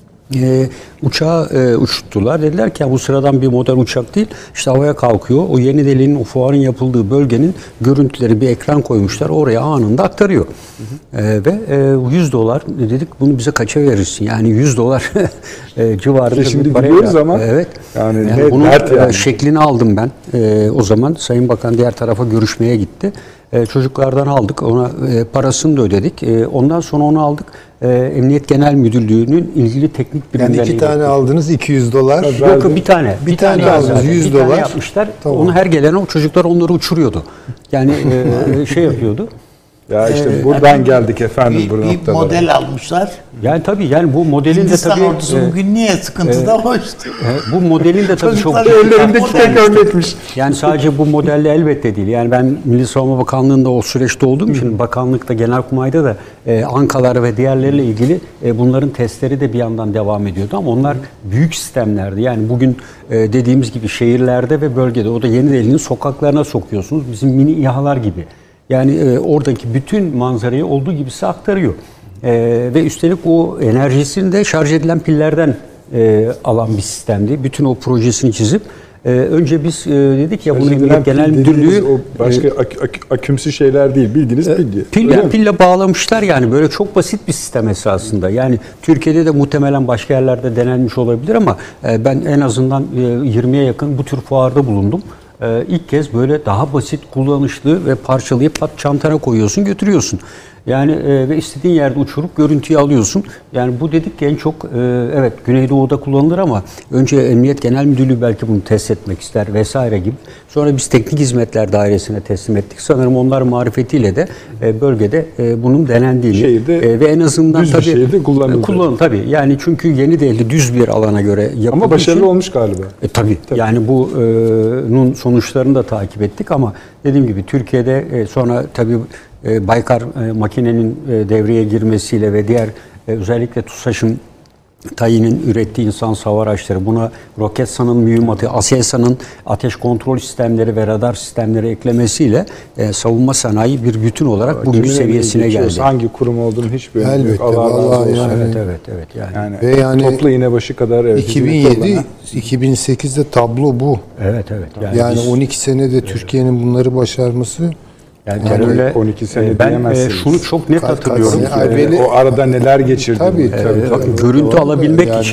E, uçağı e, uçuttular. Dediler ki bu sıradan bir model uçak değil. İşte havaya kalkıyor. O Yeni Delhi'nin o fuarın yapıldığı bölgenin görüntüleri bir ekran koymuşlar. Oraya anında aktarıyor. Hı hı. E, ve e, yüz dolar dedik bunu bize kaça verirsin? Yani yüz dolar e, civarında İşte şimdi bir paraya. gidiyoruz ama evet. yani Yani ne bunun dert yani. e, şeklini aldım ben. E, o zaman Sayın Bakan diğer tarafa görüşmeye gitti. E, çocuklardan aldık. Ona e, parasını da ödedik. E, ondan sonra onu aldık. E, Emniyet Genel Müdürlüğü'nün ilgili teknik birimlerine Yani iki tane ilettik. aldınız iki yüz dolar. Yok yok, bir tane. Bir tane zaten. aldınız, yüz Bir tane dolar. yapmışlar. Tamam. Onu her gelen o çocuklar onları uçuruyordu. Yani e, şey yapıyordu. Ya işte Ee, buradan geldik efendim Bir, bu bir noktalara. model almışlar. Yani tabii yani bu modelin de Hindistan tabii ordusu e, bugün niye sıkıntıda o işte. e, bu modelin de tabii çok Çocuklar ciddi Ellerindeki model- tek örnekmiş. Yani sadece bu modelle elbette değil. Yani ben Milli Savunma Bakanlığı'nda o süreçte olduğum için bakanlıkta, genelkurmayda da e, Ankalar ve diğerleriyle ilgili e, bunların testleri de bir yandan devam ediyordu. Ama onlar büyük sistemlerdi. Yani bugün e, dediğimiz gibi şehirlerde ve bölgede o da Yeni Delhi'nin sokaklarına sokuyorsunuz. Bizim mini İHA'lar gibi. Yani e, oradaki bütün manzarayı olduğu gibi size aktarıyor. E, ve üstelik o enerjisini de şarj edilen pillerden e, alan bir sistemdi. Bütün o projesini çizip e, önce biz e, dedik ya bunu Emniyet Genel Müdürlüğü o başka ak- ak- akümsü şeyler değil, bildiğiniz pil. Pille, Öyle mi? pille bağlamışlar yani böyle çok basit bir sistem esasında. Yani Türkiye'de de muhtemelen başka yerlerde denenmiş olabilir ama e, ben en azından e, yirmiye yakın bu tür fuarda bulundum. E, ilk kez böyle daha basit, kullanışlı ve parçalayıp pat çantana koyuyorsun, götürüyorsun. Yani e, ve istediğin yerde uçurup görüntüyü alıyorsun. Yani bu dedik ki en çok e, evet Güneydoğu'da kullanılır ama önce Emniyet Genel Müdürlüğü belki bunu test etmek ister vesaire gibi. Sonra biz Teknik Hizmetler Dairesine teslim ettik. Sanırım onlar marifetiyle de e, bölgede e, bunun denendiğini Şehirde e, ve en azından düz bir tabii şehirde kullanıldı. E, kullanıldı tabii. Yani çünkü Yeni Delhi düz bir alana göre yapıldığı Ama başarılı için, olmuş galiba. e, tabii. Tabii. Yani bunun sonuçlarını da takip ettik ama dediğim gibi Türkiye'de e, sonra tabii e, Baykar e, makinenin e, devreye girmesiyle ve diğer e, özellikle TUSAŞ'ın TAİ'nin ürettiği insansız hava araçları, buna Roketsan'ın mühimmatı, ASELSA'nın ateş kontrol sistemleri ve radar sistemleri eklemesiyle e, savunma sanayi bir bütün olarak bugün Kimin seviyesine eline geçiyorsa, geldi. Hangi kurum olduğunu hiçbir önemi Elbette, yok. Allah razı vallahi olsun. yani. Evet evet evet yani. Yani, Ve yani toplu iğnebaşı kadar evet, iki bin hizmeti yedi olana- iki bin sekizde tablo bu. Evet evet. Yani, Yani biz- on iki senede Türkiye'nin bunları başarması yani yani terörle on iki sene e, ben e, diyemezsiniz. şunu çok net Kaç- hatırlıyorum. kaç ki, sene- e, Belli- o arada neler geçirdi. Tabii, bu. tabii, e, tabii. görüntü Doğru. alabilmek Yani- için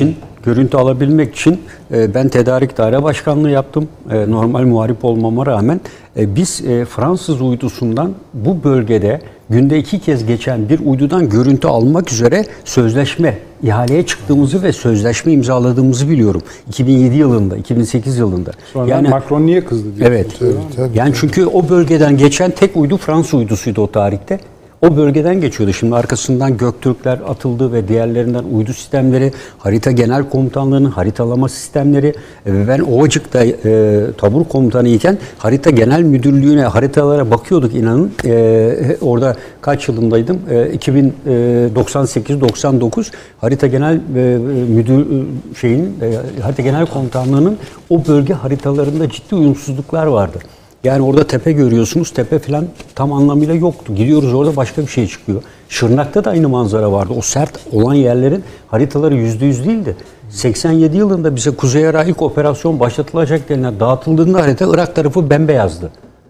görüntü alabilmek için e, ben tedarik daire başkanlığı yaptım. E, normal muharip olmama rağmen e, biz e, Fransız uydusundan bu bölgede günde iki kez geçen bir uydudan görüntü almak üzere sözleşme, ihaleye çıktığımızı ve sözleşme imzaladığımızı biliyorum. iki bin yedi yılında, iki bin sekiz yılında. Sonra yani Macron niye kızdı diyor. evet. Tabii, tabii, yani tabii. çünkü o bölgeden geçen tek uydu Fransız uydusuydu o tarihte. O bölgeden geçiyordu. Şimdi arkasından Göktürkler atıldı ve diğerlerinden uydu sistemleri, harita genel komutanlığının haritalama sistemleri ve ben Ovacık'ta e, tabur komutanı iken harita genel müdürlüğüne haritalara bakıyorduk inanın. E, orada kaç yılındaydım? E, iki bin doksan sekiz doksan dokuz harita genel e, müdür şeyin e, harita genel komutanlığının o bölge haritalarında ciddi uyumsuzluklar vardı. Yani orada tepe görüyorsunuz. Tepe falan tam anlamıyla yoktu. Gidiyoruz orada başka bir şey çıkıyor. Şırnak'ta da aynı manzara vardı. O sert olan yerlerin haritaları yüzde yüz değildi. seksen yedi yılında bize Kuzey Irak'a ilk operasyon başlatılacak denilen dağıtıldığında harita Irak tarafı bembeyazdı.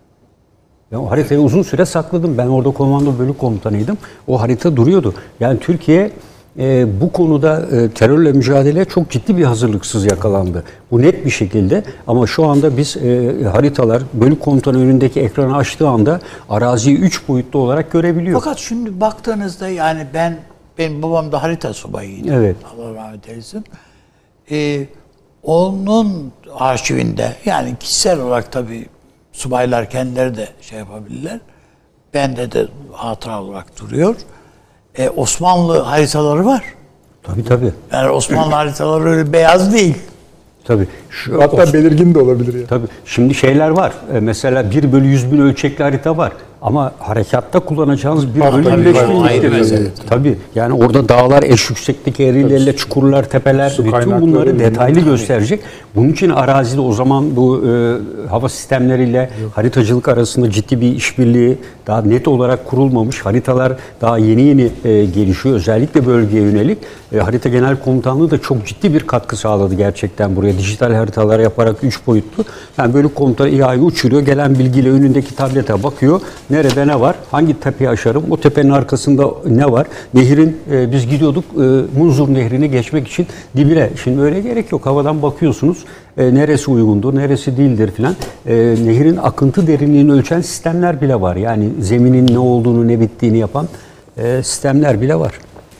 Ben o haritayı uzun süre sakladım. Ben orada komando bölük komutanıydım. O harita duruyordu. Yani Türkiye e, bu konuda e, terörle mücadeleye çok ciddi bir hazırlıksız yakalandı. Bu net bir şekilde ama şu anda biz e, haritalar bölük komutanı önündeki ekranı açtığı anda araziyi üç boyutlu olarak görebiliyor. Fakat şimdi baktığınızda yani ben benim babam da harita subayıydı. Evet. Allah rahmet eylesin. Ee, onun arşivinde yani kişisel olarak tabii subaylar kendileri de şey yapabilirler. Bende de hatıra olarak duruyor. Ee, Osmanlı haritaları var. Tabii tabii. Yani Osmanlı haritaları öyle beyaz değil. Tabii. Şu, Hatta Os- belirgin de olabilir ya. Tabii. Şimdi şeyler var. E, mesela bir bölü yüz bin ölçekli harita var. Ama harekatta kullanacağınız bir bölü tabii, yirmi beş tabii, bin ayrı litre. mesele. Tabii. Yani orada dağlar, eş yükseklik eğrilerle, çukurlar, tepeler, Su bütün kaynakları, bunları bilmem detaylı ne. gösterecek. Bunun için arazide o zaman bu e, hava sistemleriyle haritacılık arasında ciddi bir işbirliği daha net olarak kurulmamış. Haritalar daha yeni yeni e, gelişiyor. Özellikle bölgeye yönelik. E, harita Genel Komutanlığı da çok ciddi bir katkı sağladı gerçekten buraya. Dijital haritalar yaparak üç boyutlu. Yani bölük komutanı İHA'yı uçuruyor. Gelen bilgiyle önündeki tablete bakıyor. Nerede ne var? Hangi tepeyi aşarım? O tepenin arkasında ne var? Nehrin e, biz gidiyorduk e, Munzur Nehri'ni geçmek için dibine. Şimdi öyle gerek yok. Havadan bakıyorsunuz. E, neresi uygundur, neresi değildir filan. E, nehrin akıntı derinliğini ölçen sistemler bile var. Yani zeminin ne olduğunu, ne bittiğini yapan e, sistemler bile var.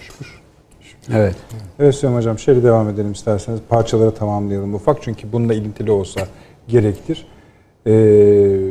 Evet. Evet Süleyman Hocam şöyle devam edelim isterseniz. Parçaları tamamlayalım ufak çünkü bununla ilintili olsa gerektir. Ee,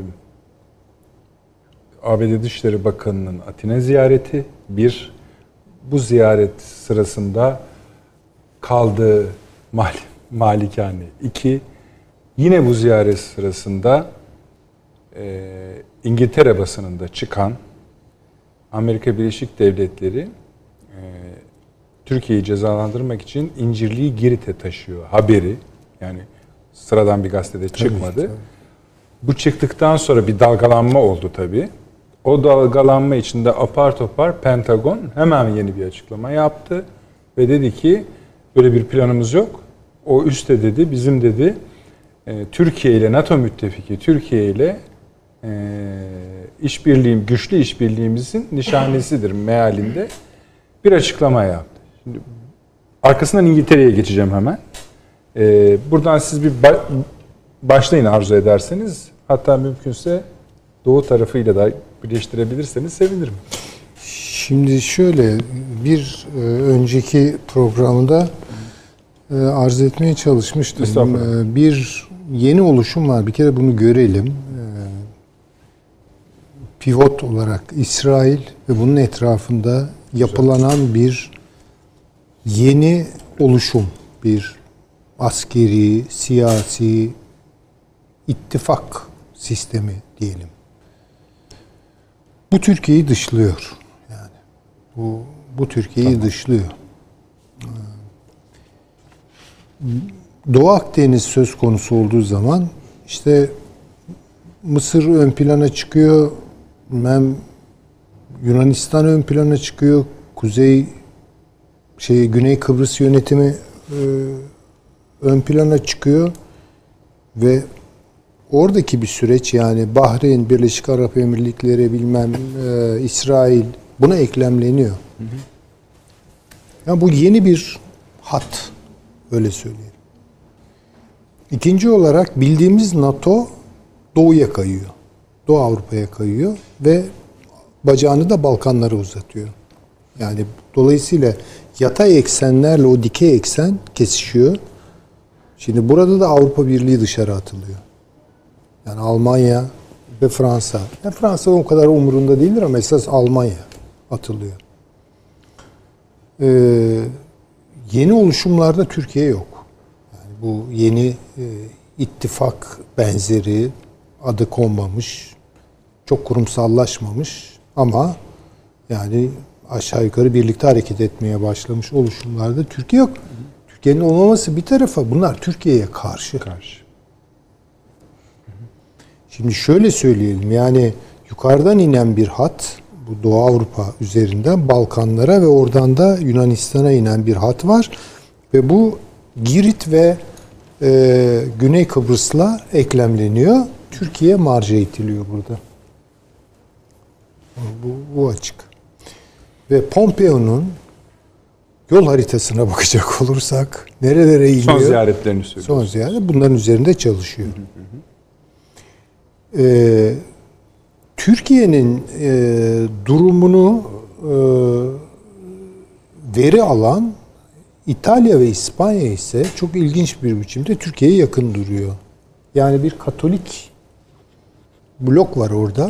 A B D Dışişleri Bakanı'nın Atina ziyareti bir. Bu ziyaret sırasında kaldığı mal, malikane iki. Yine bu ziyaret sırasında e, İngiltere basınında çıkan Amerika Birleşik Devletleri e, Türkiye'yi cezalandırmak için incirliği Girit'e taşıyor haberi. Yani sıradan bir gazetede çıkmadı. Tabii, tabii. Bu çıktıktan sonra bir dalgalanma oldu tabii. O dalgalanma içinde apar topar Pentagon hemen yeni bir açıklama yaptı. Ve dedi ki böyle bir planımız yok. O üstte dedi bizim dedi e, Türkiye ile NATO müttefiki Türkiye ile e, işbirliğim güçlü işbirliğimizin nişanesidir mealinde bir açıklama yaptı. Şimdi, arkasından İngiltere'ye geçeceğim hemen. Ee, buradan siz bir ba- başlayın arzu ederseniz. Hatta mümkünse doğu tarafıyla da birleştirebilirseniz sevinirim. Şimdi şöyle bir e, önceki programda e, arz etmeye çalışmıştım. Estağfurullah. E, bir yeni oluşum var. Bir kere bunu görelim. E, pivot olarak İsrail ve bunun etrafında yapılanan bir yeni oluşum, bir askeri, siyasi ittifak sistemi diyelim. Bu Türkiye'yi dışlıyor. Yani bu bu Türkiye'yi tamam. dışlıyor. Doğu Akdeniz söz konusu olduğu zaman işte Mısır ön plana çıkıyor, hem Yunanistan ön plana çıkıyor, Kuzey şey Güney Kıbrıs yönetimi e, ön plana çıkıyor ve oradaki bir süreç yani Bahreyn, Birleşik Arap Emirlikleri bilmem e, İsrail buna eklemleniyor. Hı hı. Yani bu yeni bir hat Öyle söyleyelim. İkinci olarak bildiğimiz NATO doğuya kayıyor. Doğu Avrupa'ya kayıyor ve bacağını da Balkanlara uzatıyor. Yani dolayısıyla yatay eksenlerle o dikey eksen kesişiyor. Şimdi burada da Avrupa Birliği dışarı atılıyor. Yani Almanya ve Fransa. Yani Fransa o kadar umurunda değildir ama esas Almanya atılıyor. Ee, yeni oluşumlarda Türkiye yok. Yani bu yeni e, ittifak benzeri adı konmamış, çok kurumsallaşmamış ama yani aşağı yukarı birlikte hareket etmeye başlamış oluşumlarda Türkiye yok. Türkiye'nin olmaması bir tarafa, bunlar Türkiye'ye karşı. Karşı. Şimdi şöyle söyleyelim, yani yukarıdan inen bir hat, bu Doğu Avrupa üzerinden Balkanlara ve oradan da Yunanistan'a inen bir hat var ve bu Girit ve e, Güney Kıbrıs'la eklemleniyor. Türkiye marja itiliyor burada. Bu, bu açık. Ve Pompeo'nun yol haritasına bakacak olursak nerelere iniyor? Son ziyaretlerini söylüyoruz. Son ziyaret bunların üzerinde çalışıyor. Hı hı hı. Ee, Türkiye'nin e, durumunu e, veri alan İtalya ve İspanya ise çok ilginç bir biçimde Türkiye'ye yakın duruyor. Yani bir Katolik blok var orada.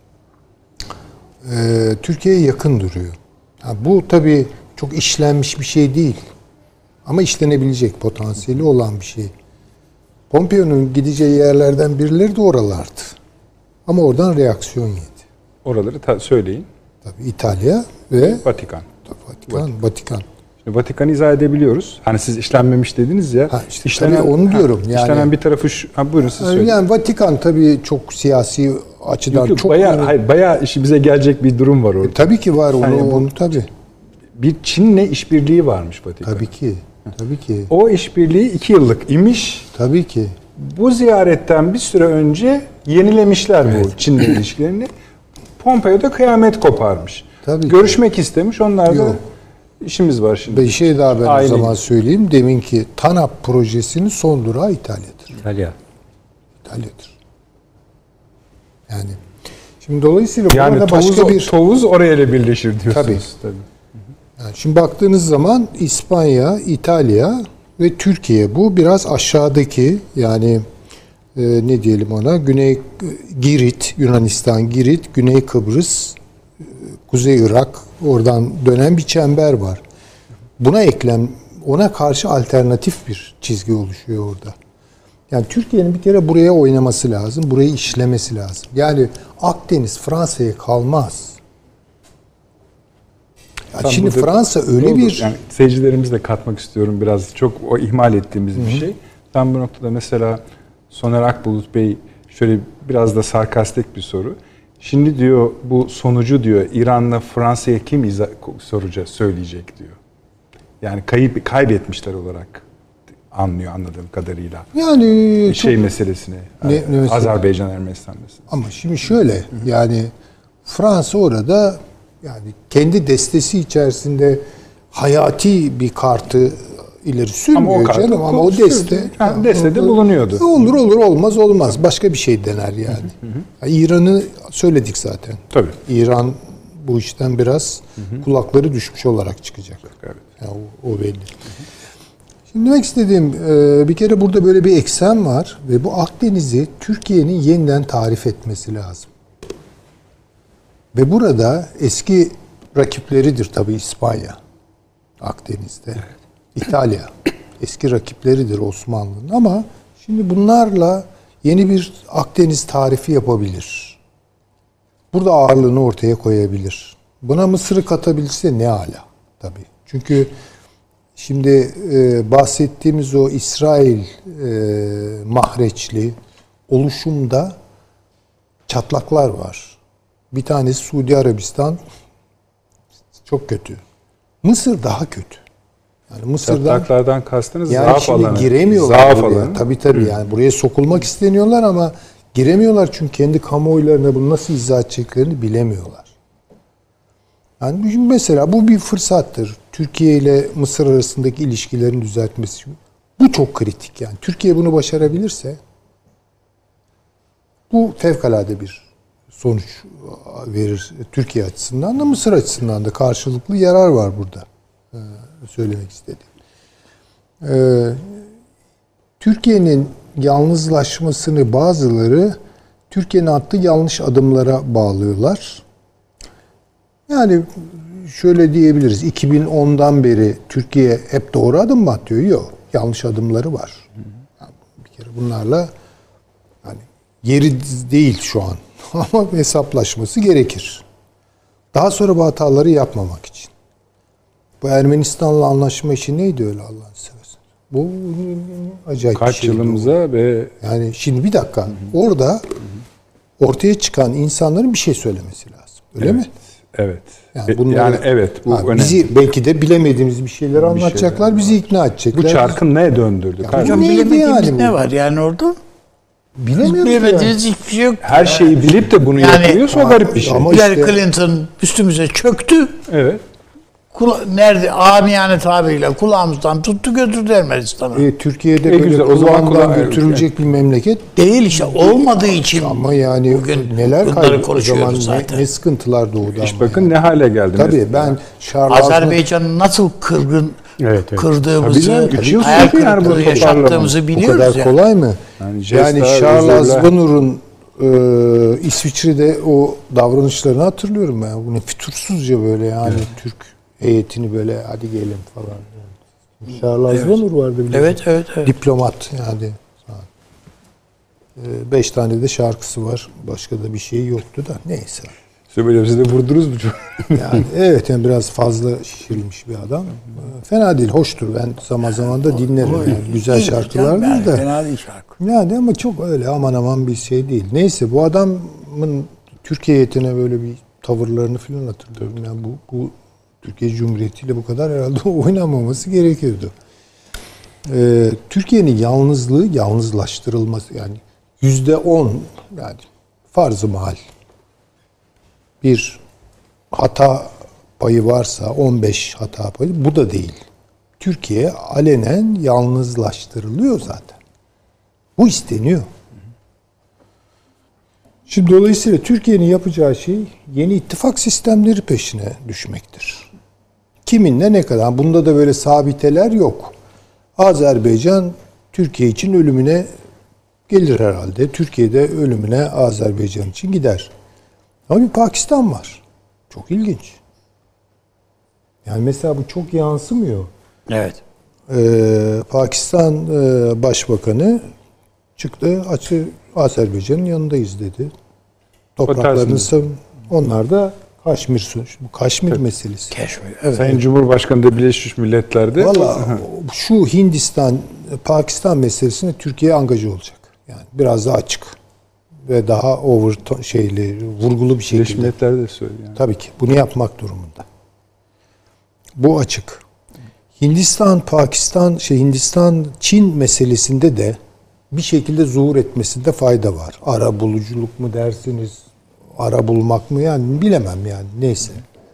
Ee, Türkiye'ye yakın duruyor. Ha, bu tabii çok işlenmiş bir şey değil. Ama işlenebilecek potansiyeli olan bir şey. Pompeo'nun gideceği yerlerden birileri de oralardı. Ama oradan reaksiyon yedi. Oraları ta- söyleyin. Tabii İtalya ve Vatikan. Vatikan. Vatikan. Vatikan. Şimdi Vatikan'ı izah edebiliyoruz. Hani siz işlenmemiş dediniz ya. Ha, işte işlenen, onu diyorum. Ha, yani, işlenen bir tarafı şu. Ha, buyurun siz söyleyin. Yani Vatikan tabii çok siyasi açıdan Yok, yok, çok bayağı, önemli. hayır, bayağı işimize gelecek bir durum var orada. E, tabii ki var onu, Yani bu- onu tabii. Bir Çin'le işbirliği varmış Vatikan. Tabii ki. Tabii ki. O işbirliği iki yıllık imiş. Tabii ki. Bu ziyaretten bir süre önce yenilemişler bu Çin'le ilişkilerini. Pompeo da kıyamet koparmış. Tabii Görüşmek ki. istemiş. Onlar da Yok. işimiz var şimdi. Bir şey daha ben Aile. o zaman söyleyeyim. Deminki TANAP projesinin son durağı İtalya'dır. İtalya. İtalya'dır. Yani şimdi dolayısıyla Yani burada Tovuz, başka bir Tovuz oraya ile birleşir diyorsunuz. Tabii. Tabii. yani şimdi baktığınız zaman İspanya, İtalya ve Türkiye bu biraz aşağıdaki yani e, ne diyelim ona Güney Girit, Yunanistan, Girit, Güney Kıbrıs, e, Kuzey Irak oradan dönen bir çember var. Buna eklem ona karşı alternatif bir çizgi oluşuyor orada. Yani Türkiye'nin bir kere buraya oynaması lazım, burayı işlemesi lazım. Yani Akdeniz Fransa'ya kalmaz. Ya Tam şimdi burada- Fransa öyle Doğru. bir Yani seyircilerimizi de katmak istiyorum biraz. Çok o ihmal ettiğimiz bir şey. Tam bu noktada mesela Soner Akbulut Bey şöyle biraz da sarkastik bir soru. Şimdi diyor bu sonucu diyor İran'la Fransa'ya kim iza- soracak, söyleyecek diyor. Yani kayıp kaybetmişler olarak anlıyor anladığım kadarıyla. yani Şey çok- meselesini. Ne- ne mesela? Azerbaycan Ermenistan meselesi. ama şimdi şöyle yani Fransa orada yani kendi destesi içerisinde hayati bir kartı ileri sürmüyor Ama o kartı canım ama o sürdü. deste Ha, destede bulunuyordu. Olur olur olmaz olmaz başka bir şey dener yani. Yani İran'ı söyledik zaten. Tabii. İran bu işten biraz kulakları düşmüş olarak çıkacak. Evet. Yani o, o belli. Şimdi demek istediğim e, bir kere burada böyle bir eksen var ve bu Akdeniz'i Türkiye'nin yeniden tarif etmesi lazım. Ve burada eski rakipleridir tabii İspanya Akdeniz'de. İtalya eski rakipleridir Osmanlı'nın ama şimdi bunlarla yeni bir Akdeniz tarifi yapabilir. Burada ağırlığını ortaya koyabilir. Buna Mısır'ı katabilirse ne ala tabii. Çünkü şimdi e, bahsettiğimiz o İsrail e, mahreçli oluşumda çatlaklar var. Bir tanesi Suudi Arabistan çok kötü. Mısır daha kötü. Yani Mısır'dan Çatlaklardan kastınız yani zaaf şimdi alanı. giremiyorlar Zaaf buraya. alanı. Tabii tabii yani buraya sokulmak isteniyorlar ama giremiyorlar çünkü kendi kamuoylarına bunu nasıl izah edeceklerini bilemiyorlar. Yani mesela bu bir fırsattır. Türkiye ile Mısır arasındaki ilişkilerin düzeltmesi için. Bu çok kritik yani. Türkiye bunu başarabilirse bu fevkalade bir sonuç verir Türkiye açısından da Mısır açısından da karşılıklı yarar var burada. Ee, söylemek istediğim. Ee, Türkiye'nin yalnızlaşmasını bazıları Türkiye'nin attığı yanlış adımlara bağlıyorlar. Yani şöyle diyebiliriz. iki bin ondan beri Türkiye hep doğru adım mı atıyor? Yok. Yanlış adımları var. Yani bir kere bunlarla yani yeri değil şu an. Ama hesaplaşması gerekir. Daha sonra bu hataları yapmamak için. Bu Ermenistan'la anlaşma işi neydi öyle Allah'ını seversen? Bu acayip Kaç bir şeydi yılımıza o. ve Yani şimdi bir dakika. Hı hı. Orada hı hı. ortaya çıkan insanların bir şey söylemesi lazım. Öyle evet, mi? Evet. Yani, bunları, yani evet bu ha, önemli. Bizi belki de bilemediğimiz bir şeyler bir anlatacaklar, şeyler bizi ikna edecekler. Bu çarkı ne döndürdü? Ya, Hocam neydi bilemediğimiz yani ne bu? var yani orada? Bilemiyoruz Bilemediğiniz yani. hiçbir şey yok. Her şeyi bilip de bunu Yani- yapıyorsa o garip bir şey. Ama Hillary işte- Clinton üstümüze çöktü. Evet. Kula, nerede amiyane tabiriyle kulağımızdan tuttu götürdü Ermenistan'a. E, Türkiye'de E, böyle güzel, o zaman kulağından kulağı- götürülecek bir memleket. Değil işte olmadığı için. Ama yani Bugün neler bunları kaydı o konuşuyoruz zaman ne, zaten. ne sıkıntılar doğdu İş ama bakın yani. ne hale geldi. Tabii mesela. ben Charles Azerbaycan'ı nasıl kırgın Evet, evet. kırdığımızı, Tabii canım, üç yıl hayal sürdü yani bu kırıklığı toparlama. yaşattığımızı o biliyoruz kadar yani. kolay mı? Yani Yani, jestler, Charles özürler. Aznavour'un e, İsviçre'de o davranışlarını hatırlıyorum ben. Bu ne fütursuzca böyle yani Türk heyetini böyle hadi gelin falan. Yani. Charles Aznavour vardı biliyorsun. Evet, evet, evet. Diplomat yani. E, beş tane de şarkısı var. Başka da bir şey yoktu da neyse. Size böyle siz de vurdunuz mu çok? Yani evet yani biraz fazla şişirilmiş bir adam. Fena değil, hoştur. Ben zaman zaman da dinlerim. Yani. Güzel şarkılar Yani değil de. fena değil şarkı. Yani ama çok öyle aman aman bir şey değil. Neyse bu adamın Türkiye heyetine böyle bir tavırlarını falan hatırlıyorum. Yani bu, bu Türkiye Cumhuriyeti ile bu kadar herhalde oynamaması gerekiyordu. Ee, Türkiye'nin yalnızlığı yalnızlaştırılması yani yüzde on yani farz-ı mahal bir hata payı varsa on beş hata payı bu da değil. Türkiye alenen yalnızlaştırılıyor zaten. Bu isteniyor. Şimdi dolayısıyla Türkiye'nin yapacağı şey yeni ittifak sistemleri peşine düşmektir. Kiminle ne kadar? Bunda da böyle sabiteler yok. Azerbaycan Türkiye için ölümüne gelir herhalde. Türkiye'de ölümüne Azerbaycan için gider. Ama bir Pakistan var. Çok ilginç. Yani mesela bu çok yansımıyor. Evet. Ee, Pakistan e, Başbakanı çıktı açı Azerbaycan'ın yanındayız dedi. Topraklarını savun. Onlar da Kaşmir sonuç. Bu Kaşmir Tabii. meselesi. Keşfediyor. Evet. Sayın Cumhurbaşkanı da Birleşmiş Milletler'de. Valla şu Hindistan Pakistan meselesine Türkiye angaja olacak. Yani biraz daha açık ve daha over şeyli vurgulu bir Birleşmiş şekilde. Milletler'de de söylüyor. Yani. Tabii ki bunu yapmak durumunda. Bu açık. Hindistan, Pakistan, şey Hindistan, Çin meselesinde de bir şekilde zuhur etmesinde fayda var. Ara buluculuk mu dersiniz, ara bulmak mı yani bilemem yani neyse.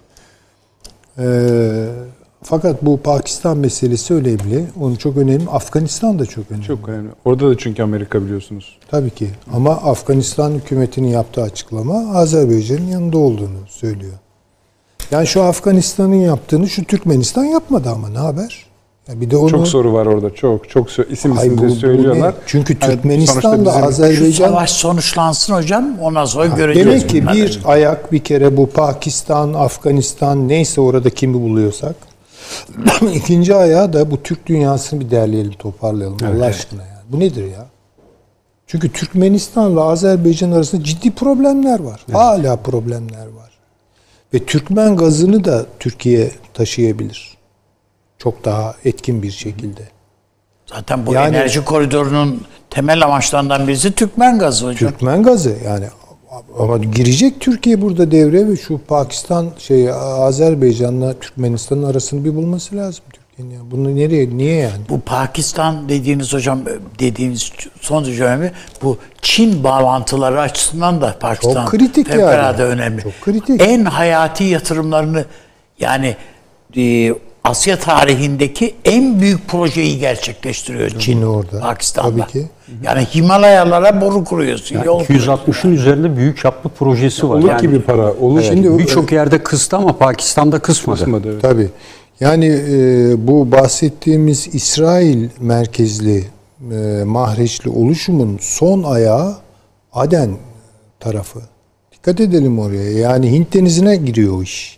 Ee, fakat bu Pakistan meselesi önemli. Onun çok önemli. Afganistan da çok önemli. Çok önemli. Orada da çünkü Amerika biliyorsunuz. Tabii ki. Ama Afganistan hükümetinin yaptığı açıklama Azerbaycan'ın yanında olduğunu söylüyor. Yani şu Afganistan'ın yaptığını şu Türkmenistan yapmadı ama ne haber? Ya bir de onu Çok soru var orada. Çok çok sö- isim Ay, isim bu- de bu söylüyorlar. ne? Çünkü Yani Türkmenistan'la sonuçta bizim- Şu Azerbaycan savaş sonuçlansın hocam. Ondan sonra göreceğiz. demek ki bunları. bir ayak bir kere bu Pakistan, Afganistan neyse orada kimi buluyorsak ikinci ayağı da bu Türk dünyasını bir derleyelim, toparlayalım Evet, Allah evet. aşkına yani. Bu nedir ya? Çünkü Türkmenistan'la Azerbaycan arasında ciddi problemler var. Hala problemler var. Ve Türkmen gazını da Türkiye taşıyabilir. Çok daha etkin bir şekilde. Zaten bu Yani- enerji koridorunun temel amaçlarından birisi Türkmen gazı hocam. Türkmen gazı yani ama girecek Türkiye burada devreye ve şu Pakistan şey Azerbaycan'la Türkmenistan'ın arasını bir bulması lazım Türkiye'nin. Yani. Bunu nereye niye yani? Bu Pakistan dediğiniz hocam dediğiniz son derece önemli. Bu Çin bağlantıları açısından da Pakistan Çok kritik fevkalade yani. önemli. Çok kritik. En hayati yatırımlarını yani e, Asya tarihindeki en büyük projeyi gerçekleştiriyor Çin, Çin orada. Pakistan'da. Tabii ki. Yani Himalayalara boru kuruyorsun. Yani yol iki yüz altmışın üzerinde büyük çaplı projesi var. Olur Yani, gibi para. Olur. evet, Şimdi o- birçok yerde kıstı ama Pakistan'da kısmadı. Kısmadı, evet. Tabii. Yani e, bu bahsettiğimiz İsrail merkezli e, Mahreçli oluşumun son ayağı Aden tarafı. Dikkat edelim oraya. Yani Hint Denizi'ne giriyor o iş.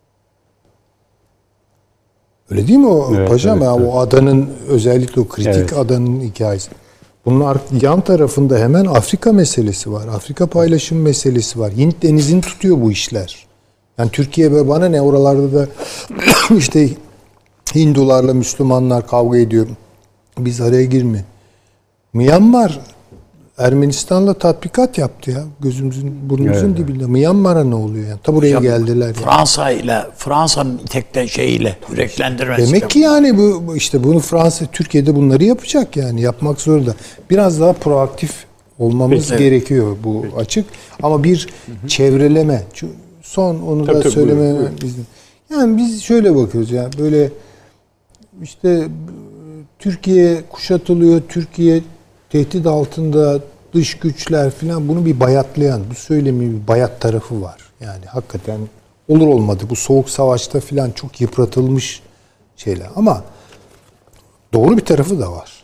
Öyle değil mi o Evet, paşam? evet, ya, evet. O adanın özellikle o kritik Evet. adanın hikayesi. Bunun ar- yan tarafında hemen Afrika meselesi var. Afrika paylaşım meselesi var. Hint Denizi'ni tutuyor bu işler. Yani Türkiye ve bana ne oralarda da işte Hindularla Müslümanlar kavga ediyor. Biz araya girme. Myanmar Ermenistan'la tatbikat yaptı ya. Gözümüzün burnumuzun Evet. dibinde. Myanmar'a ne oluyor yani? Ta buraya Ya, geldiler yani. Fransa ile Fransa'nın tekte şeyiyle yüreklendirmesi. Demek ki yani bu bu işte bunu Fransa Türkiye'de bunları yapacak yani yapmak zorunda. Biraz daha proaktif olmamız Peki. gerekiyor bu açık. Ama bir çevreleme. Şu son onu Tabii, da tabii, söyleme buyurun, buyurun. bizim. Yani biz şöyle bakıyoruz ya böyle işte Türkiye kuşatılıyor, Türkiye tehdit altında, dış güçler falan bunu bir bayatlayan, bu söylemin bir bayat tarafı var. Yani hakikaten olur olmadı. Bu soğuk savaşta falan çok yıpratılmış şeyler. Ama doğru bir tarafı da var.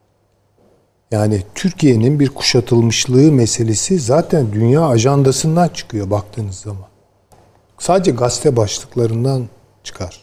Yani Türkiye'nin bir kuşatılmışlığı meselesi zaten dünya ajandasından çıkıyor baktığınız zaman. Sadece gazete başlıklarından çıkar.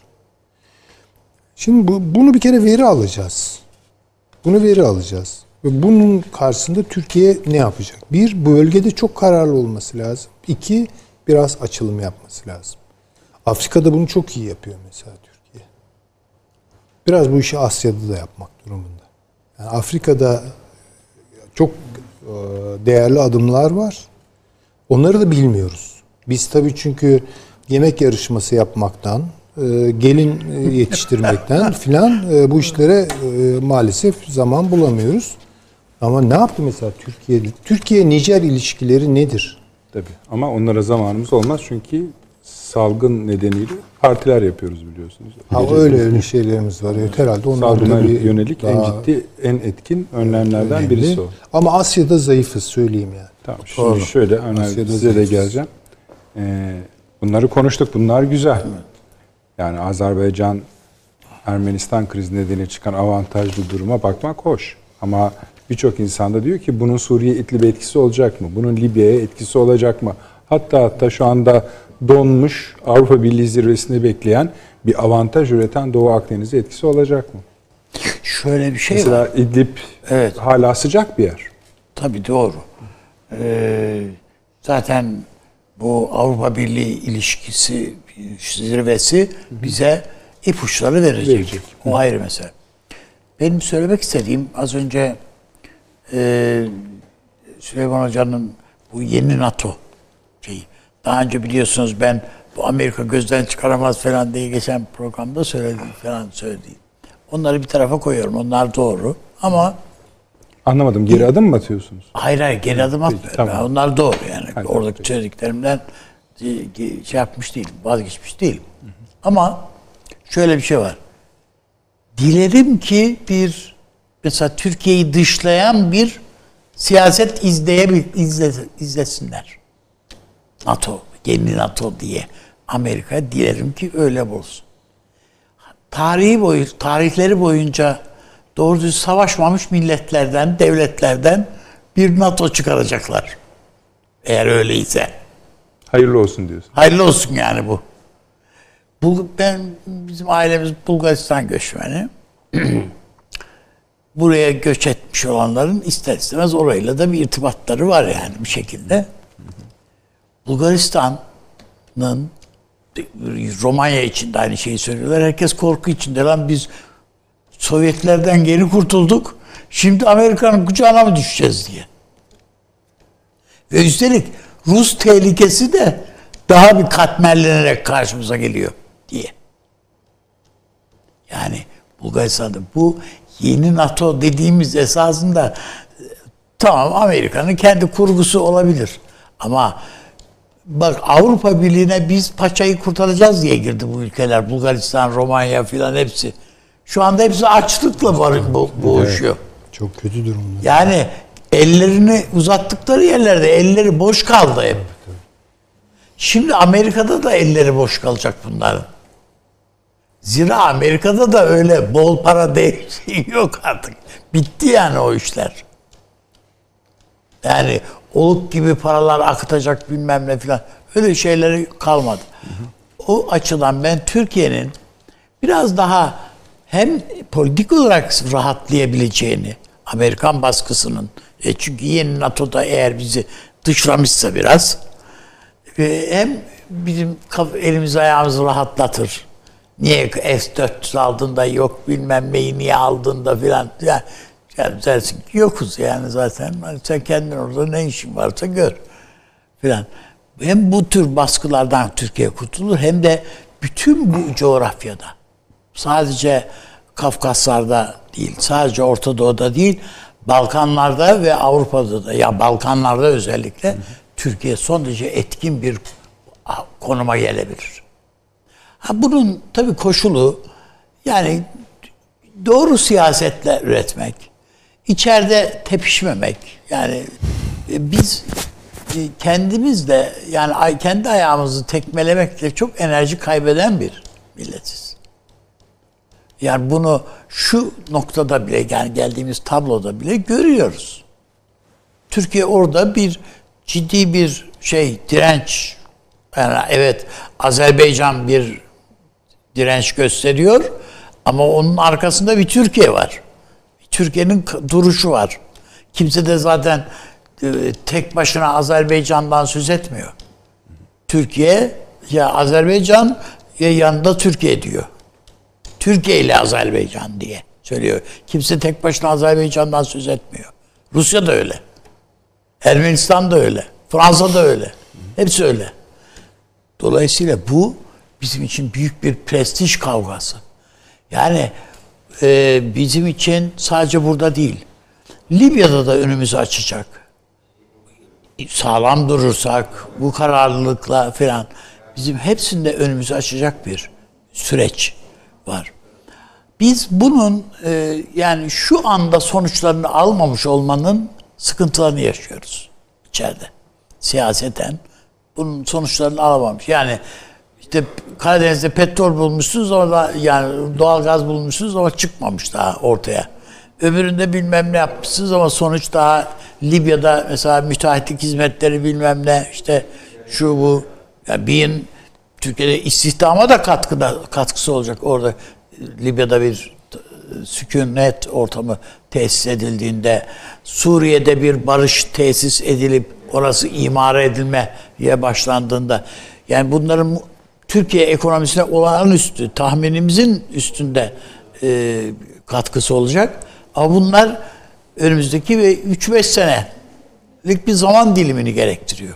Şimdi bu, bunu bir kere veri alacağız. Bunu veri alacağız. Ve bunun karşısında Türkiye ne yapacak? Bir, bu bölgede çok kararlı olması lazım. İki, biraz açılım yapması lazım. Afrika'da bunu çok iyi yapıyor mesela Türkiye. Biraz bu işi Asya'da da yapmak durumunda. Yani Afrika'da çok e, değerli adımlar var. Onları da bilmiyoruz. Biz tabii çünkü yemek yarışması yapmaktan, e, gelin e, yetiştirmekten filan e, bu işlere e, maalesef zaman bulamıyoruz. Ama ne yaptı mesela Türkiye? Türkiye-Nijer ilişkileri nedir? Tabii. Ama onlara zamanımız olmaz çünkü salgın nedeniyle partiler yapıyoruz biliyorsunuz. Ha, Gece öyle gündüz. öyle şeylerimiz var. Evet, herhalde onlar Salgına da bir yönelik en daha ciddi, en etkin önlemlerden önemli. birisi o. Ama Asya'da zayıfız söyleyeyim yani. Tamam. Şimdi şöyle, hani Asya'da size de zayıfız. geleceğim. Ee, bunları konuştuk. Bunlar güzel. Yani Azerbaycan Ermenistan krizi nedeniyle çıkan avantajlı duruma bakmak hoş. Ama birçok insan da diyor ki bunun Suriye İdlib'e etkisi olacak mı? Bunun Libya'ya etkisi olacak mı? Hatta hatta şu anda donmuş Avrupa Birliği zirvesini bekleyen bir avantaj üreten Doğu Akdeniz'e etkisi olacak mı? Şöyle bir şey Mesela var. İdlib Evet. hala sıcak bir yer. Tabii doğru. Ee, zaten bu Avrupa Birliği ilişkisi zirvesi bize ipuçları verecek. Verecek. O ayrı mesele. Benim söylemek istediğim az önce e, Süleyman Hoca'nın bu yeni NATO şeyi. Daha önce biliyorsunuz ben bu Amerika gözden çıkaramaz falan diye geçen programda söyledim falan söyledim. Onları bir tarafa koyuyorum. Onlar doğru. Ama Anlamadım. Geri adım mı atıyorsunuz? hayır hayır geri adım atmıyorum. tamam. Yani onlar doğru yani. Hayır, Oradaki peki. söylediklerimden e, şey yapmış değilim. Vazgeçmiş değilim. Ama şöyle bir şey var. Dilerim ki bir mesela Türkiye'yi dışlayan bir siyaset izleyebil, izle, izlesinler. NATO, yeni NATO diye. Amerika dilerim ki öyle olsun. Tarihi boyu, tarihleri boyunca doğru düz savaşmamış milletlerden, devletlerden bir NATO çıkaracaklar. Eğer öyleyse. Hayırlı olsun diyorsun. Hayırlı olsun yani bu. Bul, ben bizim ailemiz Bulgaristan göçmeni. Buraya göç etmiş olanların ister istemez orayla da bir irtibatları var yani bir şekilde. Bulgaristan'ın Romanya için de aynı şeyi söylüyorlar. Herkes korku içinde. Lan biz Sovyetlerden yeni kurtulduk. Şimdi Amerika'nın kucağına mı düşeceğiz diye. Ve üstelik Rus tehlikesi de daha bir katmerlenerek karşımıza geliyor diye. Yani Bulgaristan'da bu yeni NATO dediğimiz esasında tamam Amerika'nın kendi kurgusu olabilir. Ama bak Avrupa Birliği'ne biz paçayı kurtaracağız diye girdi bu ülkeler. Bulgaristan, Romanya filan hepsi. Şu anda hepsi açlıkla var, bu, boğuşuyor. Evet, çok kötü durumda. Yani ellerini uzattıkları yerlerde elleri boş kaldı hep. Şimdi Amerika'da da elleri boş kalacak bunların. Zira Amerika'da da öyle bol para değil, yok artık. Bitti yani o işler. Yani oluk gibi paralar akıtacak bilmem ne filan. Öyle şeyleri kalmadı. Hı hı. O açıdan ben Türkiye'nin biraz daha hem politik olarak rahatlayabileceğini, Amerikan baskısının, e çünkü yeni NATO'da eğer bizi dışlamışsa biraz, e hem bizim elimizi ayağımızı rahatlatır. Niye F dört yüz aldın da yok bilmem neyi niye aldın da filan. Yani, yani dersin ki yokuz yani zaten. Sen kendin orada ne işin varsa gör filan. Hem bu tür baskılardan Türkiye kurtulur hem de bütün bu coğrafyada, sadece Kafkaslar'da değil, sadece Orta Doğu'da değil, Balkanlar'da ve Avrupa'da da, ya Balkanlar'da özellikle hı hı. Türkiye son derece etkin bir konuma gelebilir. Ha, bunun tabii koşulu yani doğru siyasetle üretmek, içeride tepişmemek. Yani biz kendimiz de yani kendi ayağımızı tekmelemekle çok enerji kaybeden bir milletiz. Yani bunu şu noktada bile, yani geldiğimiz tabloda bile görüyoruz. Türkiye orada bir ciddi bir şey direnç. Yani evet, Azerbaycan bir direnç gösteriyor ama onun arkasında bir Türkiye var. Türkiye'nin duruşu var. Kimse de zaten tek başına Azerbaycan'dan söz etmiyor. Türkiye ya Azerbaycan ya yanında Türkiye diyor. Türkiye ile Azerbaycan diye söylüyor. Kimse tek başına Azerbaycan'dan söz etmiyor. Rusya da öyle. Ermenistan da öyle. Fransa da öyle. Hepsi öyle. Dolayısıyla bu bizim için büyük bir prestij kavgası. Yani e, bizim için sadece burada değil, Libya'da da önümüzü açacak. Sağlam durursak, bu kararlılıkla falan bizim hepsinde önümüzü açacak bir süreç var. Biz bunun e, yani şu anda sonuçlarını almamış olmanın sıkıntılarını yaşıyoruz içeride. Siyaseten bunun sonuçlarını alamamış. Yani işte Karadeniz'de petrol bulmuşsunuz ama yani doğal gaz bulmuşsunuz ama çıkmamış daha ortaya. Öbüründe bilmem ne yapmışsınız ama sonuç daha Libya'da mesela müteahhitlik hizmetleri bilmem ne işte şu bu yani bir Türkiye'de istihdama da katkıda katkısı olacak orada. Libya'da bir sükunet ortamı tesis edildiğinde, Suriye'de bir barış tesis edilip orası imara edilmeye başlandığında, yani bunların Türkiye ekonomisine olağanüstü, tahminimizin üstünde e, katkısı olacak. Ama bunlar önümüzdeki ve üç beş senelik bir zaman dilimini gerektiriyor.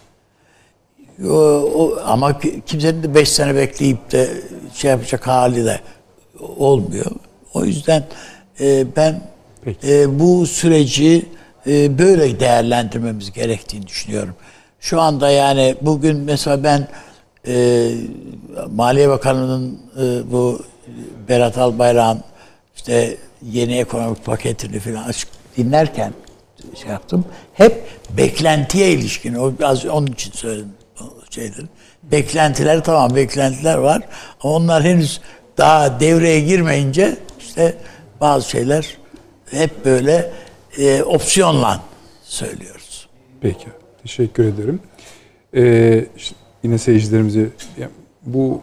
O, o, ama kimsenin de beş sene bekleyip de şey yapacak hali de olmuyor. O yüzden e, ben e, bu süreci e, böyle değerlendirmemiz gerektiğini düşünüyorum. Şu anda yani bugün mesela ben e, Maliye Bakanı'nın e, bu Berat Albayrak'ın işte yeni ekonomik paketini falan açık dinlerken şey yaptım. Hep beklentiye ilişkin. O biraz onun için söyledim şeyleri. Beklentiler tamam, beklentiler var ama onlar henüz daha devreye girmeyince işte bazı şeyler hep böyle e, opsiyonla söylüyoruz. Peki. Teşekkür ederim. Ee, işte yine seyircilerimize bu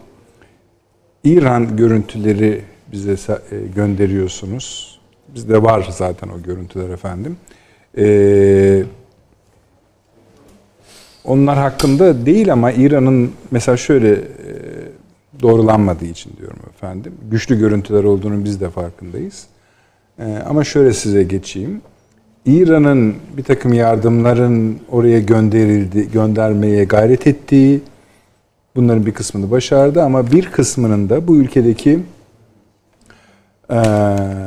İran görüntüleri bize gönderiyorsunuz. Bizde var zaten o görüntüler efendim. Ee, onlar hakkında değil ama İran'ın mesela şöyle e, doğrulanmadığı için diyorum efendim. Güçlü görüntüler olduğunu biz de farkındayız. Ee, ama şöyle size geçeyim. İran'ın bir takım yardımların oraya gönderildi, göndermeye gayret ettiği, bunların bir kısmını başardı ama bir kısmının da bu ülkedeki e,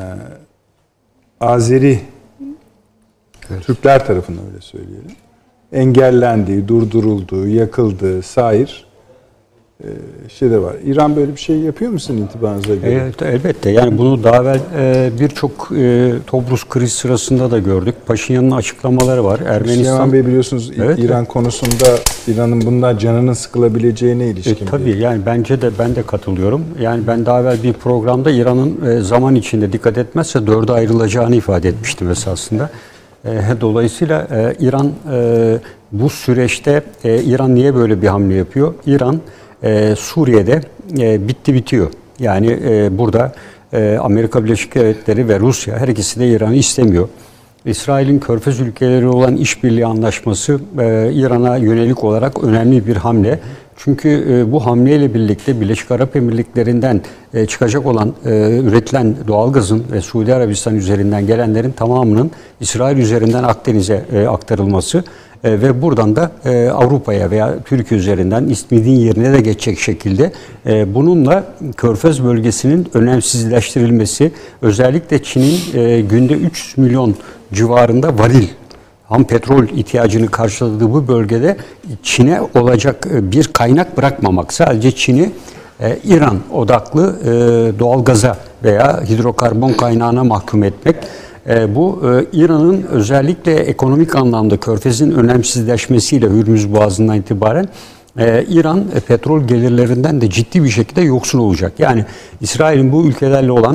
Azeri evet. Türkler tarafından öyle söyleyelim. engellendiği, durdurulduğu, yakıldığı sair e, şeyler var. İran böyle bir şey yapıyor musun intibanıza göre? Evet, elbette. Yani bunu daha evvel e, birçok e, Tobruk kriz sırasında da gördük. Paşinyan'ın açıklamaları var. Ermenistan Süleyman Bey biliyorsunuz Evet, İran evet. konusunda İran'ın bundan canının sıkılabileceğine ilişkin. E, tabii yani bence de ben de katılıyorum. Yani ben daha evvel bir programda İran'ın e, zaman içinde dikkat etmezse dörde ayrılacağını ifade etmiştim esasında. E, dolayısıyla e, İran e, bu süreçte e, İran niye böyle bir hamle yapıyor? İran e, Suriye'de e, bitti bitiyor. Yani e, burada e, Amerika Birleşik Devletleri ve Rusya her ikisi de İran'ı istemiyor. İsrail'in Körfez ülkeleri olan işbirliği anlaşması e, İran'a yönelik olarak önemli bir hamle. Çünkü e, bu hamleyle birlikte Birleşik Arap Emirlikleri'nden e, çıkacak olan e, üretilen doğalgazın ve Suudi Arabistan üzerinden gelenlerin tamamının İsrail üzerinden Akdeniz'e e, aktarılması e, ve buradan da e, Avrupa'ya veya Türkiye üzerinden İsmid'in yerine de geçecek şekilde e, bununla Körfez bölgesinin önemsizleştirilmesi, özellikle Çin'in e, günde üç yüz milyon civarında varil ham petrol ihtiyacını karşıladığı bu bölgede Çin'e olacak bir kaynak bırakmamak. Sadece Çin'i e, İran odaklı e, doğalgaza veya hidrokarbon kaynağına mahkum etmek. E, bu e, İran'ın özellikle ekonomik anlamda Körfez'in önemsizleşmesiyle Hürmüz Boğazı'ndan itibaren e, İran e, petrol gelirlerinden de ciddi bir şekilde yoksun olacak. Yani İsrail'in bu ülkelerle olan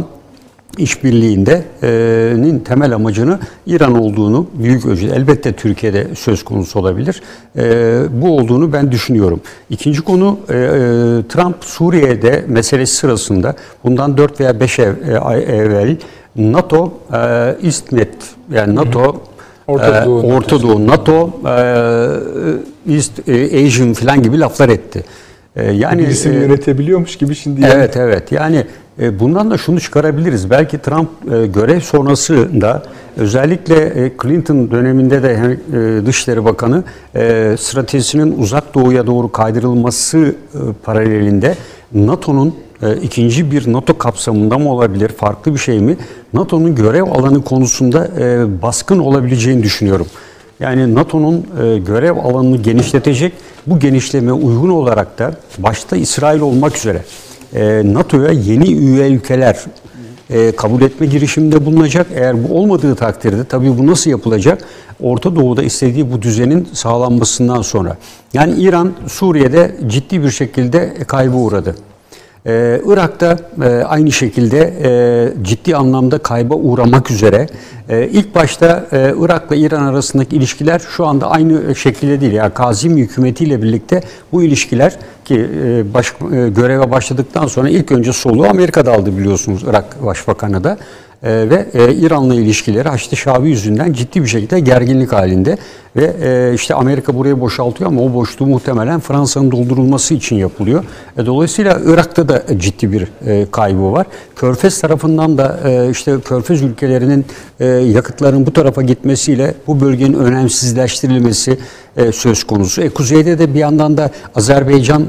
işbirliğinin temel amacını İran olduğunu büyük ölçüde elbette Türkiye'de söz konusu olabilir. E, bu olduğunu ben düşünüyorum. İkinci konu e, Trump Suriye'de meselesi sırasında bundan dört veya beş ay evvel NATO e, İstmet yani NATO Orta Doğu, e, Orta Doğu NATO e, East Asian falan gibi laflar etti. E, yani birisini e, yönetebiliyormuş gibi şimdi. Evet yani. evet yani e, bundan da şunu çıkarabiliriz. Belki Trump e, görev sonrasında özellikle e, Clinton döneminde de e, Dışişleri Bakanı e, stratejisinin uzak doğuya doğru kaydırılması e, paralelinde NATO'nun e, ikinci bir NATO kapsamında mı olabilir, farklı bir şey mi? NATO'nun görev alanı konusunda e, baskın olabileceğini düşünüyorum. Yani NATO'nun e, görev alanını genişletecek, bu genişlemeye uygun olarak da başta İsrail olmak üzere e, NATO'ya yeni üye ülkeler e, kabul etme girişiminde bulunacak. Eğer bu olmadığı takdirde tabii bu nasıl yapılacak? Orta Doğu'da istediği bu düzenin sağlanmasından sonra. Yani İran Suriye'de ciddi bir şekilde kayba uğradı. Ee, Irak'ta e, aynı şekilde e, ciddi anlamda kayba uğramak üzere. E, ilk başta e, Irak'la İran arasındaki ilişkiler şu anda aynı şekilde değil. Yani Kazim hükümetiyle birlikte bu ilişkiler ki e, baş, e, göreve başladıktan sonra ilk önce soluğu Amerika'da aldı biliyorsunuz Irak Başbakanı da. Ee, ve e, İran'la ilişkileri Haçlı Şabi yüzünden ciddi bir şekilde gerginlik halinde ve e, işte Amerika burayı boşaltıyor ama o boşluğu muhtemelen Fransa'nın doldurulması için yapılıyor. E, dolayısıyla Irak'ta da ciddi bir e, kaybı var. Körfez tarafından da e, işte Körfez ülkelerinin e, yakıtların bu tarafa gitmesiyle bu bölgenin önemsizleştirilmesi e, söz konusu. E, kuzeyde de bir yandan da Azerbaycan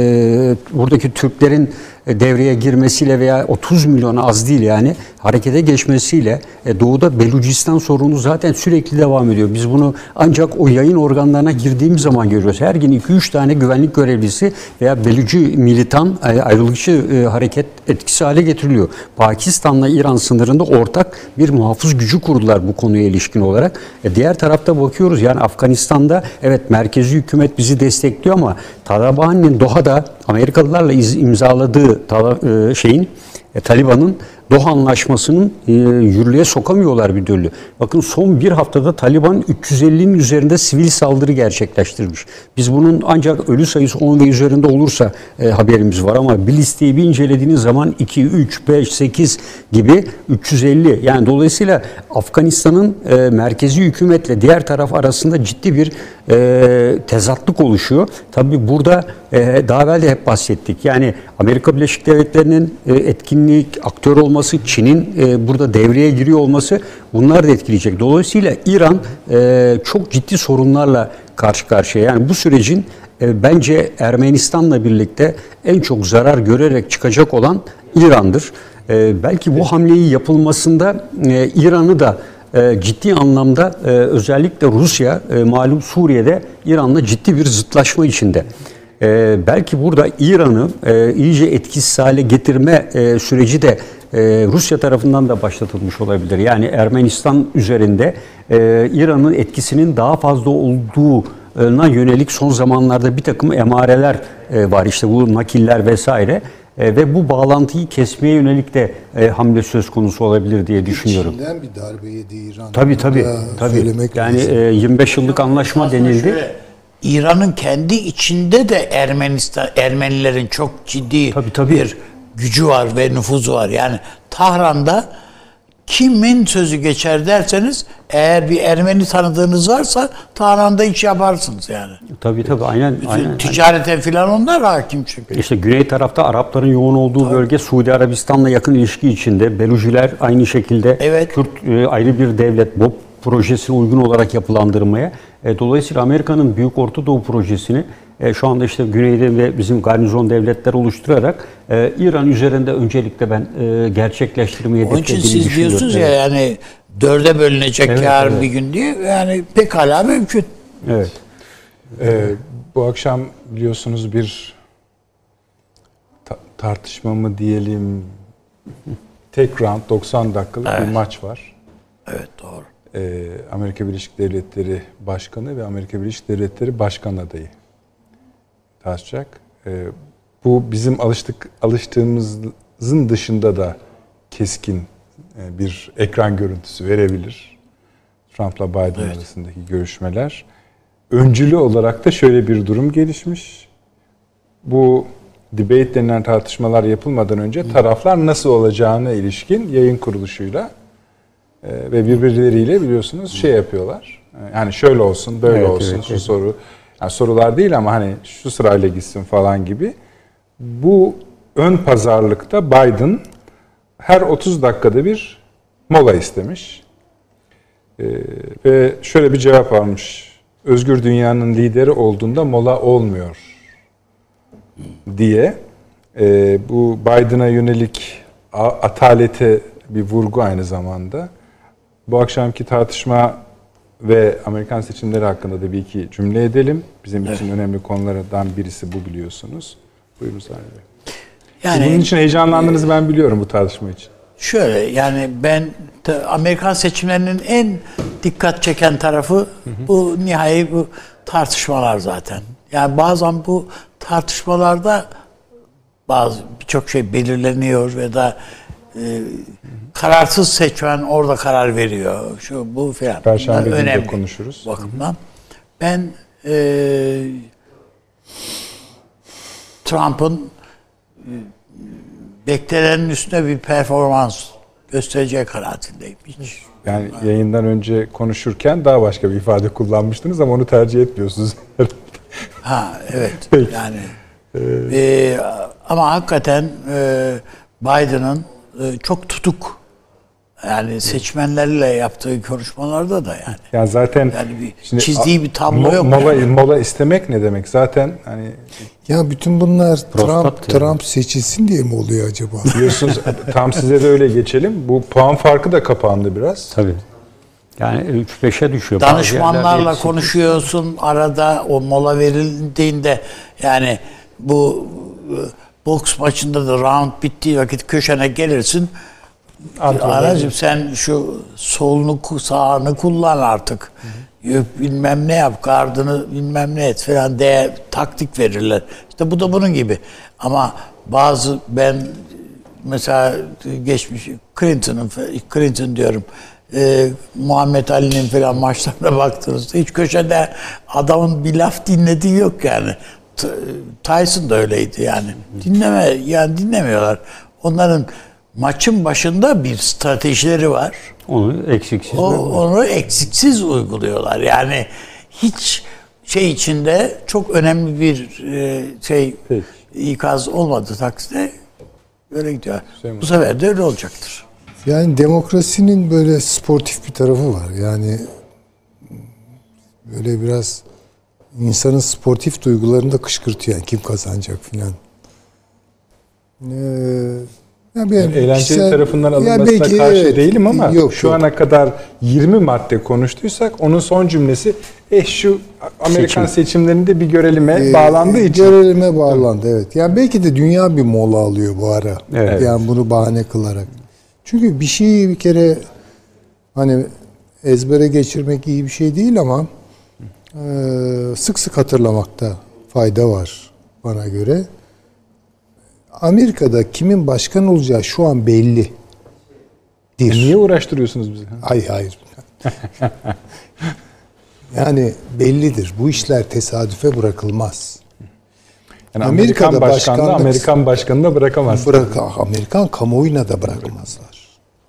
e, buradaki Türklerin devreye girmesiyle veya otuz milyona az değil yani harekete geçmesiyle e, doğuda Belucistan sorunu zaten sürekli devam ediyor. Biz bunu ancak o yayın organlarına girdiğimiz zaman görüyoruz. Her gün iki üç tane güvenlik görevlisi veya Beluci militan e, ayrılıkçı e, hareket etkisi hale getiriliyor. Pakistan'la İran sınırında ortak bir muhafız gücü kurdular bu konuya ilişkin olarak. E, diğer tarafta bakıyoruz yani Afganistan'da evet merkezi hükümet bizi destekliyor ama Taliban'ın Doha'da Amerikalılarla imzaladığı şeyin Taliban'ın Doha Anlaşması'nın e, yürürlüğe sokamıyorlar bir türlü. Bakın son bir haftada Taliban üç yüz ellinin üzerinde sivil saldırı gerçekleştirmiş. Biz bunun ancak ölü sayısı on ve üzerinde olursa e, haberimiz var ama bir listeyi bir incelediğiniz zaman iki, üç, beş, sekiz gibi üç yüz elli. Yani dolayısıyla Afganistan'ın e, merkezi hükümetle diğer taraf arasında ciddi bir e, tezatlık oluşuyor. Tabii burada e, daha evvel de hep bahsettik. Yani Amerika Birleşik Devletleri'nin e, etkinlik, aktör olması, Çin'in e, burada devreye giriyor olması bunlar da etkileyecek. Dolayısıyla İran e, çok ciddi sorunlarla karşı karşıya. Yani bu sürecin e, bence Ermenistan'la birlikte en çok zarar görerek çıkacak olan İran'dır. E, belki bu hamleyi yapılmasında e, İran'ı da e, ciddi anlamda e, özellikle Rusya e, malum Suriye'de İran'la ciddi bir zıtlaşma içinde. E, belki burada İran'ı e, iyice etkisiz hale getirme e, süreci de e, Rusya tarafından da başlatılmış olabilir. Yani Ermenistan üzerinde e, İran'ın etkisinin daha fazla olduğuna yönelik son zamanlarda bir takım emareler e, var. İşte bu nakiller vesaire. E, ve bu bağlantıyı kesmeye yönelik de e, hamle söz konusu olabilir diye düşünüyorum. İçinden bir darbe yedi İran. Tabii tabii. tabii. Yani e, yirmi beş yıllık anlaşma denildi. Şöyle, İran'ın kendi içinde de Ermenistan Ermenilerin çok ciddi Tabii, tabii. bir gücü var ve nüfuzu var. Yani Tahran'da kimin sözü geçer derseniz, eğer bir Ermeni tanıdığınız varsa Tahran'da iş yaparsınız yani. Tabii tabii aynen. aynen. Ticarete filan onlar hakim çünkü. İşte güney tarafta Arapların yoğun olduğu tabii. bölge Suudi Arabistan'la yakın ilişki içinde. Beluciler aynı şekilde evet. Kürt e, ayrı bir devlet. B O P projesine uygun olarak yapılandırmaya. E, dolayısıyla Amerika'nın Büyük Orta Doğu projesini e, şu anda işte güneyde ve bizim garnizon devletler oluşturarak e, İran üzerinde öncelikle ben e, gerçekleştirmeyi hedeflediğini düşünüyorum. Onun için siz diyorsunuz ya, yani dörde bölünecek evet, yarın evet. bir gün diye, yani pekala mümkün. Evet. Ee, bu akşam biliyorsunuz bir ta- tartışma mı diyelim, tek round doksan dakikalık evet. bir maç var. Evet, doğru. Ee, Amerika Birleşik Devletleri Başkanı ve Amerika Birleşik Devletleri Başkan adayı tartışacak. Ee, bu bizim alıştık alıştığımızın dışında da keskin e, bir ekran görüntüsü verebilir. Trump'la Biden evet. arasındaki görüşmeler. Öncülü olarak da şöyle bir durum gelişmiş. Bu debate denilen tartışmalar yapılmadan önce taraflar nasıl olacağına ilişkin yayın kuruluşuyla ve birbirleriyle biliyorsunuz şey yapıyorlar. Yani şöyle olsun, böyle evet, olsun, evet, şu evet. soru. Yani sorular değil ama hani şu sırayla gitsin falan gibi. Bu ön pazarlıkta Biden her otuz dakikada bir mola istemiş. Ee, ve şöyle bir cevap almış. Özgür dünyanın lideri olduğunda mola olmuyor diye. Ee, bu Biden'a yönelik atalete bir vurgu aynı zamanda. Bu akşamki tartışma ve Amerikan seçimleri hakkında da bir iki cümle edelim. Bizim için evet. önemli konulardan birisi bu, biliyorsunuz. Buyurun Sayın Bey. Yani, bunun için heyecanlandığınızı ben biliyorum bu tartışma için. Şöyle, yani ben Amerikan seçimlerinin en dikkat çeken tarafı hı hı. bu nihai bu tartışmalar zaten. Yani bazen bu tartışmalarda bazı birçok şey belirleniyor ve da e, kararsız seçmen orada karar veriyor. Şu bu falan. Perşembe günü de konuşuruz. Bakımdan. Ben e, Trump'ın e, beklenenin üstüne bir performans göstereceği kanaatindeyim. Hiç. Yani yayından önce konuşurken daha başka bir ifade kullanmıştınız ama onu tercih etmiyorsunuz. Ha evet. Yani e, ama hakikaten e, Biden'ın e, çok tutuk, yani seçmenlerle yaptığı konuşmalarda da yani. Yani zaten yani bir çizdiği bir tablo mo, yok. Mola yani. mola istemek ne demek? Zaten hani ya bütün bunlar Trump yani. Trump seçilsin diye mi oluyor acaba? Biliyorsunuz tam size de öyle geçelim. Bu puan farkı da kapandı biraz. Tabii. Yani üç beşe düşüyor. Danışmanlarla konuşuyorsun arada, o mola verildiğinde, yani bu boks maçında da round bittiği vakit köşene gelirsin. Aracım sen şu solunu sağını kullan artık. Hı hı. Bilmem ne yap, gardını bilmem ne et falan diye taktik verirler. İşte bu da bunun gibi. Ama bazı, ben mesela geçmiş Clinton'ın Clinton diyorum. Ee, Muhammed Ali'nin falan maçlarına baktığınızda hiç köşede adamın bir laf dinlediği yok yani. Tyson da öyleydi yani. Dinleme, yani dinlemiyorlar. Onların maçın başında bir stratejileri var. Onu eksiksiz. O, onu eksiksiz uyguluyorlar. Yani hiç şey içinde çok önemli bir e, şey Peki. ikaz olmadığı takdirde böyle gidiyor. Şey Bu sefer de öyle olacaktır. Yani demokrasinin böyle sportif bir tarafı var. Yani böyle biraz insanın sportif duygularını da kışkırtıyor. Yani kim kazanacak filan. Ee, Ya ben Yani eğlenceli kişisel- tarafından ya alınmasına belki karşı evet, değilim ama yok, şu yok. ana kadar yirmi madde konuştuysak onun son cümlesi eh şu Amerikan Seçim. seçimlerinde bir görelime Ee, bağlandığı için. Görelime bağlandı, evet. Yani belki de dünya bir mola alıyor bu ara. Evet. Yani bunu bahane kılarak. Çünkü bir şeyi bir kere hani ezbere geçirmek iyi bir şey değil ama e, sık sık hatırlamakta fayda var bana göre. Amerika'da kimin başkan olacağı şu an belli. E niye uğraştırıyorsunuz bizi? Hayır hayır. Yani bellidir. Bu işler tesadüfe bırakılmaz. Yani Amerika'da Amerikan başkanı da başkanlık- Amerikan başkanını da bırakamaz. Bırak, Amerikan kamuoyuna da bırakmazlar.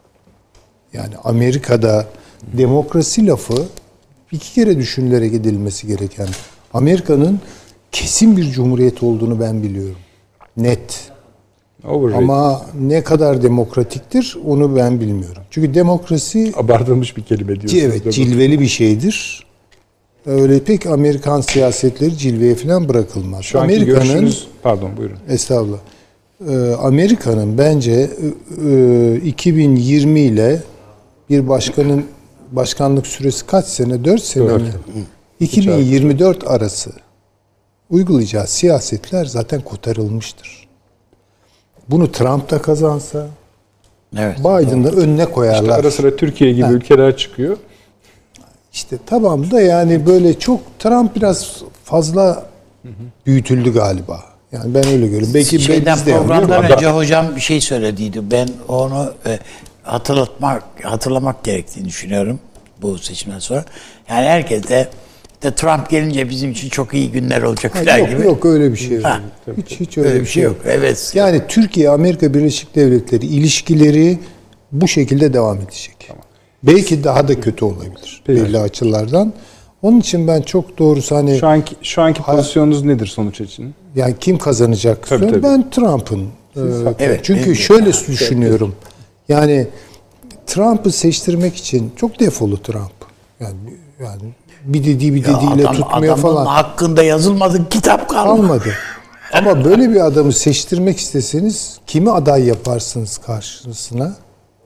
Yani Amerika'da demokrasi lafı iki kere düşünülerek edilmesi gereken. Amerika'nın kesin bir cumhuriyet olduğunu ben biliyorum. Net. Overrated. Ama ne kadar demokratiktir onu ben bilmiyorum. Çünkü demokrasi Abartılmış bir kelime diyorsunuz. evet da bu. cilveli bir şeydir. Öyle pek Amerikan siyasetleri cilveye falan bırakılmaz. Şu anki Amerika'nın görüşünüz, pardon buyurun. Estağfurullah. Ee, Amerika'nın bence e, iki bin yirmi ile bir başkanın başkanlık süresi kaç sene? dört sene Dört. mi? iki bin yirmi dört arası uygulayacağı siyasetler zaten kotarılmıştır. Bunu Trump da kazansa, Evet. Biden'da önüne İşte koyarlar. ara sıra Türkiye gibi Ha. ülkeler çıkıyor. İşte tamam da yani böyle çok Trump biraz fazla büyütüldü galiba. Yani ben öyle görüyorum. Belki Şeyden biz de programdan yanılıyoruz. önce hocam bir şey söylediydi. Ben onu e, hatırlatmak hatırlamak gerektiğini düşünüyorum bu seçimden sonra. Yani herkes de, de Trump gelince bizim için çok iyi günler olacak Ha, falan yok, gibi. yok öyle bir şey yok. Ha. Hiç hiç öyle, Öyle bir şey yok. Evet. Yani Türkiye Amerika Birleşik Devletleri ilişkileri bu şekilde devam edecek. Belki daha da kötü olabilir Peki. belli açılardan. Onun için ben çok doğrusu hani Şu anki şu anki Hayır. pozisyonunuz nedir sonuç için? yani kim kazanacak? Tabii, tabii. Ben Trump'ın. e, Evet, çünkü benim de. şöyle düşünüyorum. Yani Trump'ı seçtirmek için çok defolu Trump. Yani yani bir dediği bir Ya dediğiyle adam, tutmuyor adamın falan. hakkında yazılmadı kitap kalmadı. Almadı. Ama böyle bir adamı seçtirmek isteseniz kimi aday yaparsınız karşısına?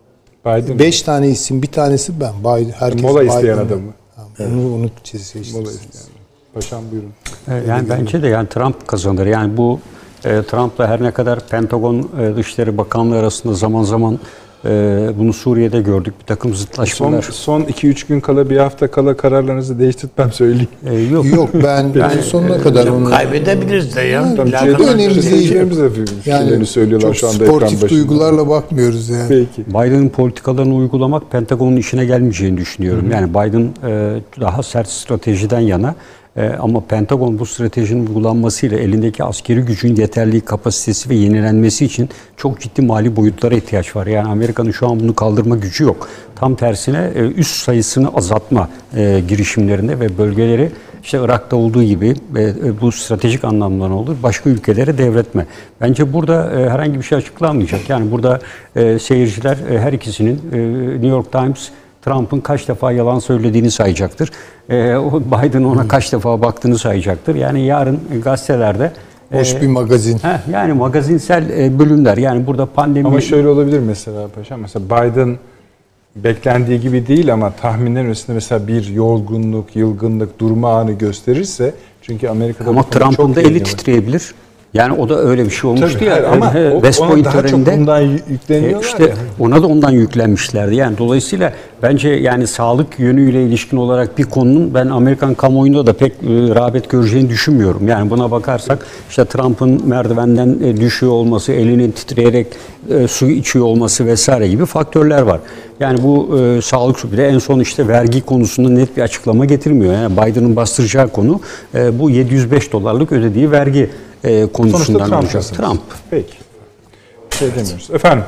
Biden. Beş tane isim, bir tanesi ben. Biden, herkes Mola isteyen Biden'ı. adamı. Ha, Onu, onu seçtiniz. Mola isteyen. Paşam buyurun. E, Yani bence de yani Trump kazanır. Yani bu e, Trump'la her ne kadar Pentagon e, Dışişleri Bakanlığı arasında zaman zaman e, bunu Suriye'de gördük. Bir takım Son zıtlaşmalar. son iki üç gün kala bir hafta kala kararlarınızı değiştirtmem söyleyeyim. E, yok. Yok ben, ben sonuna kadar onu... Kaybedebiliriz de ya. Tabii İlla şeyde kazanırız. önemli değil. seyircilerimiz de fikirlerini Yani söylüyorlar çok şu anda ekran sportif başında. duygularla bakmıyoruz yani. Peki. Biden'ın politikalarını uygulamak Pentagon'un işine gelmeyeceğini düşünüyorum. Yani Biden e, daha sert stratejiden yana e, ama Pentagon bu stratejinin uygulanmasıyla elindeki askeri gücün yeterliği, kapasitesi ve yenilenmesi için çok ciddi mali boyutlara ihtiyaç var. Yani Amerika'nın şu an bunu kaldırma gücü yok. Tam tersine e, üs sayısını azaltma e, girişimlerinde ve bölgeleri işte Irak'ta olduğu gibi ve e, bu stratejik anlamda ne olur? Başka ülkelere devretme. Bence burada e, herhangi bir şey açıklanmayacak. Yani burada e, seyirciler e, her ikisinin e, New York Times Trump'ın kaç defa yalan söylediğini sayacaktır. E, o Biden ona kaç defa baktığını sayacaktır. Yani yarın e, gazetelerde Hoş e, bir magazin. heh, yani magazinsel e, bölümler. Yani burada pandemi Ama şöyle olabilir mesela paşam. Mesela Biden beklendiği gibi değil ama tahminlerin ötesinde mesela bir yorgunluk, yılgınlık, durma anı gösterirse çünkü Amerika'da ama bu konu Trump'ın çok da eli ilgili. titreyebilir. Yani o da öyle bir şey olmuştu Tabii, ya. hayır, ama He, o- West ona Point daha çok töreninde bundan yü- e, yükleniyorlar işte ya. ona da ondan yüklenmişlerdi. Yani dolayısıyla bence yani sağlık yönüyle ilişkin olarak bir konunun ben Amerikan kamuoyunda da pek e, rağbet göreceğini düşünmüyorum. Yani buna bakarsak işte Trump'ın merdivenden e, düşüyor olması, elinin titreyerek e, su içiyor olması vesaire gibi faktörler var. Yani bu e, sağlık bir de en son işte vergi konusunda net bir açıklama getirmiyor. Yani Biden'ın bastıracağı konu e, bu yedi yüz beş dolarlık ödediği vergi e, Sonuçta konusundan olacak. Trump'tasınız. Trump. Peki. Bir şey demiyoruz. Efendim,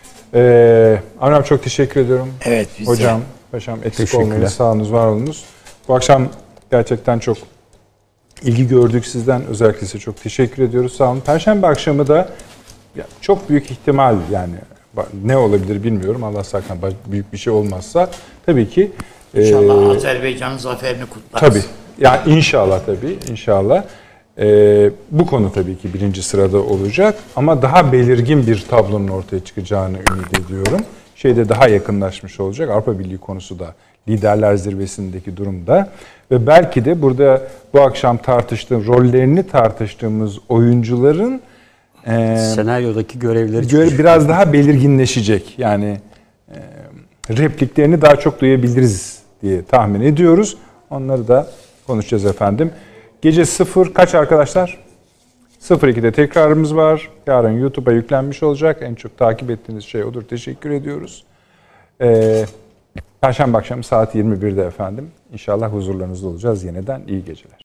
e, Avni abi çok teşekkür ediyorum. Evet, biz de. Hocam, paşam eksik Teşekkürler. olmayın. Sağ olunuz, var olunuz. Bu akşam gerçekten çok ilgi gördük sizden. Özellikle size çok teşekkür ediyoruz. Sağ olun. Perşembe akşamı da ya, çok büyük ihtimal yani ne olabilir bilmiyorum. Allah sakın büyük bir şey olmazsa tabii ki İnşallah e, Azerbaycan'ın zaferini kutlarız. tabii. Yani inşallah tabii. İnşallah. Ee, bu konu tabii ki birinci sırada olacak ama daha belirgin bir tablonun ortaya çıkacağını ümit ediyorum. Şeyde daha yakınlaşmış olacak. Avrupa Birliği konusu da liderler zirvesindeki durumda ve belki de burada bu akşam tartıştığım rollerini tartıştığımız oyuncuların e, senaryodaki görevleri gö- biraz daha belirginleşecek. Yani e, repliklerini daha çok duyabiliriz diye tahmin ediyoruz. Onları da konuşacağız efendim. Gece sıfır kaç arkadaşlar? sıfır ikide tekrarımız var. Yarın YouTube'a yüklenmiş olacak. En çok takip ettiğiniz şey odur. Teşekkür ediyoruz. Ee, Perşembe akşamı saat yirmi birde efendim. İnşallah huzurlarınızda olacağız yeniden. İyi geceler.